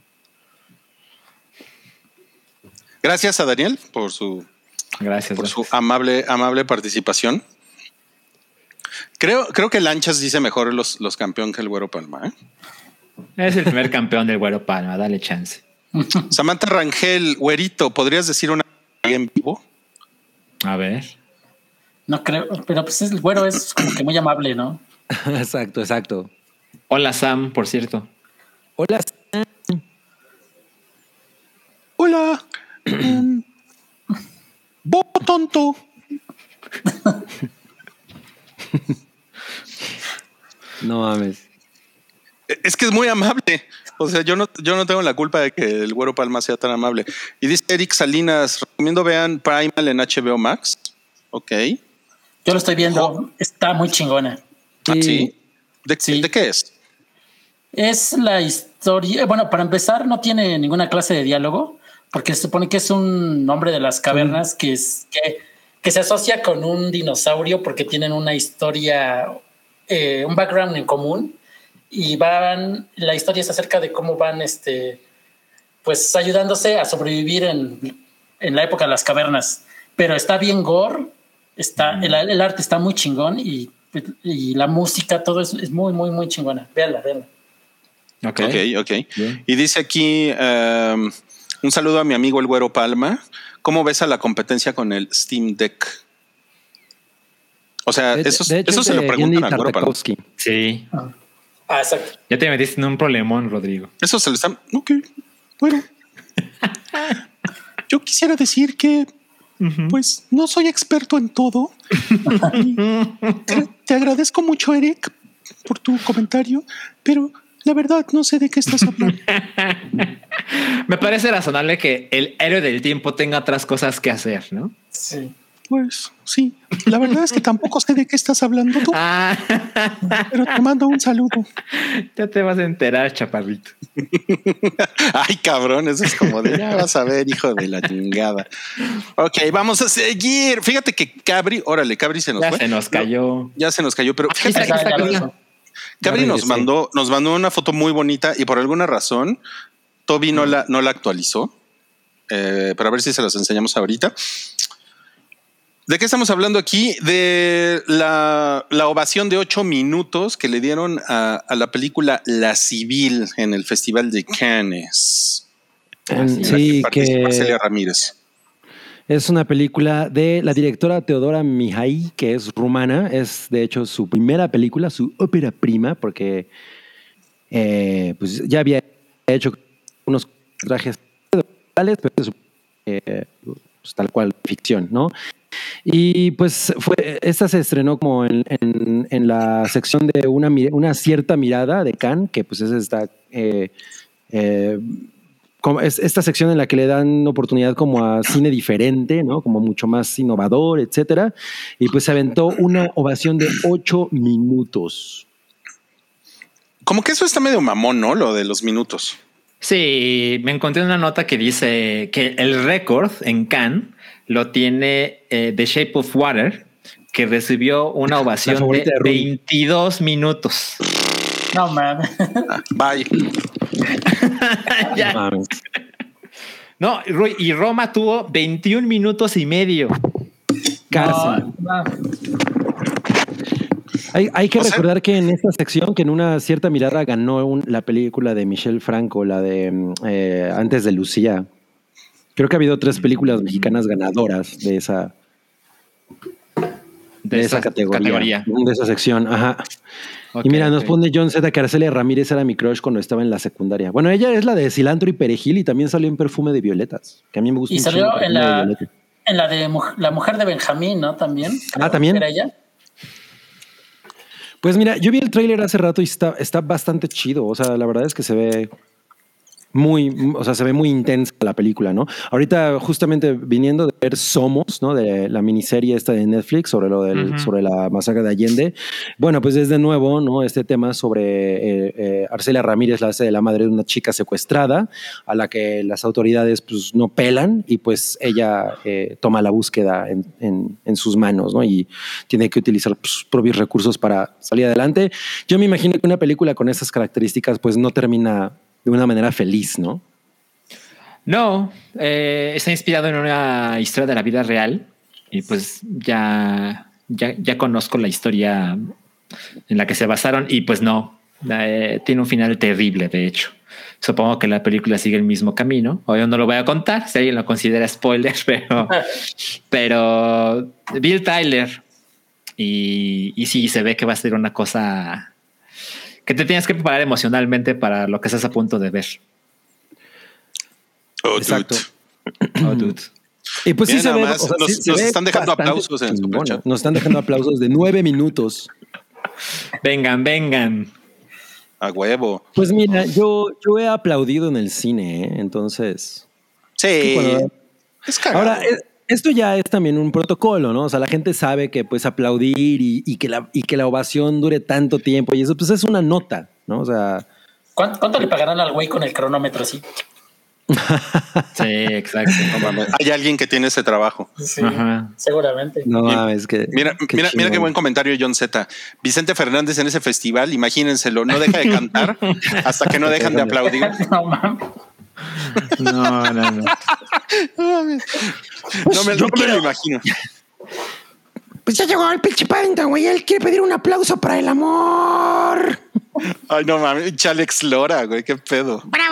Gracias a Daniel por su, Gracias. por su gracias. amable, amable participación. Creo, creo que Lanchas dice mejor los, los campeón que el Güero Palma. ¿eh? Es el primer campeón del Güero Palma. Dale chance. Samantha Rangel, güerito, ¿podrías decir una en vivo? A ver. No creo, pero pues el güero es como que muy amable, ¿no? Exacto, exacto. Hola, Sam, por cierto. Hola. Hola. Um, Bo tonto. No mames. Es que es muy amable. O sea, yo no, yo no tengo la culpa de que el Güero Palma sea tan amable. Y dice Eric Salinas, recomiendo vean Primal en H B O Max. Ok. Yo lo estoy viendo, está muy chingona. ¿Ah, sí? ¿De, Sí. ¿De qué es? Es la historia, bueno, para empezar no tiene ninguna clase de diálogo, porque se supone que es un hombre de las cavernas que, es, que, que se asocia con un dinosaurio porque tienen una historia, eh, un background en común, y van, la historia es acerca de cómo van este, pues ayudándose a sobrevivir en, en la época de las cavernas. Pero está bien gore, está, mm. el, el arte está muy chingón y, y la música, todo es, es muy, muy, muy chingona. Véanla, véanla. Ok, ok. okay. Y dice aquí um, un saludo a mi amigo el Güero Palma. ¿Cómo ves a la competencia con el Steam Deck? O sea, de, eso, de hecho, eso se lo preguntan al Güero Palma. Sí. Ah. ah, exacto. Ya te metiste en un problemón, Rodrigo. Eso se le está... Ok, bueno. Yo quisiera decir que uh-huh. pues no soy experto en todo. te, te agradezco mucho, Eric, por tu comentario, pero... la verdad, no sé de qué estás hablando. Me parece razonable que el héroe del tiempo tenga otras cosas que hacer, ¿no? Sí. Pues sí. La verdad es que tampoco sé de qué estás hablando tú. Ah. Pero te mando un saludo. Ya te vas a enterar, chaparrito. Ay, cabrón, eso es como de ya vas a ver, hijo de la chingada. Ok, vamos a seguir. Fíjate que Cabri, órale, Cabri se nos ya fue. se nos cayó. No, ya se nos cayó, pero fíjate que está, está, Cabri nos mandó, nos mandó una foto muy bonita y por alguna razón Toby no la, no la actualizó. Eh, pero a ver si se las enseñamos ahorita. ¿De qué estamos hablando aquí? De la, la ovación de ocho minutos que le dieron a, a la película La Civil en el Festival de Cannes. En, sí, que Arcelia Ramírez. Es una película de la directora Teodora Mihai, que es rumana. Es, de hecho, su primera película, su ópera prima, porque eh, pues ya había hecho unos trajes reales, pero eh, pues, tal cual ficción, ¿no? Y pues fue, esta se estrenó como en, en, en la sección de una, una cierta mirada de Cannes, que pues es esta... Eh, eh, Como es esta sección en la que le dan oportunidad como a cine diferente, ¿no? Como mucho más innovador, etcétera. Y pues se aventó una ovación de ocho minutos. Como que eso está medio mamón, ¿no? Lo de los minutos. Sí, me encontré una nota que dice que el récord en Cannes lo tiene eh, The Shape of Water, que recibió una ovación de, de veintidós minutos. No, man. Bye. Ya. No, y Roma tuvo veintiún minutos y medio. Casi. No, no. Hay, hay que o recordar sea, que en esta sección, que en una cierta mirada ganó un, la película de Michel Franco, la de eh, Antes de Lucía. Creo que ha habido tres películas mexicanas ganadoras de esa de, de esa, esa categoría, categoría, de esa sección. Ajá. Okay, y mira, okay. Nos pone John Z que Arcelia Ramírez era mi crush cuando estaba en la secundaria. Bueno, ella es la de cilantro y perejil y también salió en Perfume de Violetas, que a mí me gusta. Y mucho. salió en la, de en la de La Mujer de Benjamín, ¿no? También. Ah, también. ¿Era ella? Pues mira, yo vi el tráiler hace rato y está, está bastante chido. O sea, la verdad es que se ve muy, o sea, se ve muy intensa la película, ¿no? Ahorita justamente viniendo de ver Somos, ¿no? De la miniserie esta de Netflix sobre lo del, uh-huh. sobre la masacre de Allende. Bueno, pues es de nuevo, ¿no? Este tema sobre eh, eh, Arcelia Ramírez, la hace de la madre de una chica secuestrada a la que las autoridades pues no pelan y pues ella eh, toma la búsqueda en, en, en sus manos, ¿no? Y tiene que utilizar sus propios recursos para salir adelante. Yo me imagino que una película con esas características pues no termina de una manera feliz, ¿no? No, eh, está inspirado en una historia de la vida real y pues ya, ya, ya conozco la historia en la que se basaron y pues no, eh, tiene un final terrible, de hecho. Supongo que la película sigue el mismo camino. Hoy no lo voy a contar si alguien lo considera spoiler, pero, pero vi el tráiler y, y sí, se ve que va a ser una cosa que te tienes que preparar emocionalmente para lo que estás a punto de ver. Oh, Exacto. Oh, dude. Y pues Mira sí se nada ve, más, o sea, nos- sí se nos ve están dejando bastante aplausos en el chingona. superchat. Nos están dejando aplausos de nueve minutos. Vengan, vengan. A huevo. Pues mira, yo, yo he aplaudido en el cine, ¿eh? Entonces. Sí. cuando- Es cagado. Ahora, eh, esto ya es también un protocolo, ¿no? O sea, la gente sabe que pues aplaudir y, y que la, y que la ovación dure tanto tiempo y eso pues es una nota, ¿no? O sea, ¿Cuánto, cuánto le pagarán al güey con el cronómetro así? Sí, exacto. No mames. Hay alguien que tiene ese trabajo. Sí, Ajá. seguramente. no mames, que. Mira, qué mira, mira qué chingón. buen comentario, John Z. Vicente Fernández en ese festival, imagínenselo, no deja de cantar hasta que no dejan de aplaudir. No mames. No, no, no. No me, no me lo imagino. Pues ya llegó el pinche Paddington, güey. Él quiere pedir un aplauso para el amor. Ay, no mames, Chalex Lora, güey, qué pedo. ¡Bravo!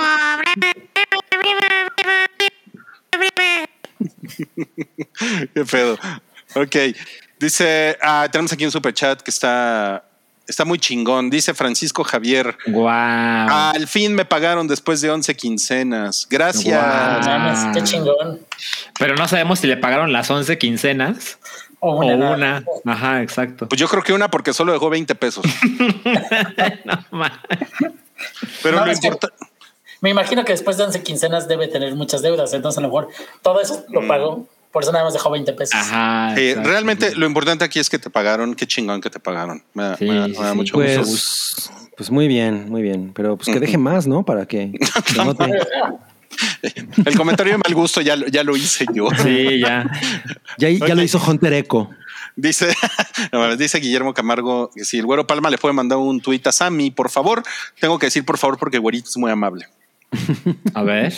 Qué pedo. Ok. Dice, ah, tenemos aquí un super chat que está, está muy chingón. Dice Francisco Javier. Wow. Al fin me pagaron después de once quincenas. Gracias. Guau. No mames, qué chingón. Pero no sabemos si le pagaron las once quincenas O o una. nada. una. Ajá, exacto. Pues yo creo que una porque solo dejó veinte pesos. No, ma- Pero No, lo es que- importa. Me imagino que después de once quincenas debe tener muchas deudas, entonces a lo mejor todo eso lo pagó, por eso nada más dejó veinte pesos. Ajá. Sí, exacto. realmente lo importante aquí es que te pagaron. Qué chingón que te pagaron. Me da, Sí, me da- sí, me da sí. mucho gusto. Pues, pues muy bien, muy bien. Pero pues que deje más, ¿no? Para que se note. El comentario de mal gusto ya, lo- ya lo hice yo. Sí, ya. Ya, ya Ok. lo hizo Hunter Eco. Dice, no mames, dice Guillermo Camargo que si el Güero Palma le puede mandar un tuit a Sammy, por favor. Tengo que decir por favor porque el güerito es muy amable. A ver.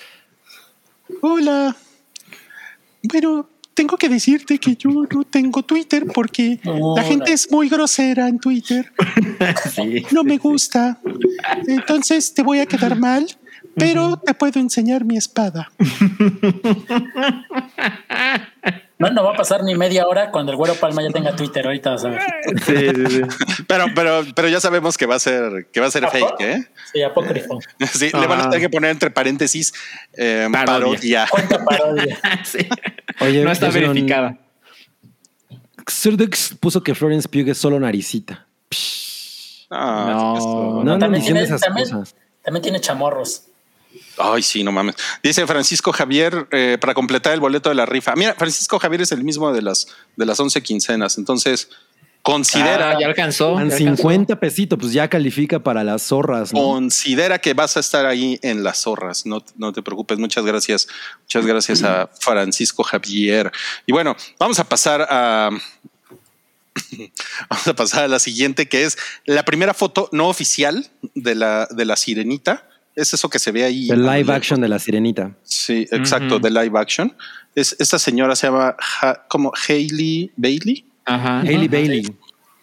Hola. Bueno, tengo que decirte que yo no tengo Twitter porque Hola. la gente es muy grosera en Twitter. Sí. No me gusta. Entonces te voy a quedar mal, pero te puedo enseñar mi espada. No, no va a pasar ni media hora cuando el Güero Palma ya tenga Twitter, ahorita vas a ver. Sí, sí, sí. Pero, pero, pero ya sabemos que va a ser, que va a ser ¿A fake, poco? ¿eh? Sí, apócrifo. Sí, le van a tener que poner entre paréntesis eh, Parodia. parodia. Cuenta parodia. Sí. Oye, No está pusieron- verificada. Xerdux puso que Florence Pugh es solo naricita. Ah, No. esto- No andan también, diciendo tiene, esas también, cosas. también tiene chamorros. Ay, sí, no mames. Dice Francisco Javier eh, para completar el boleto de la rifa. Mira, Francisco Javier es el mismo de las de las once quincenas. Entonces, considera, Ah, ya alcanzó. Dan ya alcanzó. cincuenta pesitos, pues ya califica para las zorras, ¿no? considera que vas a estar ahí en las zorras. No, no te preocupes. Muchas gracias. Muchas gracias a Francisco Javier. Y bueno, vamos a pasar a. Vamos a pasar a la siguiente, que es la primera foto no oficial de la, de la sirenita. Es eso que se ve ahí. El live action de la sirenita. Sí, exacto, Ujú. de live action. Es, esta señora se llama Ha- como Hailey Bailey. Ajá. Hailey Bailey.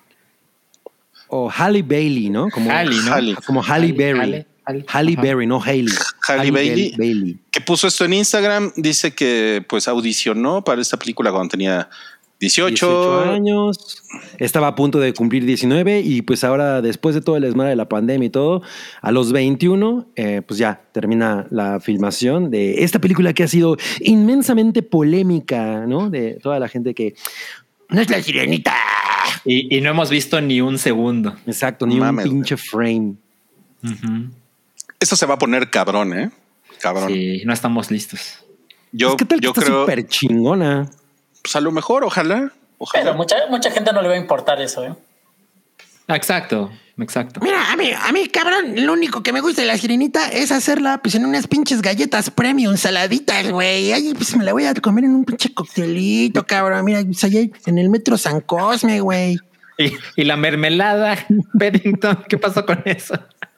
O Halle Bailey, ¿no? Como Halle, ¿no? Halle. Como Halle Berry. Halle, Halle. Halle Ajá. Berry, no Hailey. Halle Bailey. Bailey. Que puso esto en Instagram. Dice que pues audicionó para esta película cuando tenía dieciocho. dieciocho años. Estaba a punto de cumplir diecinueve y pues ahora después de todo el desmadre de la pandemia y todo, a los veintiuno, eh, pues ya termina la filmación de esta película que ha sido inmensamente polémica, ¿no? De toda la gente que no es la sirenita. Y, y no hemos visto ni un segundo. Exacto, ni Mames, un pinche frame. Ujú. Esto se va a poner cabrón, ¿eh? Cabrón. Sí, no estamos listos. Yo, Es que tal que yo está creo, súper chingona. pues a lo mejor, ojalá. Ojalá. Pero mucha, mucha gente no le va a importar eso, ¿eh? Ah, exacto, exacto. Mira, a mí, a mí, cabrón, lo único que me gusta de la sirenita es hacerla pues en unas pinches galletas premium saladitas, güey. Ahí pues me la voy a comer en un pinche coctelito, cabrón. Mira, pues allá en el metro San Cosme, güey. Y, y la mermelada, Paddington, ¿qué pasó con eso?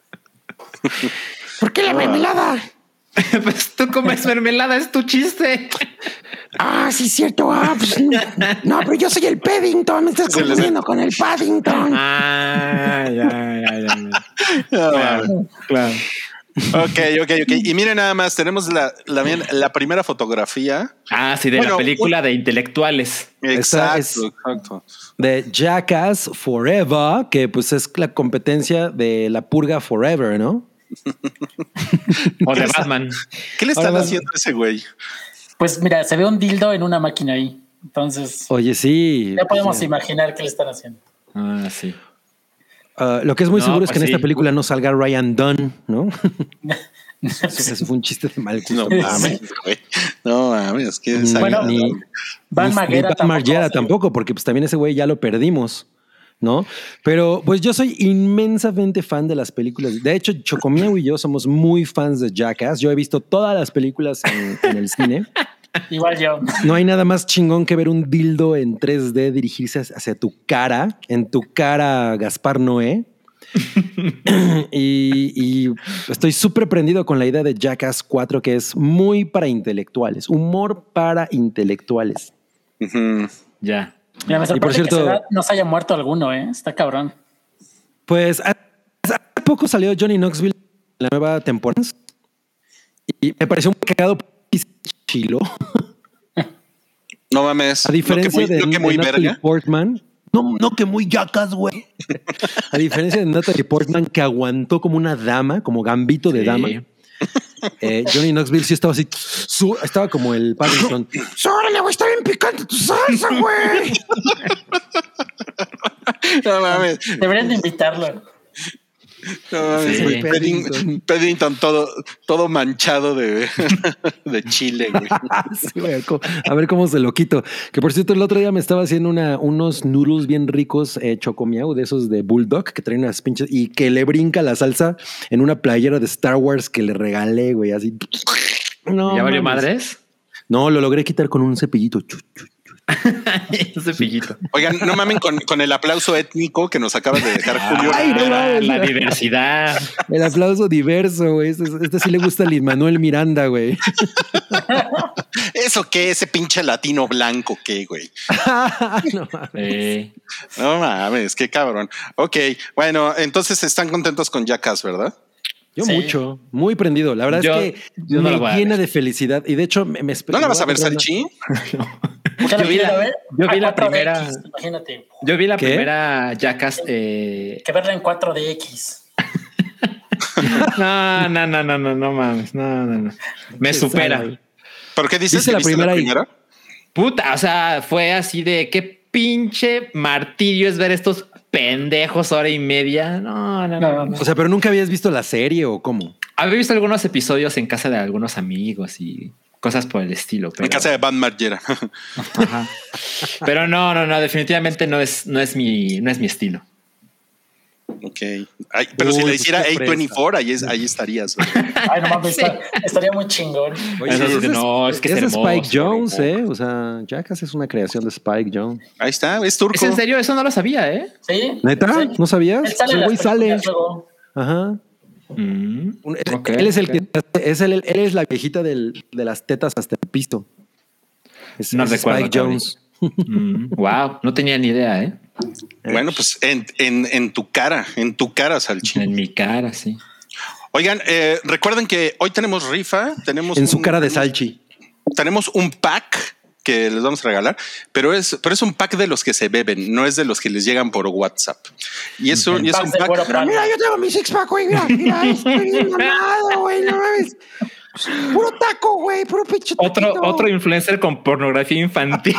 ¿Por qué la mermelada? Pues tú comes mermelada, es tu chiste. Ah, sí, cierto. Ah, pues, no, no, pero yo soy el Paddington. Me estás Se les- confundiendo con el Paddington. Ah, ya, ya, ya. ya. Ah, Claro, claro. Ok, ok, ok. Y miren nada más, tenemos la, la, la primera fotografía. Ah, sí, de bueno, la película un... de intelectuales. Exacto, es exacto. De Jackass Forever, que pues es la competencia de La Purga Forever, ¿no? O de Batman. ¿Qué le están Ahora, haciendo a ese güey? Pues mira, se ve un dildo en una máquina ahí. Entonces, oye, sí. Ya podemos sí. imaginar qué le están haciendo. Ah, sí. Uh, lo que es muy no, seguro pues es que sí. en esta película no salga Ryan Dunn, ¿no? Eso fue un chiste de mal gusto. No mames, güey. No mames, que ni, bueno, ni, Van ni, Margera ni Van Margera tampoco, porque pues también ese güey ya lo perdimos, ¿no? Pero pues yo soy inmensamente fan de las películas. De hecho, Chocomiao y yo somos muy fans de Jackass. Yo he visto todas las películas en, en el cine. Igual yo. No hay nada más chingón que ver un dildo en tres D dirigirse hacia tu cara, en tu cara, Gaspar Noé. y, y estoy súper prendido con la idea de Jackass cuatro, que es muy para intelectuales, humor para intelectuales. Uh-huh. Ya. Mira, me sorprende y por cierto, que se da, no se haya muerto alguno, ¿eh? Está cabrón. Pues hace poco salió Johnny Knoxville en la nueva temporada y me pareció un cagado chilo. No mames. A diferencia no que muy, de, no que muy de Natalie verga. Portman. No, no que muy Jackass, güey. A diferencia de Natalie Portman, que aguantó como una dama, como gambito de sí. dama. Eh, Johnny Knoxville sí estaba así. Su, estaba como el Paddington. ¡Órale, güey! Está bien picante tu salsa, güey. No mames. Deberían de invitarlo. No mames, sí. Paddington, Paddington todo, todo manchado de, de chile, güey. Sí, güey. A ver cómo se lo quito. Que por cierto, el otro día me estaba haciendo una, unos noodles bien ricos, eh, Chocomiao, de esos de Bulldog, que traen unas pinches y que le brinca la salsa en una playera de Star Wars que le regalé, güey, así. No, ¿ya valió madres? No, lo logré quitar con un cepillito. Chu, chu. Un cepillito. Oigan, no mamen con, con el aplauso étnico que nos acaba de dejar Julio. Ay, no, la, la diversidad. El aplauso diverso, güey. Este, este sí le gusta a Lin-Manuel Miranda, güey. ¿Eso qué? Ese pinche latino blanco, ¿qué, güey? No mames. Eh. No mames, qué cabrón. Ok, bueno, entonces están contentos con Jackass, ¿verdad? Yo sí. mucho, muy prendido. La verdad yo, es que yo me no llena de felicidad y de hecho me, me ¿No la vas a ver, Salchi? Yo vi la, yo vi la primera. X, imagínate. Yo vi la ¿Qué? primera Jackass. Eh... Que verla en cuatro D X. No, no, no, no, no, no mames. No, no, no. Me supera. ¿Por qué dices ¿Dice que la viste primera la y- primera? Puta, o sea, fue así de qué pinche martirio es ver estos pendejos hora y media. No, no, no. no. O sea, pero nunca habías visto la serie o cómo. Había visto algunos episodios en casa de algunos amigos y cosas por el estilo. Pero... En casa de Van Margera. Ajá. Pero no, no, no, definitivamente no es, no es mi, no es mi estilo. Ok. Ay, pero Uy, si le pues hiciera qué A veinticuatro, fresa. ahí, es, ahí estarías. güey. Ay, no mames, está- estaría muy chingón. Oye, Eso sí, ese no, es que es de hermoso, Spike Jones, loco. ¿eh? O sea, Jackass es una creación de Spike Jones. Ahí está, es turco. ¿Es en serio? Eso no lo sabía, ¿eh? ¿Sí? ¿Neta? Sí. ¿No sabías? Él sale El en güey las sale. películas luego. Ajá. Mm, Un- él- ok, él es el ok. que es el, él es la viejita del, de las tetas hasta el piso. Es, No es recuerdo, Spike Gaby. Jones. Mm, wow, no tenía ni idea, ¿eh? Bueno, pues en, en, en tu cara, en tu cara, Salchi. En mi cara, sí. Oigan, eh, recuerden que hoy tenemos rifa, tenemos En su un- cara de tenemos- Salchi. Tenemos un pack que les vamos a regalar, pero es, pero es un pack de los que se beben, no es de los que les llegan por WhatsApp. Y es un, y es Pack un de pack. cuero Pero panda. mira, yo tengo mi six pack, güey. Mira, mira, estoy bien mamado, güey. No mames. Puro taco, güey. Puro pinche Otro, taquito. otro influencer con pornografía infantil.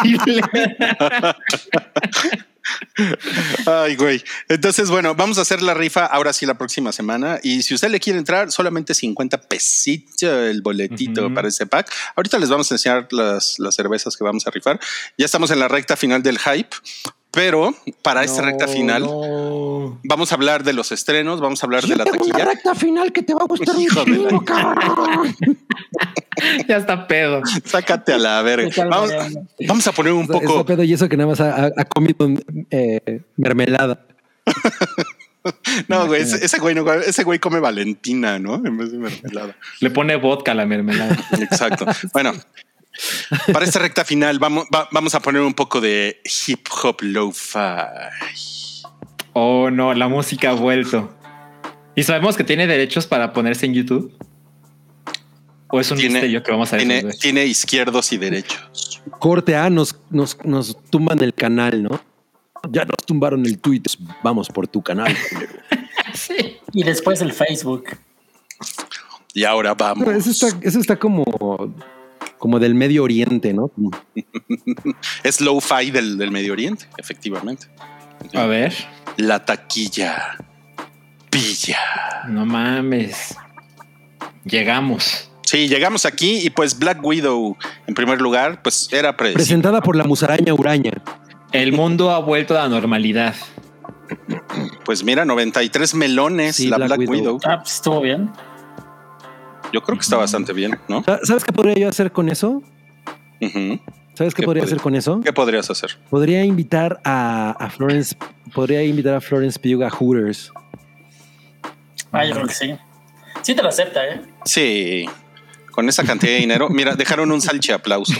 Ay, güey. Entonces, bueno, vamos a hacer la rifa ahora sí la próxima semana. Y si usted le quiere entrar, solamente cincuenta pesitos el boletito Ujú. para ese pack. Ahorita les vamos a enseñar las, las cervezas que vamos a rifar. Ya estamos en la recta final del hype, pero para esta recta final No. vamos a hablar de los estrenos, vamos a hablar Yo de la tengo una taquilla. recta final que te va a gustar un Hijo de la- chingo, cabrón. Ya está pedo. Sácate a la verga. ¿Qué tal, Vamos, Mariano? vamos a poner un Está- poco. está pedo y eso que nada más ha, ha- ha comido eh, mermelada. No, güey, ese, ese güey no, ese güey come Valentina, ¿no? En vez de mermelada. Le pone vodka a la mermelada. Exacto. Bueno, para esta recta final vamos, va- vamos a poner un poco de hip hop lo-fi. Oh, no, la música ha vuelto. ¿Y sabemos que tiene derechos para ponerse en YouTube? ¿O es un Tiene- misterio que vamos a Tiene, resolver? tiene izquierdos y derechos. Corte A, nos, nos, nos tumban el canal, ¿no? Ya nos tumbaron el tweet. Vamos por tu canal. Sí. Y después el Facebook. Y ahora vamos. Eso está, eso está como, como del Medio Oriente, ¿no? Es low-fi del, del Medio Oriente, efectivamente. A ver. La taquilla pilla. No mames. Llegamos. Sí, llegamos aquí y pues Black Widow, en primer lugar, pues era predecible. Presentada por la musaraña Uraña. El mundo ha vuelto a la normalidad. Pues mira, noventa y tres melones Sí, la Black Black, Widow. Widow. Ah, pues estuvo bien. Yo creo que está bastante bien, ¿no? ¿Sabes qué podría yo hacer con eso? Ujú. ¿Sabes qué, ¿Qué podría podría- hacer con eso? ¿Qué podrías hacer? Podría invitar a, a Florence, podría invitar a Florence Pugh a Hooters. Ah, yo creo que sí. Sí te lo acepta, ¿eh? Sí, con esa cantidad de dinero. Mira, dejaron un salchiaplauso.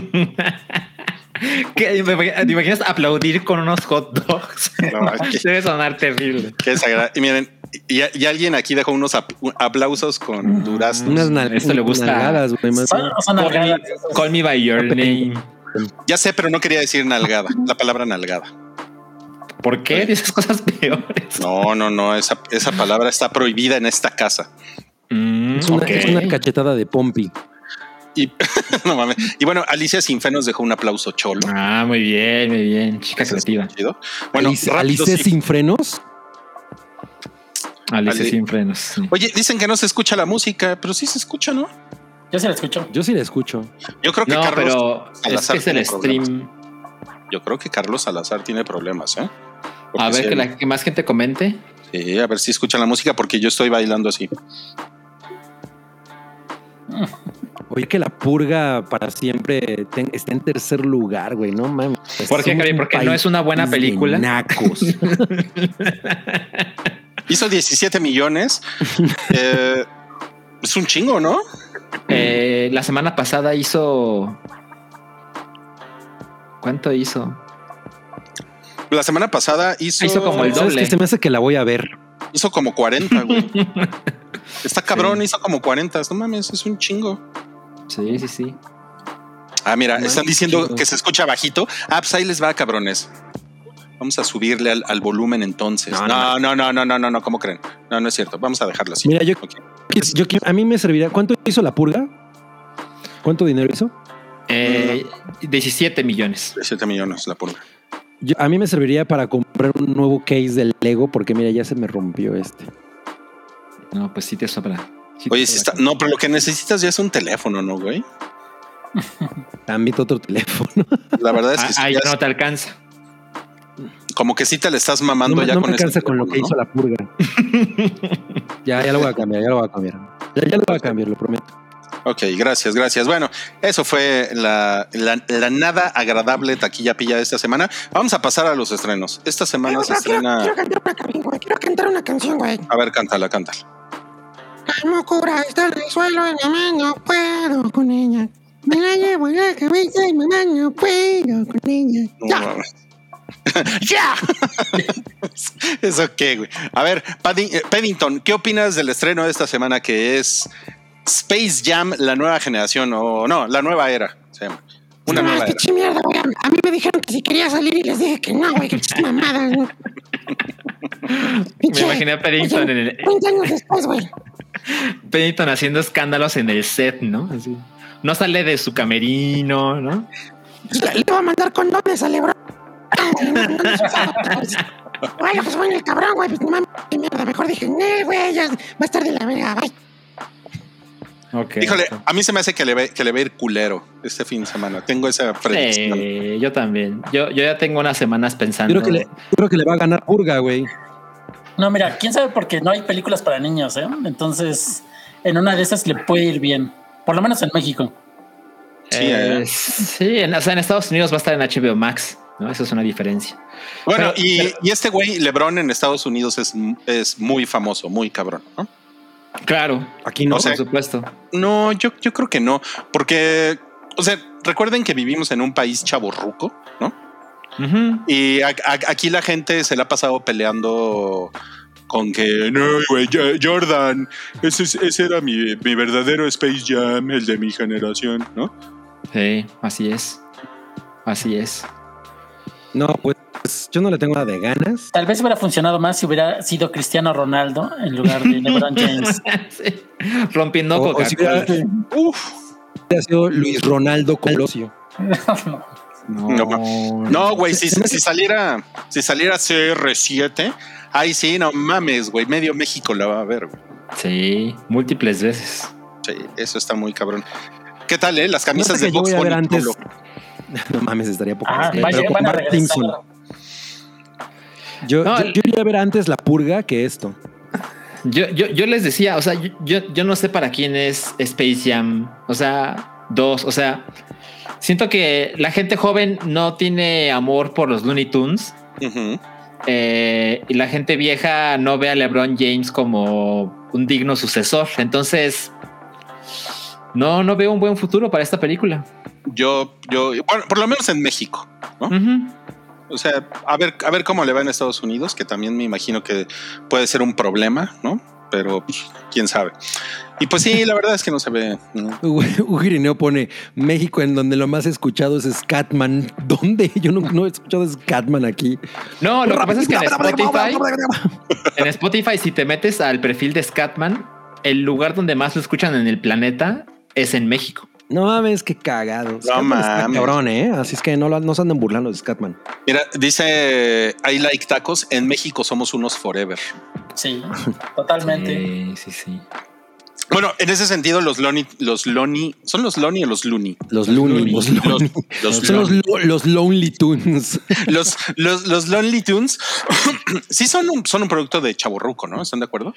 ¿Qué? ¿Te imaginas aplaudir con unos hot dogs? No, es que- Debe sonar terrible. Qué desagra- Y miren, y, y alguien aquí dejó unos ap- aplausos con duraznos. Unas nal- Esto le gusta. nalgadas, güey, más Son, bien. son Call me, nalgadas esas. call me by your name. Ya sé, pero no quería decir nalgada, la palabra nalgada. ¿Por qué dices cosas peores? No, no, no, esa, esa palabra está prohibida en esta casa. Mm, Es una, ok. es una cachetada de Pompi. Y, no mames. Y bueno, Alicia Sinfe nos dejó un aplauso cholo. Ah, muy bien, muy bien. Chica Eso creativa. está chido. Bueno, Alice, rápido, Alice sí. sin frenos. Alice Ale- sin frenos. Sí. Oye, dicen que no se escucha la música, pero sí se escucha, ¿no? Yo sí la escucho. Yo sí la escucho. Yo creo que No, Carlos pero es Salazar que es el tiene stream. Yo creo que Carlos Salazar tiene problemas, ¿eh? Porque A ver, sí, que, la, que más gente comente. sí, a ver si escuchan la música porque yo estoy bailando así. Oye, que la purga para siempre ten- está en tercer lugar, güey. No mames. ¿Por qué, Somos Javi? un ¿Porque no país es una buena de película? nacos. Hizo diecisiete millones. Eh, es un chingo, ¿no? Eh, la semana pasada hizo. ¿Cuánto hizo? La semana pasada hizo, Hizo como el ¿Sabes doble. qué? Se me hace que la voy a ver. hizo como cuarenta, güey. Está cabrón, hizo como cuarenta. No mames, es un chingo. Sí, sí, sí. Ah, mira, No, están diciendo chido. que se escucha bajito. Ah, pues ahí les va, cabrones. Vamos a subirle al, al volumen entonces. No, No, no, no, no, no, no, no, no, ¿cómo creen? No, no es cierto. Vamos a dejarlo así. Mira, yo, Ok. yo qui- a mí me serviría. ¿Cuánto hizo la purga? ¿Cuánto dinero hizo? Eh, diecisiete millones. siete millones la purga. Yo- a mí me serviría para comprar un nuevo case del Lego porque mira, ya se me rompió este. No, pues sí te sobra. Sí te Oye, sobra. si está, no, pero lo que necesitas ya es un teléfono, ¿no, güey? También otro teléfono. La verdad es que Ah, sí, ahí ya ya es- no te alcanza. como que sí te le estás mamando No, me- ya no con me ese alcanza con lo que teléfono, hizo la purga. ya, ya lo voy a cambiar, ya lo voy a cambiar. Ya, ya lo voy a cambiar, lo prometo. ¿no? Ok, gracias, gracias. Bueno, eso fue la, la, la nada agradable taquilla pilla de esta semana. Vamos a pasar a los estrenos. Esta semana se No, quiero, estrena... quiero cantar una canción, güey. Quiero cantar una canción, güey. A ver, cántala, cántala. La mocura está en el suelo en la mano, no puedo con ella. Me la llevo en la cabeza y mamá no puedo con ella. No, Ya. mames. ¡Ya! ¿Eso qué, güey? A ver, Padding- eh, Paddington, ¿qué opinas del estreno de esta semana que es Space Jam, la nueva generación? O no, la nueva era, se llama. Una No, nueva era. pinche mierda, güey. A mí me dijeron que si quería salir y les dije que no, güey, que pinches mamadas, güey. Me imaginé a Paddington en el, veinte años después, güey. Paddington haciendo escándalos en el set, ¿no? Así. No sale de su camerino, ¿no? Pues le, le voy a mandar condones a Lebron. Bueno, pues bueno, el cabrón, güey. Pues no mames, qué mierda. Mejor dije, no, güey, ya va a estar de la verga, bye. Ok. Híjole, a mí se me hace que le, ve, que le va a ir culero este fin de semana. Tengo esa predicción. Eh, yo también. Yo, yo ya tengo unas semanas pensando. Yo creo, que le, yo creo que le va a ganar purga, güey. No, mira, quién sabe porque no hay películas para niños, ¿eh? Entonces, en una de esas le puede ir bien. Por lo menos en México. Sí, Eh, eh. sí, en, o sea, en Estados Unidos va a estar en H B O Max, ¿no? Eso es una diferencia. Bueno, Pero- y, pero- y este güey, LeBron en Estados Unidos es, es muy famoso, muy cabrón, ¿no? Claro, Aquí no. O sea, por supuesto. No, yo, yo creo que no, porque, o sea, recuerden que vivimos en un país chavorruco, ¿no? Ujú. Y a- a- aquí la gente se la ha pasado peleando con que no, güey, Jordan, ese, ese era mi, mi verdadero Space Jam, el de mi generación, ¿no? Sí, así es. Así es. No, pues yo no le tengo nada de ganas. Tal vez hubiera funcionado más si hubiera sido Cristiano Ronaldo en lugar de LeBron James. Sí. Rompiendo O- o Coca-Cola. si hubiera- Uf. Ha sido Luis Ronaldo Colosio. No, no, güey, si, si saliera, si saliera C R siete, ay, sí, no mames, güey, medio México la va a ver, güey. Sí, múltiples veces. Sí, eso está muy cabrón. ¿Qué tal, eh? Las No camisas sé de que yo Box voy a ver Bunny, antes. Pablo. No mames, estaría poco. Ah, más. vaya, Pero con van a Bart regresar. Simpson. Yo, No, yo, yo iría a ver antes La Purga que esto. Yo, yo, yo les decía, o sea, yo, yo, yo no sé para quién es Space Jam. O sea, dos, o sea, siento que la gente joven no tiene amor por los Looney Tunes. Uh-huh. Eh, y la gente vieja no ve a LeBron James como un digno sucesor. Entonces, no, no veo un buen futuro para esta película. Yo, yo, bueno, por lo menos en México, ¿no? Uh-huh. O sea, a ver, a ver cómo le va en Estados Unidos, que también me imagino que puede ser un problema, ¿no? Pero pues, quién sabe. Y pues sí, la verdad es que no se ve. ¿no? Ugirineo pone México, en donde lo más escuchado es Scatman. ¿Dónde? Yo no, no he escuchado Scatman aquí. No, lo que pasa es que en Spotify, en Spotify, si te metes al perfil de Scatman, el lugar donde más lo escuchan en el planeta es en México. No mames, qué cagado. Scatman está mames. cabrón, ¿eh? Así es que no, lo- no se anden burlando de Scatman. Mira, dice I like tacos. En México somos unos forever. Sí, totalmente. Sí, sí, sí. Bueno, en ese sentido, los Loney, los Loney, ¿son los Loney o los Looney? Los Looney. Los, Los, Looney. los, Son los, lo- los Lonely Tunes. los, los, los Lonely Tunes sí son un, son un producto de chavorruco, ¿no? ¿Están de acuerdo?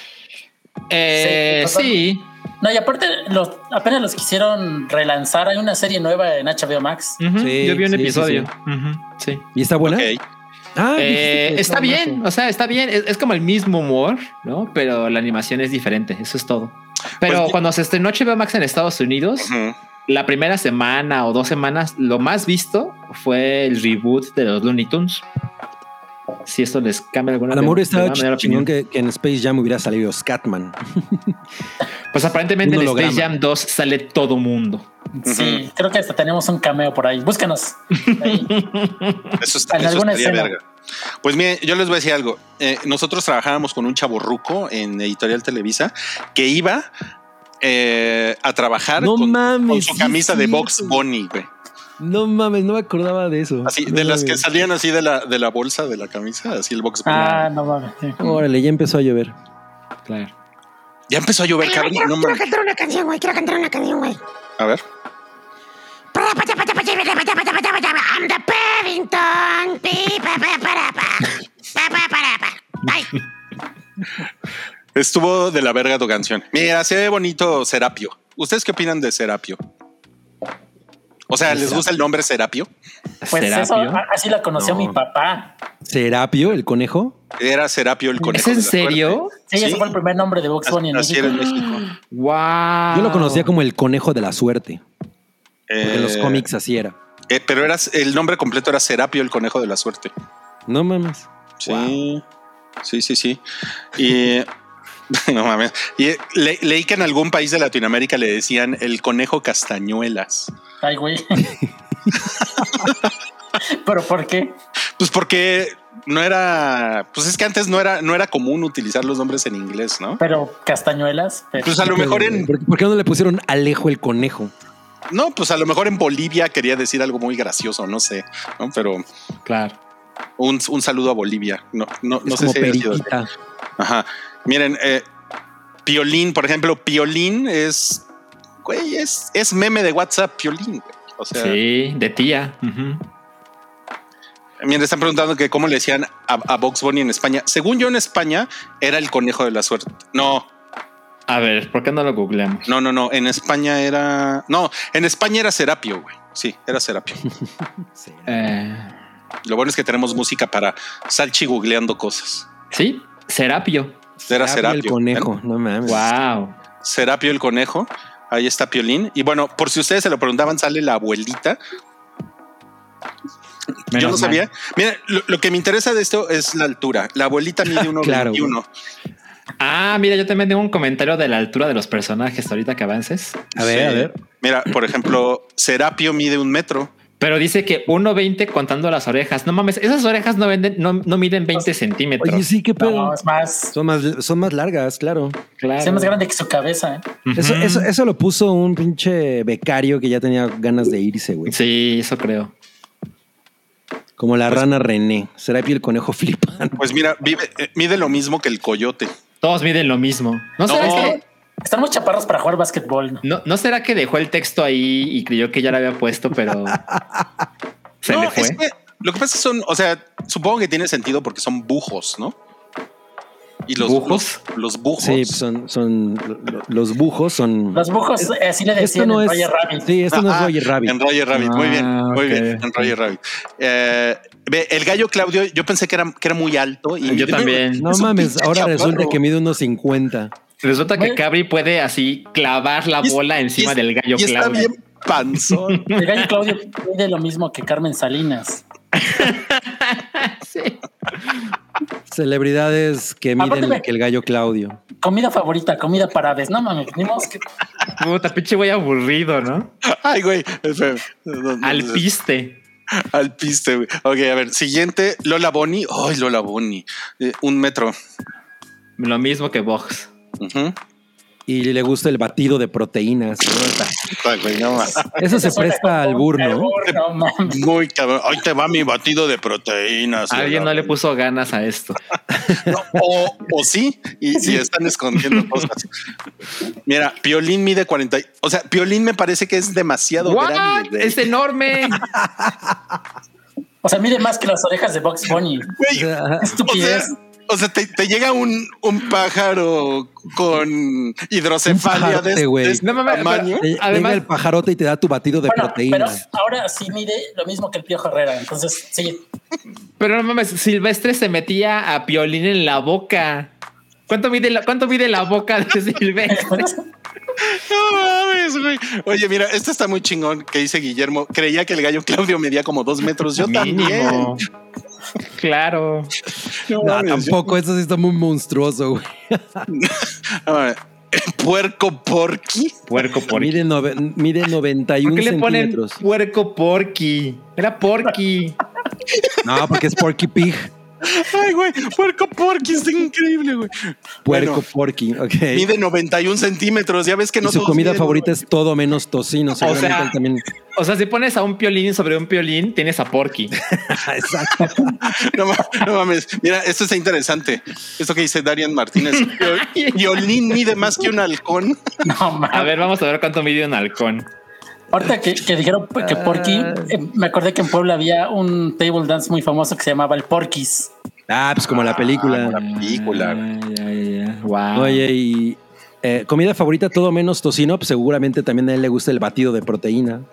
Eh, Sí, total- sí. No, y aparte, los, apenas los quisieron relanzar. Hay una serie nueva en H B O Max. Ujú, Sí, yo vi un sí, sí, episodio. sí. Ujú, sí. ¿Y está buena? Ok. Ah, Eh, dijiste que está estaba bien, mazo. o sea, está bien. Es, es como el mismo humor, ¿no? Pero la animación es diferente. Eso es todo. Pero Pues, cuando se estrenó H B O Max en Estados Unidos, Ujú. la primera semana o dos semanas, lo más visto fue el reboot de los Looney Tunes. Si esto les cambia alguna A lo mejor te- estaba te va a cambiar la chingón opinión. que, que en Space Jam hubiera salido Scatman. Pues aparentemente un en Space holograma. Jam dos sale todo mundo. Sí, creo que hasta tenemos un cameo por ahí. Búscanos. Ahí. Eso, está, En eso alguna estaría escena. verga. Pues mire, yo les voy a decir algo. Eh, nosotros trabajábamos con un chavorruco en Editorial Televisa que iba eh, a trabajar No con, mames, con su sí camisa es de cierto. Box Bunny, güey. No mames, no me acordaba de eso. Así, No de las que mames. salían así de la, de la bolsa de la camisa, así el Box Bunny. Ah, no mames. Sí. Órale, ya empezó a llover. Claro. Ya empezó a llover, Oye, güey, Carly. quiero, No quiero mames. cantar una canción, güey. Quiero cantar una canción, güey. A ver. I'm the Paddington. Pi, pa, pa, para, pa. Pa, pa, para, pa. Ay. Estuvo de la verga tu canción. Mira, se ve bonito Serapio. ¿Ustedes qué opinan de Serapio? O sea, ¿les gusta el nombre Serapio? Pues eso, Serapio. a- así la conoció No. mi papá. ¿Serapio, el conejo? Era Serapio el conejo. ¿Es en de la serio? suerte. Sí, Sí. ese fue el primer nombre de Box Bunny en Así México. era en México. Wow. Yo lo conocía como el conejo de la suerte. Porque en los Eh, cómics así era. eh, pero era, el nombre completo era Serapio el conejo de la suerte. No mames. Sí, sí, sí, sí. Y no mames. Y eh, le- leí que en algún país de Latinoamérica le decían el conejo castañuelas. Ay, güey. ¿Pero por qué? Pues porque no era, pues es que antes no era, no era común utilizar los nombres en inglés, ¿no? Pero castañuelas. Pero- Pues a lo mejor en, ¿Por, por qué no le pusieron Alejo el conejo? no, pues a lo mejor en Bolivia quería decir algo muy gracioso, no sé, ¿no? Pero Claro. un, un saludo a Bolivia. No, no, no Es sé como si haya sido así. periquita. Ajá. Miren, eh, Piolín, por ejemplo, Piolín es, güey, es, es meme de WhatsApp, Piolín, güey. O sea, Sí, de tía. Ujú. miren, están preguntando que cómo le decían a, a Box Bunny en España. Según yo, en España era el conejo de la suerte. No, A ver, ¿por qué no lo googleamos? no, no, no. En España era, no, en España era Serapio, güey. Sí, era Serapio. Eh, Lo bueno es que tenemos música para salchi googleando cosas. sí, Serapio. Era Serapio Serapio. el conejo. No mames. Wow. Serapio el conejo. Ahí está Piolín. Y bueno, por si ustedes se lo preguntaban, sale la abuelita. Menos Yo no mal. sabía. Mira, lo, lo que me interesa de esto es la altura. La abuelita mide uno Claro, veintiuno. Ah, mira, yo también tengo un comentario de la altura de los personajes ahorita que avances. A ver, Sí. a ver. Mira, por ejemplo, Serapio mide un metro. Pero dice que uno veinte contando las orejas. No mames, esas orejas no, venden, no, no miden veinte centímetros. Oye, sí, qué pedo. No, es más. Son más, son más largas, claro. Claro. Es más grande que su cabeza. ¿eh? Eso, Ujú. eso, eso lo puso un pinche becario que ya tenía ganas de irse, güey. Sí, eso creo. Como la rana René. Serapio el conejo flipando. Pues mira, vive, eh, mide lo mismo que el coyote. Todos miden lo mismo. ¿No, No. será que, Están muy chaparros para jugar básquetbol. ¿no? no, ¿No será que dejó el texto ahí y creyó que ya lo había puesto, pero se no, le fue? es que lo que pasa es que son, o sea, supongo que tiene sentido porque son bujos, ¿no? Y los ¿Bujos? Los, los bujos. Sí, son, son lo- los bujos son. Los bujos, eh, así le Esto decían no en es. Roger Rabbit. Sí, esto no es Ajá, Roger Rabbit. En Roger Rabbit, muy bien, Ah, muy ok, bien, en ok. Roger Rabbit. Eh, ve, el gallo Claudio, yo pensé que era, que era muy alto. Y Yo también. No es un mames, pinche ahora chaparro. resulta que mide unos cincuenta. Resulta que Güey. Cabri puede así clavar la Y es- bola encima y es- del gallo Y está Claudio. bien panzón. El gallo Claudio pide lo mismo que Carmen Salinas. Celebridades que miden Aparte lo me- que el gallo Claudio. Comida favorita, comida para aves. No mames, ni modo que. Puta, pinche güey aburrido, ¿no? Ay, güey. espera. No, no, Al no, piste. Al piste, güey. Ok, a ver, siguiente, Lola Bonnie. Ay, Lola Bonnie. Eh, un metro. Lo mismo que Vox. Ujú. Y le gusta el batido de proteínas. Ay, güey, no más. Eso se suena presta al como burno. albur, no mames. Muy cabrón. Ahí te va mi batido de proteínas. Alguien no Lola le puso ganas a esto. No, o, o sí, y, y están escondiendo cosas. Mira, Piolín mide cuarenta. y- O sea, Piolín me parece que es demasiado ¿What? grande. güey. Es enorme. O sea, mide más que las orejas de Box Bunny. Güey, O sea, o sea, Estupidez. o sea, te, te llega un, un pájaro con hidrocefalia de, pajarote, este- güey. de este No mames, tamaño. Eh, Además- llega el pajarote y te da tu batido de Bueno, pero proteínas. ahora sí mide lo mismo que el Piojo Herrera. Entonces, sí. Pero no mames, Silvestre se metía a Piolín en la boca. ¿Cuánto mide la, cuánto mide la boca de Silvestre? No mames, güey. Oye, mira, esto está muy chingón que dice Guillermo. Creía que el gallo Claudio medía como dos metros. Yo también. Mínimo. Claro. No No, mames, tampoco, eso sí está muy monstruoso, güey. A ver, Puerco Porky. Puerco porqui. Mide, nove- mide noventa y ¿Por uno qué le ponen centímetros. puerco porqui? Era porqui. No, porque es Porky Pig. Ay, güey, Puerco Porky está increíble, güey. Puerco Bueno, Porky, ok. mide noventa y un centímetros. Ya ves que Y no su todos comida miden favorita uno. es todo menos tocino. Seguramente sea, él también. O sea, si pones a un piolín sobre un piolín, tienes a porqui. Exacto. No, ma- no mames. Mira, esto está interesante. Esto que dice Darian Martínez. Pio- Violín mide más que un halcón. No mames. A ver, vamos a ver cuánto mide un halcón. Ahorita que, que dijeron que Porky, eh, me acordé que en Puebla había un table dance muy famoso que se llamaba el Porky's. Ah, pues como la película. La película. Ay, ay, ay. Wow. Oye, y eh, comida favorita todo menos tocino, pues seguramente también a él le gusta el batido de proteína.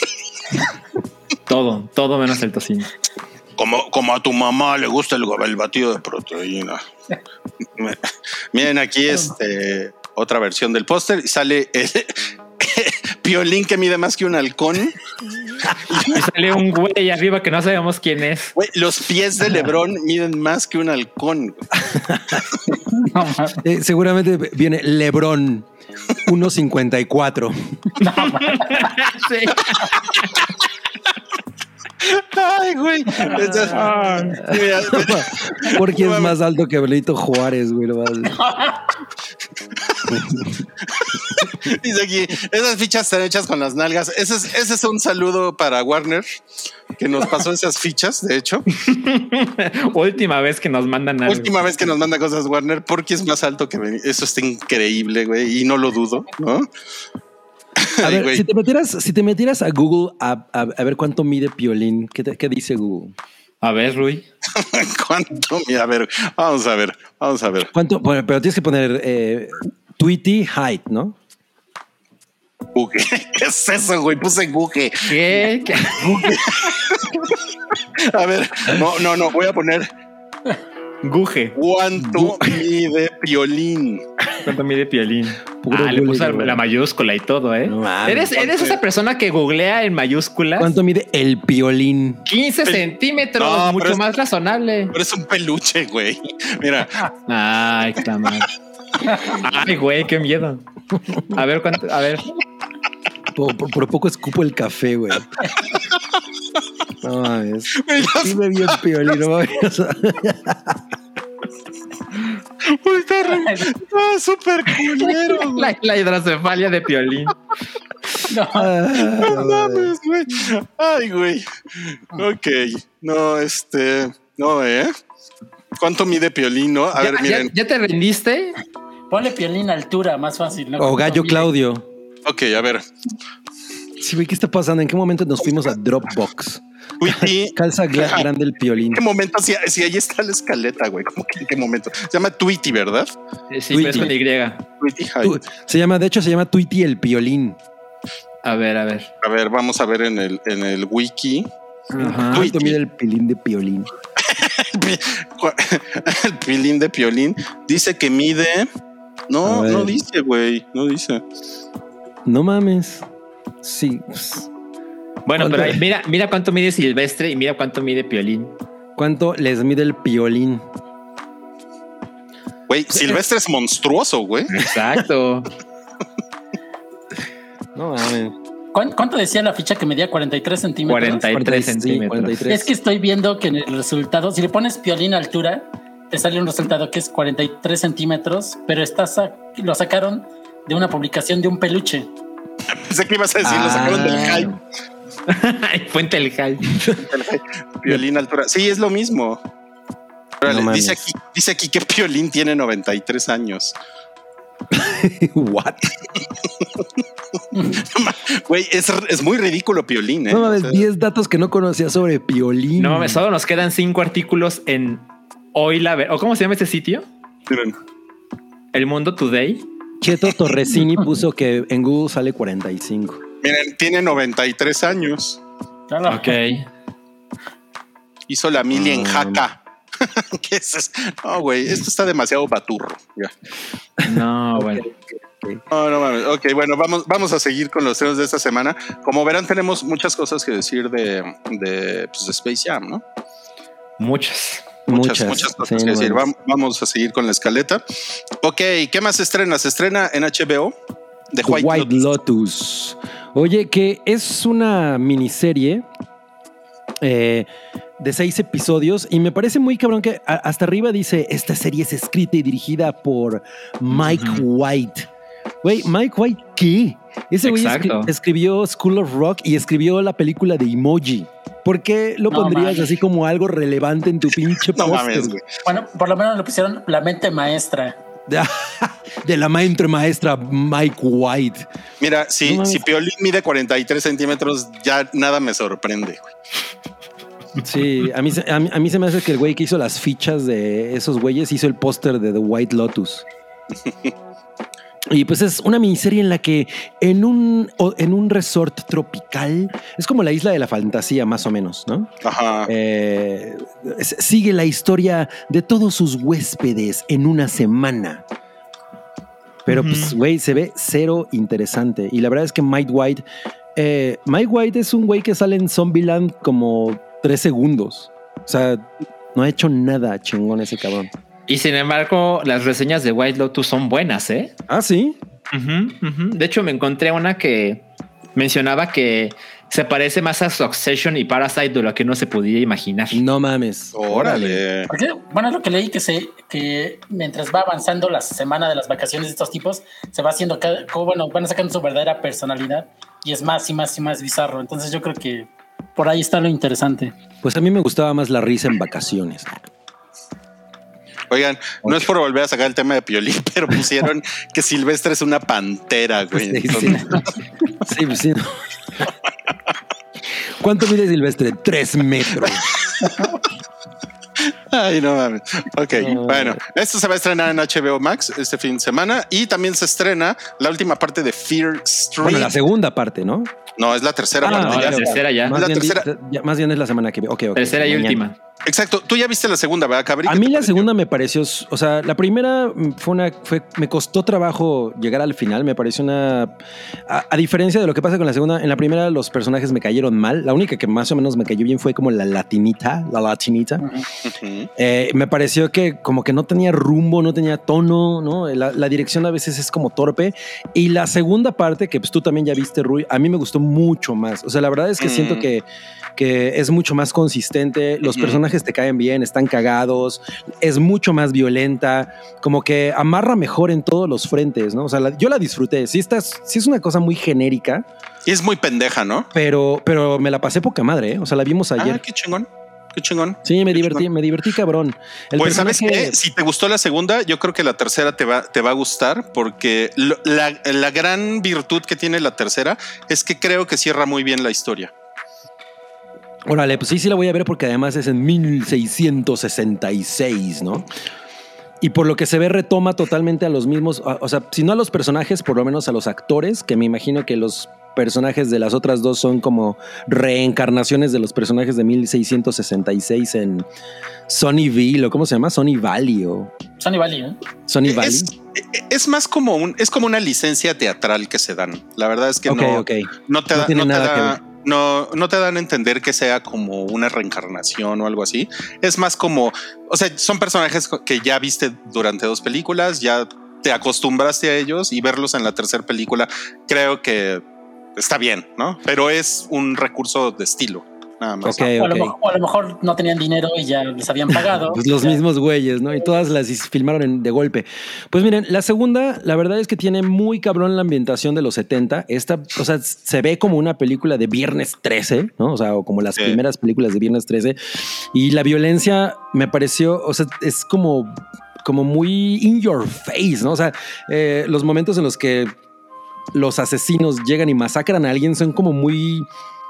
Todo, todo menos el tocino. Como, como a tu mamá le gusta el, el batido de proteína. Miren aquí este otra versión del póster y sale el Piolín que mide más que un halcón. Y sale un güey arriba que no sabemos quién es. Güey, los pies de Lebrón miden más que un halcón. No mames. Eh, seguramente viene Lebrón, uno cincuenta y cuatro. Sí. Ay, güey. Entonces, mira, Porque es más alto que Benito Juárez, güey. lo más- dice aquí, esas fichas están hechas con las nalgas. Ese es, ese es un saludo para Warner, que nos pasó esas fichas, de hecho. Última vez que nos mandan algo. Última vez que nos manda cosas Warner, porque es más alto que Benito. Eso está increíble, güey, y no lo dudo, ¿no? A Ay, ver, güey. si te metieras, si te metieras a Google a, a- a ver cuánto mide Piolín, ¿qué, te- qué dice Google? A ver, Rui. ¿Cuánto? Mira, a ver, vamos a ver, vamos a ver. ¿Cuánto? Bueno, pero tienes que poner eh, Tweety height, ¿no? Google. ¿Qué es eso, güey? Puse Google. ¿Qué? ¿Qué? A ver, no, no, no, voy a poner Guje. cuánto mide Piolín. ¿Cuánto mide Piolín? Puro Ah, le puso bullying, la mayúscula y todo, ¿eh? No mames. ¿Eres, eres esa persona que googlea en mayúsculas? ¿Cuánto mide el Piolín? quince centímetros, No, pero mucho es- más razonable. Pero es un peluche, güey. Mira, Ay, está mal. Ay, güey, qué miedo. A ver, ¿cuánto? A ver. Por, por- por poco escupo el café, güey. No mames. Sí me vi el Piolín, no mames. O sea, Uy, está re- ah, súper culero, güey. La, la hidrocefalia de Piolín. ah, No mames, güey. Ay, güey. Ok. No, este. No, ¿eh? ¿Cuánto mide Piolín, no? A ¿Ya, ver, miren. ya, ¿Ya te rendiste? Ponle Piolín altura, más fácil. ¿no? O Gallo Mide. Claudio. Ok, a ver. Sí, güey, ¿qué está pasando? ¿En qué momento nos fuimos a Dropbox? Tweety. Calza gla- grande el Piolín. ¿En qué momento? Si, si ahí está la escaleta, güey. ¿Cómo que en qué momento? Se llama Tweety, ¿verdad? Eh, Sí, pero es con Y. Tweety High. Tu- Se llama, de hecho, se llama Tweety el Piolín. A ver, a ver. A ver, vamos a ver en el, en el wiki. Ajá. Tweety. ¿Cuánto mide el Piolín de Piolín? El Piolín de Piolín dice que mide. No, A ver. no dice, güey. No dice. No mames. Sí. pues, Bueno, ¿Cuánto? pero ahí, mira, mira cuánto mide Silvestre y mira cuánto mide Piolín. ¿Cuánto les mide el Piolín? Güey, Silvestre es monstruoso, güey. Exacto. No mames. ¿Cuán- ¿Cuánto decía la ficha que medía cuarenta y tres centímetros? cuarenta y tres Sí, centímetros. cuarenta y tres. Es que estoy viendo que en el resultado, si le pones Piolín altura, te sale un resultado que es cuarenta y tres centímetros, pero está sa- lo sacaron de una publicación de un peluche. Pensé que ibas a decir, lo sacaron del Ah. hype. Fuente el hype. Piolín altura. Sí, es lo mismo. Órale, No mames. dice aquí, dice aquí que Piolín tiene noventa y tres años. What? Güey, es, es muy ridículo Piolín, ¿eh? No O mames, sea, diez datos que no conocía sobre Piolín. No mames, solo nos quedan cinco artículos en Hoy la Ver- ¿O cómo se llama este sitio? miren, El Mundo Today. Cheto Torresini puso que en Google sale cuarenta y cinco. miren, tiene noventa y tres años. Claro. Ok. Hizo la mili en Ah. Jaca. ¿Qué es eso? No, güey, esto está demasiado baturro. Ya. No, bueno. No, no mames. Ok, bueno, vamos, vamos a seguir con los temas de esta semana. Como verán, tenemos muchas cosas que decir de, de, pues, de Space Jam, ¿no? Muchas. Muchas, Muchas, muchas cosas sí, que decir. no Vam- Vamos a seguir con la escaleta. Ok, ¿qué más se estrena? Se estrena en H B O de The White, White, Lotus. Lotus. Oye, que es una miniserie eh, de seis episodios y me parece muy cabrón que a- hasta arriba dice esta serie es escrita y dirigida por Mike White. Güey, Mike White, ¿qué? Ese güey Exacto. escri- escribió School of Rock y escribió la película de Emoji. ¿Por qué lo No pondrías mames. así como algo relevante en tu pinche No póster? mames, güey. Bueno, por lo menos le pusieron la mente maestra. De, de la maestra maestra Mike White. Mira, si, No mames. si Piolín mide cuarenta y tres centímetros, ya nada me sorprende, güey. Sí, a mí, se- a, mí, a mí se me hace que el güey que hizo las fichas de esos güeyes hizo el póster de The White Lotus. Y pues es una miniserie en la que en un, o- en un resort tropical, es como la isla de la fantasía más o menos, ¿no? Ajá. Eh, es- sigue la historia de todos sus huéspedes en una semana. Pero pues, güey, se ve cero interesante. Y la verdad es que Mike White, eh, Mike White es un güey que sale en Zombieland como tres segundos. O sea, no ha hecho nada chingón ese cabrón. Y sin embargo, las reseñas de White Lotus son buenas, ¿eh? Ah, sí. Ujú, ujú. De hecho, me encontré una que mencionaba que se parece más a Succession y Parasite de lo que uno se podía imaginar. No mames. Órale. Porque, bueno, es lo que leí que se que mientras va avanzando la semana de las vacaciones de estos tipos, se va haciendo cada, como, bueno, van sacando su verdadera personalidad y es más y más y más bizarro. Entonces yo creo que por ahí está lo interesante. Pues a mí me gustaba más la risa en vacaciones. Oigan, no es por volver a sacar el tema de Piolín, pero pusieron que Silvestre es una pantera, güey. Sí, sí. Entonces, Sí, pues sí. ¿Cuánto mide Silvestre? Tres metros. Ay, no mames. Ok, No. bueno, esto se va a estrenar en H B O Max este fin de semana y también se estrena la última parte de Fear Street. Bueno, la segunda parte, ¿no? No, es la tercera Ah, parte. No, ya. la tercera ya. Más la bien, tercera. di- ya- más bien es la semana que viene. Ok, ok. Tercera y Mañana. última. Exacto. Tú ya viste la segunda, ¿verdad, Cabri? A ¿Qué mí te la pareció? segunda me pareció, o sea, la primera fue una, fue, me costó trabajo llegar al final, me pareció una, a, a diferencia de lo que pasa con la segunda, en la primera los personajes me cayeron mal, la única que más o menos me cayó bien fue como la latinita, la latinita. Ujú. Eh, me pareció que como que no tenía rumbo, no tenía tono, ¿no? La, la dirección a veces es como torpe. Y la segunda parte, que pues tú también ya viste, Rui, a mí me gustó mucho más. O sea, la verdad es que Mm. siento que, que es mucho más consistente. Los Ujú. personajes te caen bien, están cagados, es mucho más violenta, como que amarra mejor en todos los frentes, ¿no? O sea, la- yo la disfruté. Sí, estás, sí es una cosa muy genérica, Y es muy pendeja, ¿no? pero, pero me la pasé poca madre, ¿eh? O sea, la vimos ayer. Ah, qué chingón. Qué chingón. Sí, me Qué divertí, chingón. me divertí, cabrón. El Pues sabes personaje- qué, si te gustó la segunda, yo creo que la tercera te va, te va a gustar porque lo- la, la gran virtud que tiene la tercera es que creo que cierra muy bien la historia. Órale, pues sí, sí la voy a ver porque además es en mil seiscientos sesenta y seis, ¿no? Y por lo que se ve retoma totalmente a los mismos, a- o sea, si no a los personajes, por lo menos a los actores, que me imagino que los personajes de las otras dos son como reencarnaciones de los personajes de mil seiscientos sesenta y seis en Sunnyville, o ¿cómo se llama? Sunny Valley o Sunny Valley, ¿eh? Sunny Valley. Es, es más como un, es como una licencia teatral que se dan. La verdad es que Ok, no, ok. no te No da, tiene no te nada que da- ver. no, no te dan a entender que sea como una reencarnación o algo así. Es más como, o sea, son personajes que ya viste durante dos películas, ya te acostumbraste a ellos y verlos en la tercera película, creo que está bien, ¿no? Pero es un recurso de estilo, nada más. Ok, O, a lo ok. mejor, o a lo mejor no tenían dinero y ya les habían pagado. Pues los Ya. mismos güeyes, ¿no? Y todas las is- filmaron en- de golpe. Pues miren, la segunda, la verdad es que tiene muy cabrón la ambientación de los setenta. Esta, o sea, se ve como una película de Viernes trece, ¿no? O sea, o como las Sí. primeras películas de Viernes trece. Y la violencia me pareció, o sea, es como, como muy in your face, ¿no? O sea, eh, los momentos en los que los asesinos llegan y masacran a alguien son como muy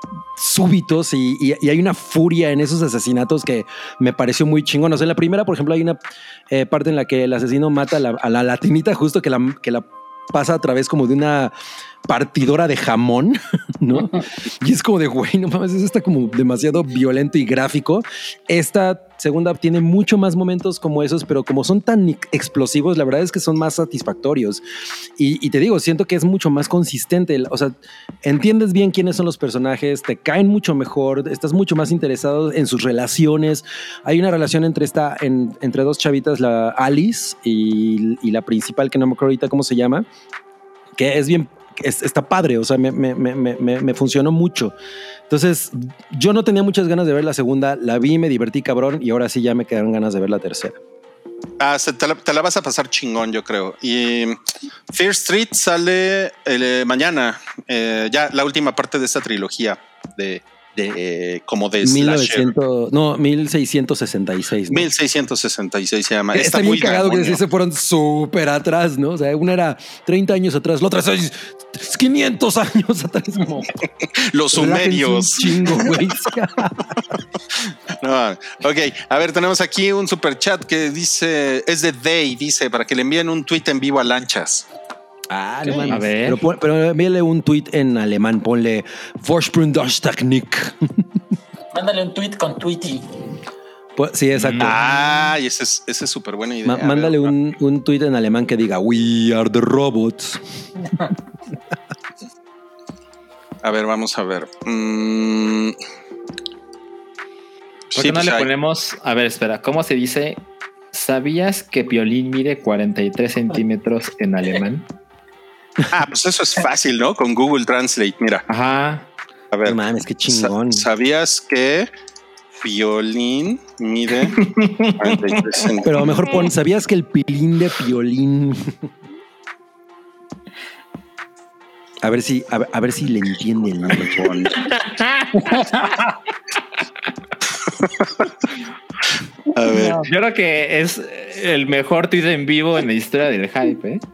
súbitos y, y- y hay una furia en esos asesinatos que me pareció muy chingón. O sea, en la primera, por ejemplo, hay una eh, parte en la que el asesino mata a la, a la latinita justo que la, que la pasa a través como de una partidora de jamón, ¿no? Y es como de, güey, no mames, eso está como demasiado violento y gráfico. Esta segunda tiene mucho más momentos como esos, pero como son tan explosivos, la verdad es que son más satisfactorios. Y, y te digo, siento que es mucho más consistente. O sea, entiendes bien quiénes son los personajes, te caen mucho mejor, estás mucho más interesado en sus relaciones. Hay una relación entre esta, en, entre dos chavitas, la Alice y, y la principal, que no me acuerdo ahorita cómo se llama, que es bien, es, está padre, o sea, me, me, me, me, me funcionó mucho. Entonces, yo no tenía muchas ganas de ver la segunda, la vi, me divertí cabrón y ahora sí ya me quedaron ganas de ver la tercera. Ah, se- te, la, te la vas a pasar chingón, yo creo. Y Fear Street sale eh, mañana, eh, ya la última parte de esta trilogía de, de eh, como de mil slasher. novecientos, no, mil seiscientos sesenta y seis. ¿no? mil seiscientos sesenta y seis se llama. Está, Está bien muy cagado que demonio. se fueron súper atrás, ¿no? O sea, una era treinta años atrás, la otra es quinientos años atrás. Como, Los relájense un sumerios. chingo, güey. No, ok, a ver, tenemos aquí un super chat que dice, es de Day, dice, para que le envíen un tweet en vivo a Lanchas. Ah, no mames. A ver. Pero, pon- pero envíale un tweet en alemán, ponle Vorsprung das Technik. Mándale un tweet con Tweety. Pues, sí, exacto. Ah, y ese es, ese es súper buena idea. Ma- A ver, mándale un, un tweet en alemán que diga We are the robots. A ver, vamos a ver. Mm. ¿Por Sí, qué no pues le hay- ponemos? A ver, espera, ¿cómo se dice? ¿Sabías que Piolín mide cuarenta y tres centímetros en alemán? Ah, pues eso es fácil, ¿no? Con Google Translate, mira. Ajá. A ver. No mames, qué chingón. Sa- ¿Sabías que Violín mide cuarenta y tres centímetros? Pero mejor pon, ¿sabías que el pilín de Piolín? A ver si, a ver, a ver si le entiende el nombre. A ver. Yo creo que es el mejor tweet en vivo en la historia del hype, ¿eh?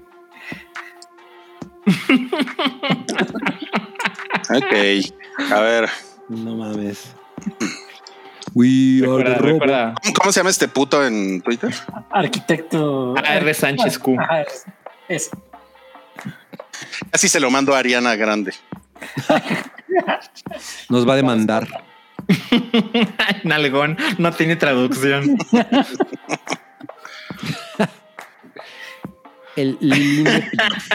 Ok. A ver. No mames. We are Recuerda, the robots. recuerda. ¿Cómo, cómo se llama este puto en Twitter? Arquitecto. A R Sánchez Q. Ajá, es- es. Así se lo mando a Ariana Grande. Nos va a demandar. Nalgón no tiene traducción. El límite.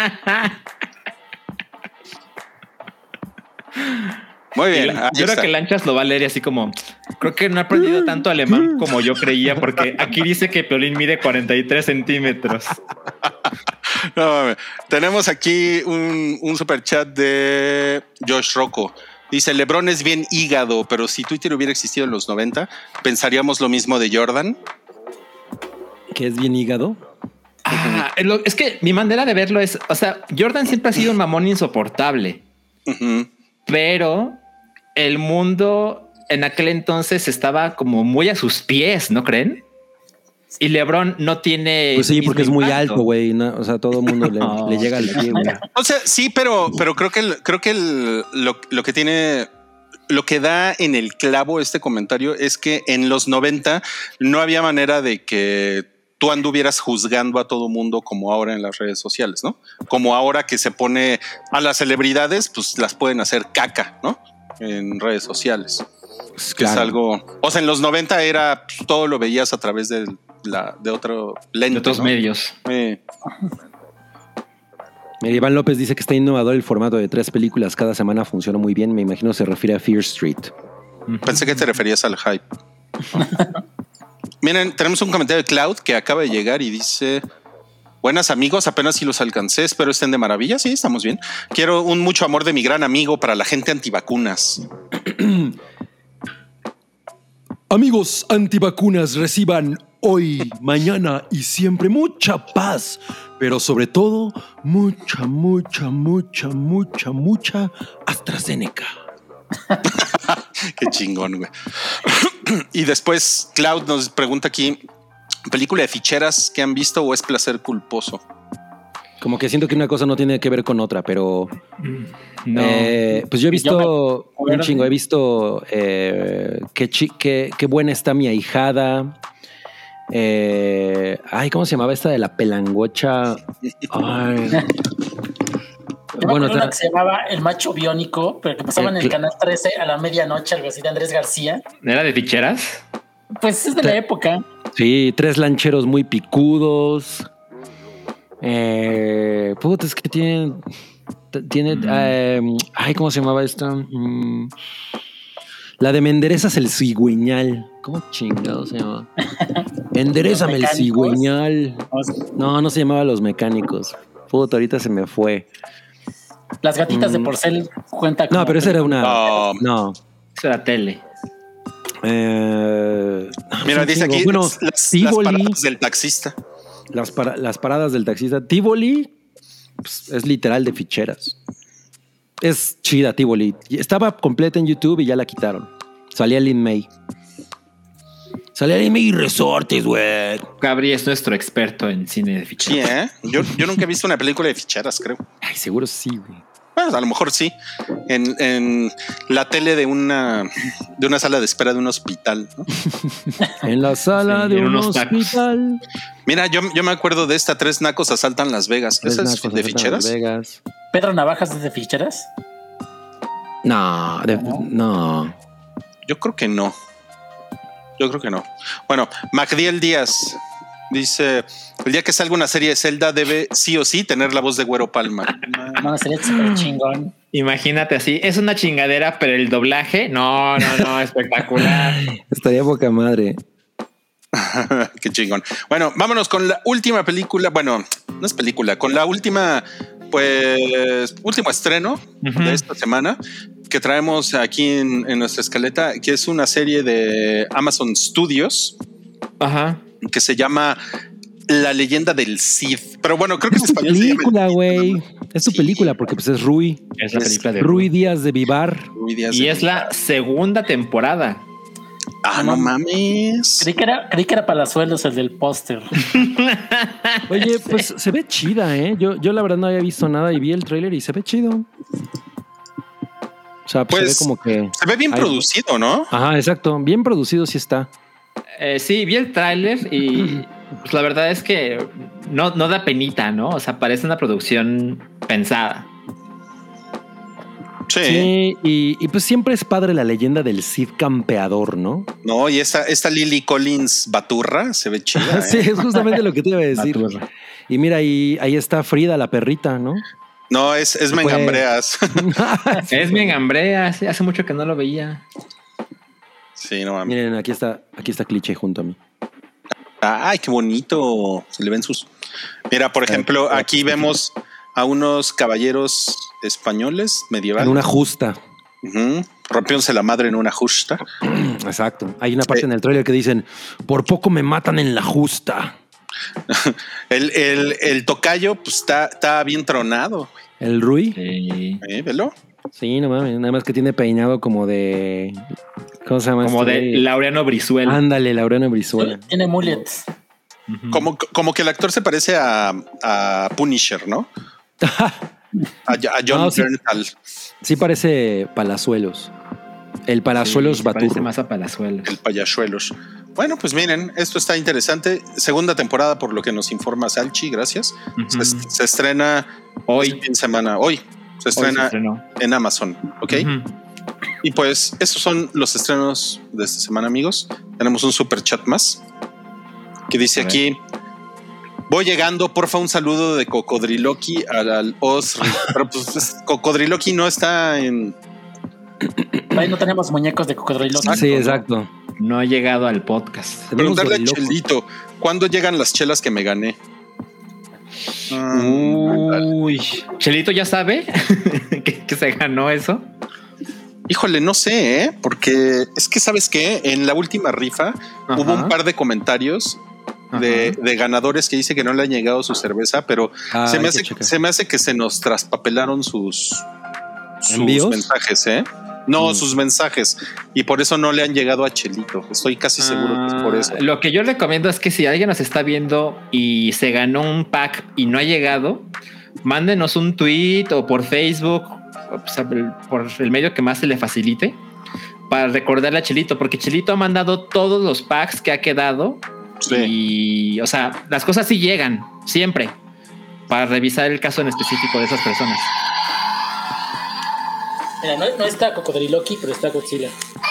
Muy bien. La, yo creo que Lanchas lo va a leer y así como, creo que no ha aprendido tanto alemán como yo creía, porque aquí dice que Piolín mide cuarenta y tres centímetros. No, tenemos aquí un, un super chat de Josh Rocco. Dice, LeBron es bien hígado, pero si Twitter hubiera existido en los noventa, ¿pensaríamos lo mismo de Jordan? ¿Que es bien hígado? Ah, lo, es que mi manera de verlo es, o sea, Jordan siempre ha sido un mamón insoportable, uh-huh. pero el mundo en aquel entonces estaba como muy a sus pies, ¿no creen? Y LeBron no tiene... Pues sí, porque es muy impacto. Alto, güey. ¿no? O sea, todo el mundo le, oh, le llega al pie, güey. O sea, sí, pero, pero creo que, el, creo que el, lo, lo que tiene... Lo que da en el clavo este comentario es que en los noventa no había manera de que tú anduvieras juzgando a todo mundo como ahora en las redes sociales, ¿no? Como ahora que se pone a las celebridades, pues las pueden hacer caca, ¿no? En redes sociales. Pues que claro. Es algo... O sea, en los noventa era... Pues, todo lo veías a través de... La, de otro lente, de otros ¿no? medios. Eh. Mira, Iván López dice que está innovador el formato de tres películas cada semana, funciona muy bien. Me imagino se refiere a Fear Street. Pensé que te referías al hype. Miren, tenemos un comentario de Cloud que acaba de llegar y dice: buenas amigos, apenas si los alcancé, espero estén de maravilla. Sí, estamos bien. Quiero un mucho amor de mi gran amigo para la gente antivacunas. Amigos antivacunas, reciban hoy, mañana y siempre mucha paz, pero sobre todo mucha, mucha, mucha, mucha, mucha AstraZeneca. Qué chingón, güey. Y después Cloud nos pregunta aquí, ¿película de ficheras que han visto o es placer culposo? Como que siento que una cosa no tiene que ver con otra, pero no. eh, pues yo he visto yo me... un chingo, he visto eh, qué, chi- qué, qué buena está mi ahijada. Eh, ay, ¿cómo se llamaba esta de la pelangocha? Ay. Bueno, una que se llamaba El Macho Biónico, pero que pasaba el, en el canal trece a la medianoche, algo así, de Andrés García. ¿Era de ficheras? Pues es de la época. Sí, tres lancheros muy picudos. Eh, puta, es que tiene, tiene, mm. eh, ay, ¿cómo se llamaba esta? Mm, la de me enderezas el cigüeñal. ¿Cómo chingado se llama? Enderezame el cigüeñal. No, no se llamaba Los Mecánicos. Puta, ahorita se me fue. Las gatitas mm. de porcel cuenta como... No, pero esa era una... Oh. No. Esa era tele. Eh, Mira, dice aquí bueno, las, las paradas del taxista. Las, para, las paradas del taxista. Tivoli pues, es literal de ficheras. Es chida Tivoli. Estaba completa en YouTube y ya la quitaron. Salía Lin May. Salía Lin May y resortes, güey. Gabri es nuestro experto en cine de ficheras. Sí, ¿eh? Yo, yo nunca he visto una película de ficheras, creo. Ay, seguro sí, güey. Bueno, a lo mejor sí. En, en la tele de una, de una sala de espera de un hospital, ¿no? En la sala sí, de un hospital. Tacos. Mira, yo, yo me acuerdo de esta Tres Nacos Asaltan Las Vegas. ¿Esa es de ficheras? Las Vegas. ¿Pedro Navajas es de ficheras? No, de, no, no. Yo creo que no. Yo creo que no. Bueno, Magdiel Díaz dice: el día que salga una serie de Zelda debe sí o sí tener la voz de Güero Palma. Una serie súper chingón. Imagínate así, es una chingadera, pero el doblaje, no, no, no, espectacular. Estaría poca madre. Qué chingón. Bueno, vámonos con la última película. Bueno, no es película, con la última, pues, último estreno uh-huh. de esta semana que traemos aquí en, en nuestra escaleta, que es una serie de Amazon Studios. Ajá. Que se llama La Leyenda del Cid. Pero bueno, creo que es en tu español película, güey. Es tu sí. película porque pues es Rui. Es la película de Rui Díaz de Vivar. Rui Díaz y de es Vivar. La segunda temporada. Ah, no mames. Creí que era, creí que era Palazuelos el del póster. Oye, pues se ve chida, ¿eh? Yo, yo la verdad no había visto nada y vi el tráiler y se ve chido. O sea, pues, pues se ve como que... Se ve bien hay... producido, ¿no? Ajá, exacto. Bien producido sí está. Eh, sí, vi el tráiler y pues la verdad es que no, no da penita, ¿no? O sea, parece una producción pensada. Sí. Sí, y, y pues siempre es padre la leyenda del Cid campeador, ¿no? No, y esta, esta Lily Collins Baturra se ve chida. Sí, ¿eh? es justamente lo que te iba a decir. Baturra. Y mira, ahí, ahí está Frida, la perrita, ¿no? No, es, es Fue- Mengambreas. Es bien hambrea, sí, hace mucho que no lo veía. Sí, no mames. Miren, aquí está, aquí está Cliché junto a mí. Ay, qué bonito. Se le ven sus. Mira, por ejemplo, aquí vemos a unos caballeros españoles medievales. En una justa. Ujú. Rompiéndose la madre en una justa. Exacto. Hay una parte Eh. en el trailer que dicen, por poco me matan en la justa. El, el, el tocayo, pues está, está bien tronado. El Rui. Sí. ¿Eh? ¿Velo? Sí, no mames. Nada más que tiene peinado como de... ¿Cómo se llama? Como este de güey? Laureano Brizuela. Ándale, Laureano Brizuela. Tiene mullets. Como, como que el actor se parece a, a Punisher, ¿no? A, a John No, sí. Bernthal. Sí parece Palazuelos. El Palazuelos Sí, parece Baturro. más a Palazuelos. El payasuelos. Bueno, pues miren, esto está interesante. Segunda temporada, por lo que nos informa Salchi, gracias. Ujú. se, se estrena Hoy. este fin de semana. Hoy se Hoy se estrena estrenó. en Amazon, ¿ok? Ujú. Y pues estos son los estrenos de esta semana, amigos. Tenemos un super chat más que dice A ver. aquí: voy llegando, porfa, un saludo de Cocodriloqui al, al Osri. Pero pues es- Cocodriloqui no está en. Ahí no tenemos muñecos de cocodrilo. Sí, exacto. No ha llegado al podcast. Tenemos Preguntarle a gorilocos. Chelito, ¿cuándo llegan las chelas que me gané? Ah, Uy. Chelito ya sabe que, que se ganó eso. Híjole, no sé, ¿eh? Porque es que, ¿sabes qué? En la última rifa Ajá. hubo un par de comentarios de, Ajá. de ganadores que dice que no le han llegado su cerveza, pero Ah, se, me hay hace, que checar. se me hace que se nos traspapelaron sus, sus ¿Envíos? mensajes, ¿eh? No, Mm. sus mensajes. Y por eso no le han llegado a Chelito. Estoy casi seguro que es por eso. Ah, Lo que yo recomiendo es que si alguien nos está viendo y se ganó un pack y no ha llegado, mándenos un tweet o por Facebook, o sea, el- por el medio que más se le facilite, para recordarle a Chelito, porque Chelito ha mandado todos los packs que ha quedado. Sí. Y, o sea, las cosas sí llegan siempre para revisar el caso en específico de esas personas. Mira, no, no está Cocodriloqui, pero está Godzilla.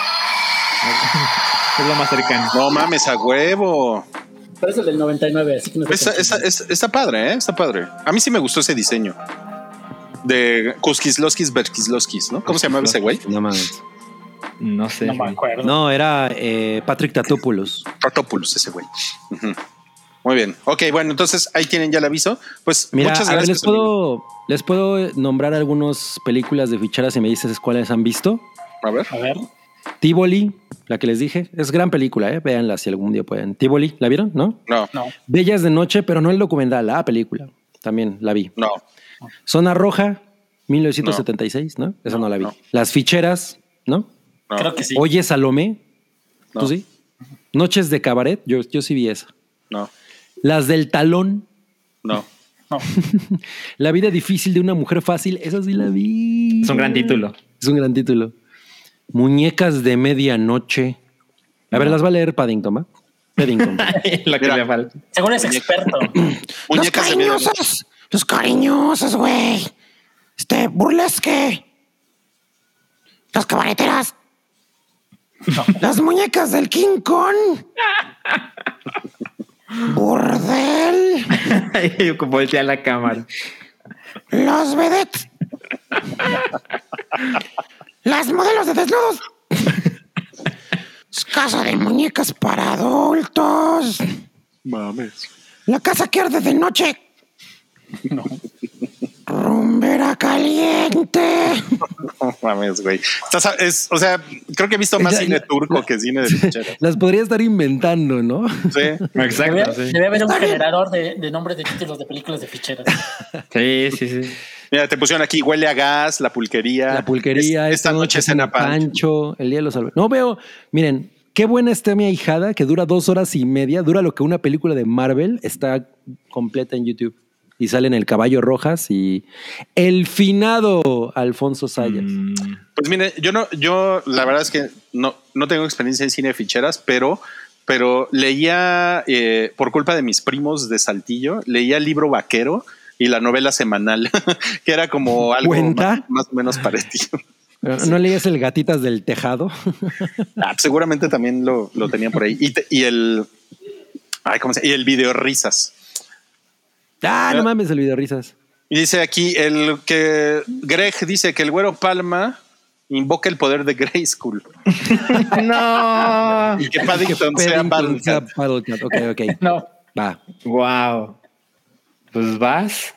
Es lo más cercano. No mames, a huevo. Pero es el del noventa y nueve, así que no Está, está está, está- está padre, ¿eh? Está padre. A mí sí me gustó ese diseño. De Kuskisloskis Berkisloskis, ¿no? ¿Cómo se llamaba ese güey? No mames. No sé. No me acuerdo. No, era eh, Patrick Tatopoulos. Protopoulos, ese güey. Ujú. Muy bien. Ok, bueno, entonces ahí tienen ya el aviso. Pues Mira, muchas a ver, gracias. les puedo, les puedo nombrar algunas películas de ficheras y me dices cuáles han visto. amigo. A ver. A ver. Tivoli, la que les dije, es gran película, ¿eh? Véanla si algún día pueden. Tivoli, ¿la vieron? ¿No? No, No. Bellas de noche, pero no el documental, la película. También la vi. no. Zona Roja, mil novecientos setenta y seis, ¿no? Esa no, la vi. no. Las ficheras, ¿no? no. Creo que sí. Oye, Salomé, No. ¿tú sí? Noches de cabaret, yo, yo sí vi esa. No, Las del talón, no. No. La vida difícil de una mujer fácil, esa sí la vi. Es un gran título. Es un gran título. Muñecas de medianoche. A ver, las va a leer Paddington, ¿va? Paddington. Lo que Mira. le falta. Según es experto. Los Muñecas de medianoche. cariñosos. Los cariñosos, güey. Este, burlesque. Las cabareteras. Las muñecas del King Kong. Bordel. Y voltea la cámara. Los vedettes. Las modelos de desnudos. Casa de muñecas para adultos. Mames. La casa que arde de noche. Rumbera caliente. No mames, güey. Estás- es- o sea, creo que he visto más Ya, cine ya. turco que cine de ficheras. Las podría estar inventando, ¿no? Sí. Debe, Exacto. Sí, debe haber un generador de, de nombres de títulos de películas de ficheras. sí, sí. sí. Mira, te pusieron aquí: huele a gas, la pulquería. La pulquería, Es- esta noche cena Pancho. Pancho, el día de los salvajes. No veo, miren, qué buena está mi ahijada, que dura dos horas y media, dura lo que una película de Marvel está completa en YouTube. Y salen el Caballo Rojas y el finado Alfonso Sayas. Mm, Pues mire, yo no, yo la verdad es que no, no tengo experiencia en cine de ficheras, pero, pero leía eh, por culpa de mis primos de Saltillo, leía el libro vaquero y la novela semanal, que era como algo más, más o menos parecido. ¿No sí. leías el Gatitas del Tejado? Ah, seguramente también lo, lo tenían por ahí. Y, te, y el ay, ¿cómo se llama? Y el video risas. Ah, no mames, el video risas. Y dice aquí el que Greg dice que el Güero Palma invoca el poder de Grayskull. No. Y que Paddington, que sea Paddlecat. Paddlecat. Ok, ok. No. Va. Wow. Pues vas.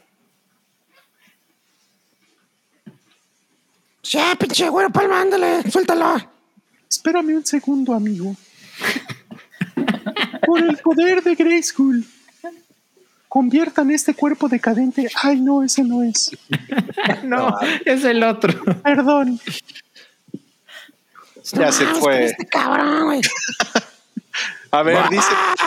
Ya, pinche Güero Palma, ándale, suéltalo. Espérame un segundo, amigo. Por el poder de Grayskull, conviertan este cuerpo decadente. Ay, no, ese no es. No, no, es el otro. Perdón. Ya no, se fue. Este cabrón, güey. A ver, dice.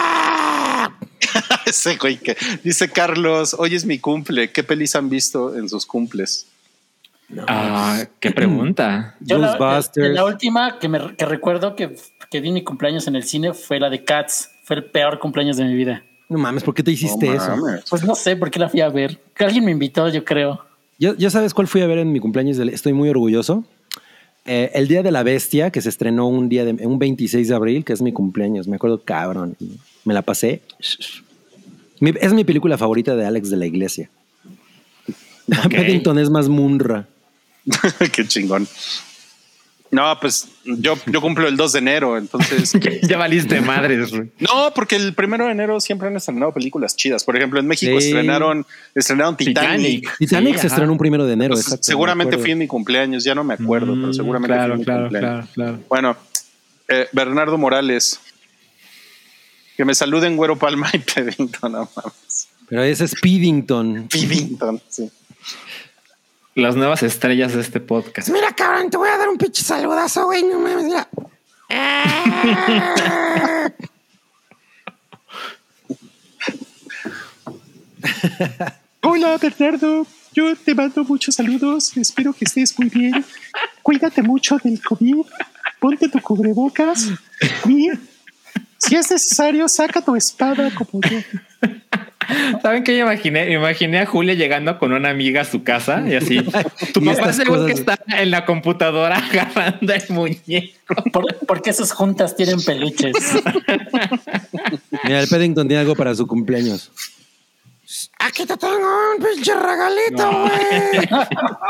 Ese güey que dice Carlos, hoy es mi cumple. ¿Qué pelis han visto en sus cumples? No. Ah, qué pregunta. Yo la, la, la última que me que recuerdo que, que vi mi cumpleaños en el cine fue la de Cats. Fue el peor cumpleaños de mi vida. No mames, ¿por qué te hiciste no, eso? Pues no sé por qué la fui a ver. Que alguien me invitó, yo creo. ¿Ya, ya sabes cuál fui a ver en mi cumpleaños? Estoy muy orgulloso. Eh, el Día de la Bestia, que se estrenó un día de un veintiséis de abril, que es mi cumpleaños. Me acuerdo, cabrón. Me la pasé. Es mi película favorita de Alex de la Iglesia. Okay. Paddington es más Munra. Qué chingón. No, pues yo, yo cumplo el dos de enero, entonces... Ya valiste madres. No, porque el primero de enero siempre han estrenado películas chidas. Por ejemplo, en México sí. estrenaron, estrenaron Titanic. Titanic, Titanic sí, se estrenó un primero de enero. Pues, exacto, seguramente fui en mi cumpleaños, ya no me acuerdo, mm, pero seguramente claro, fui en mi claro, cumpleaños. Claro, claro. Bueno, eh, Bernardo Morales. Que me saluden Güero Palma y Paddington, no mames. Pero ese es Paddington. Paddington, sí. Las nuevas estrellas de este podcast. Mira, cabrón, te voy a dar un pinche saludazo, güey. No mames, mira. Hola, Bernardo. Yo te mando muchos saludos. Espero que estés muy bien. Cuídate mucho del COVID. Ponte tu cubrebocas. Y si es necesario, saca tu espada como yo. ¿Saben qué? Yo imaginé, imaginé a Julia llegando con una amiga a su casa y así. Tu papá seguro cosas... que está en la computadora agarrando el muñeco. ¿Por, porque sus juntas tienen peluches? Mira, el Paddington tiene algo para su cumpleaños. Aquí te tengo un pinche regalito, güey. No.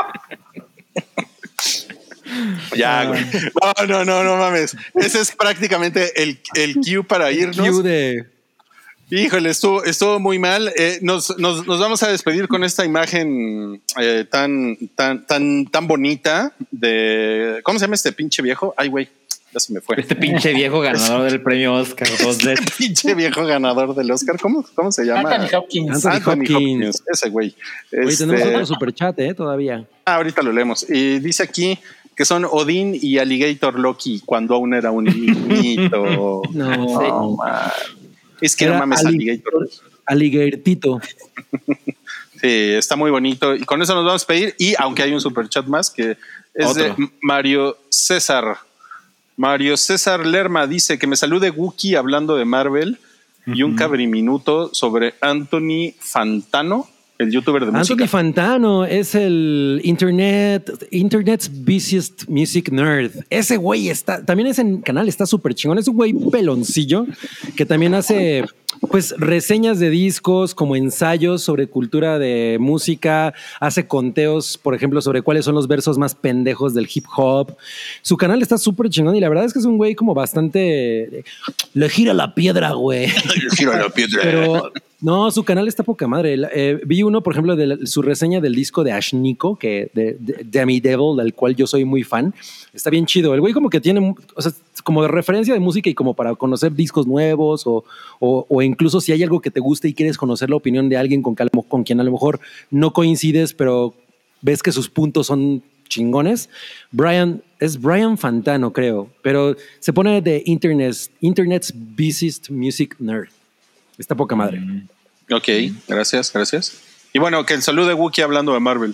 Ya, güey. No, no, no, no mames. Ese es prácticamente el, el cue para irnos. El cue de... Híjole, estuvo, estuvo muy mal. Eh, nos, nos, nos vamos a despedir con esta imagen eh, tan, tan, tan, tan bonita de. ¿Cómo se llama este pinche viejo? Ay, güey, ya se me fue. Este pinche viejo ganador del premio Oscar. Este pinche viejo ganador del Oscar. ¿Cómo, cómo se llama? Anthony Hopkins. Anthony, Anthony Hopkins. Hopkins. Ese güey. Oye, este... tenemos otro superchat, ¿eh? Todavía. Ah, ahorita lo leemos. Y dice aquí que son Odín y Alligator Loki cuando aún era un niñito. No, no man. Es que era no mames, Alligator. Alligatortito. Sí, está muy bonito. Y con eso nos vamos a pedir. Y aunque hay un superchat más que es Otro. de Mario César. Mario César Lerma dice que me salude Wookie hablando de Marvel uh-huh. y un cabriminuto sobre Anthony Fantano, el youtuber de Anthony música. Anthony Fantano es el internet, internet's busiest music nerd. Ese güey está, también ese canal está súper chingón. Es un güey peloncillo que también hace pues reseñas de discos, como ensayos sobre cultura de música, hace conteos, por ejemplo, sobre cuáles son los versos más pendejos del hip hop. Su canal está súper chingón y la verdad es que es un güey como bastante... Le gira la piedra, güey. Le gira la piedra. Pero... No, su canal está poca madre. Eh, vi uno, por ejemplo, de la, su reseña del disco de Ashniko, que de, de Demi Devil, del cual yo soy muy fan. Está bien chido. El güey como que tiene, o sea, como de referencia de música y como para conocer discos nuevos o, o, o incluso si hay algo que te guste y quieres conocer la opinión de alguien con, con quien a lo mejor no coincides, pero ves que sus puntos son chingones. Brian, es Brian Fantano, creo, pero se pone de Internet, Internet's Busiest Music Nerd. Está poca madre. Ok, gracias, gracias. Y bueno, que el saludo de Wookie hablando de Marvel.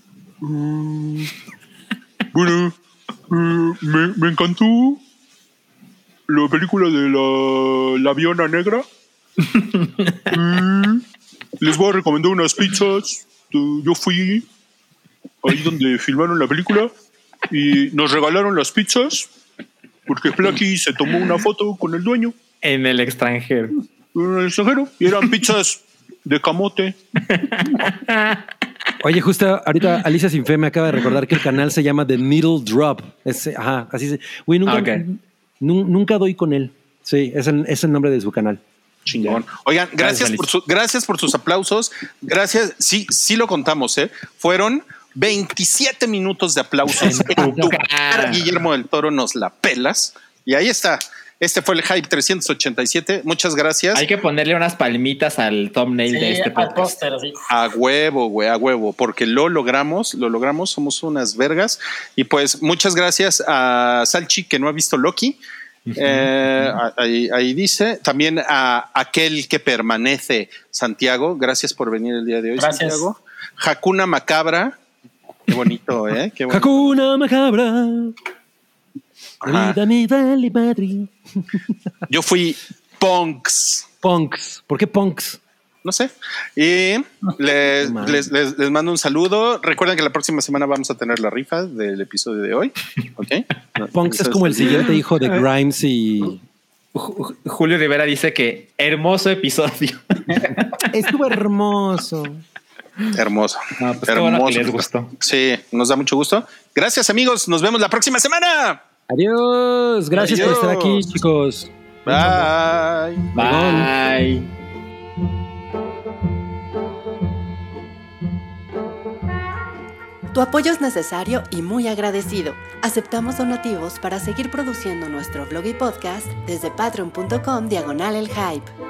Mm, bueno, eh, me, me encantó la película de la, la aviona negra. mm, les voy a recomendar unas pizzas. Yo fui ahí donde filmaron la película y nos regalaron las pizzas porque Flaky se tomó una foto con el dueño. En el extranjero. En el extranjero. Y eran pizzas de camote. Oye, justo ahorita Alicia Sin Fe me acaba de recordar que el canal se llama The Middle Drop. Es, ajá, así se. Güey, nunca, Okay. nu- nunca doy con él. Sí, es el, es el nombre de su canal. Chingón. Oigan, gracias, Gracias, por su- gracias por sus aplausos. Gracias. Sí, sí lo contamos, ¿eh? Fueron veintisiete minutos de aplausos. En tu cara, Guillermo del Toro, nos la pelas. Y ahí está. Este fue el Hype trescientos ochenta y siete. Muchas gracias. Hay que ponerle unas palmitas al thumbnail Sí, de este al podcast. póster, así. A huevo, güey, a huevo, porque lo logramos, lo logramos, somos unas vergas. Y pues muchas gracias a Salchi, que no ha visto Loki. Eh, ahí, ahí dice. También a aquel que permanece, Santiago. Gracias por venir el día de hoy, Gracias. Santiago. Hakuna Macabra. Qué bonito, ¿eh? Qué bonito. Hakuna Macabra. Ajá. Vida me vale madre. Yo fui Punks. Punks. ¿Por qué punks? No sé. Y les, No les, les, les mando un saludo. Recuerden que la próxima semana vamos a tener la rifa del episodio de hoy. ¿Ok? Punks es como el siguiente hijo de Grimes y... Ju- Julio Rivera dice que hermoso episodio. Estuvo hermoso. Hermoso. No, pues qué bueno que les gustó. Sí, nos da mucho gusto. Gracias, amigos. Nos vemos la próxima semana. Adiós. Gracias Adiós. por estar aquí, chicos. Bye. Bye. Tu apoyo es necesario y muy agradecido. Aceptamos donativos para seguir produciendo nuestro blog y podcast desde patreon punto com diagonal el hype.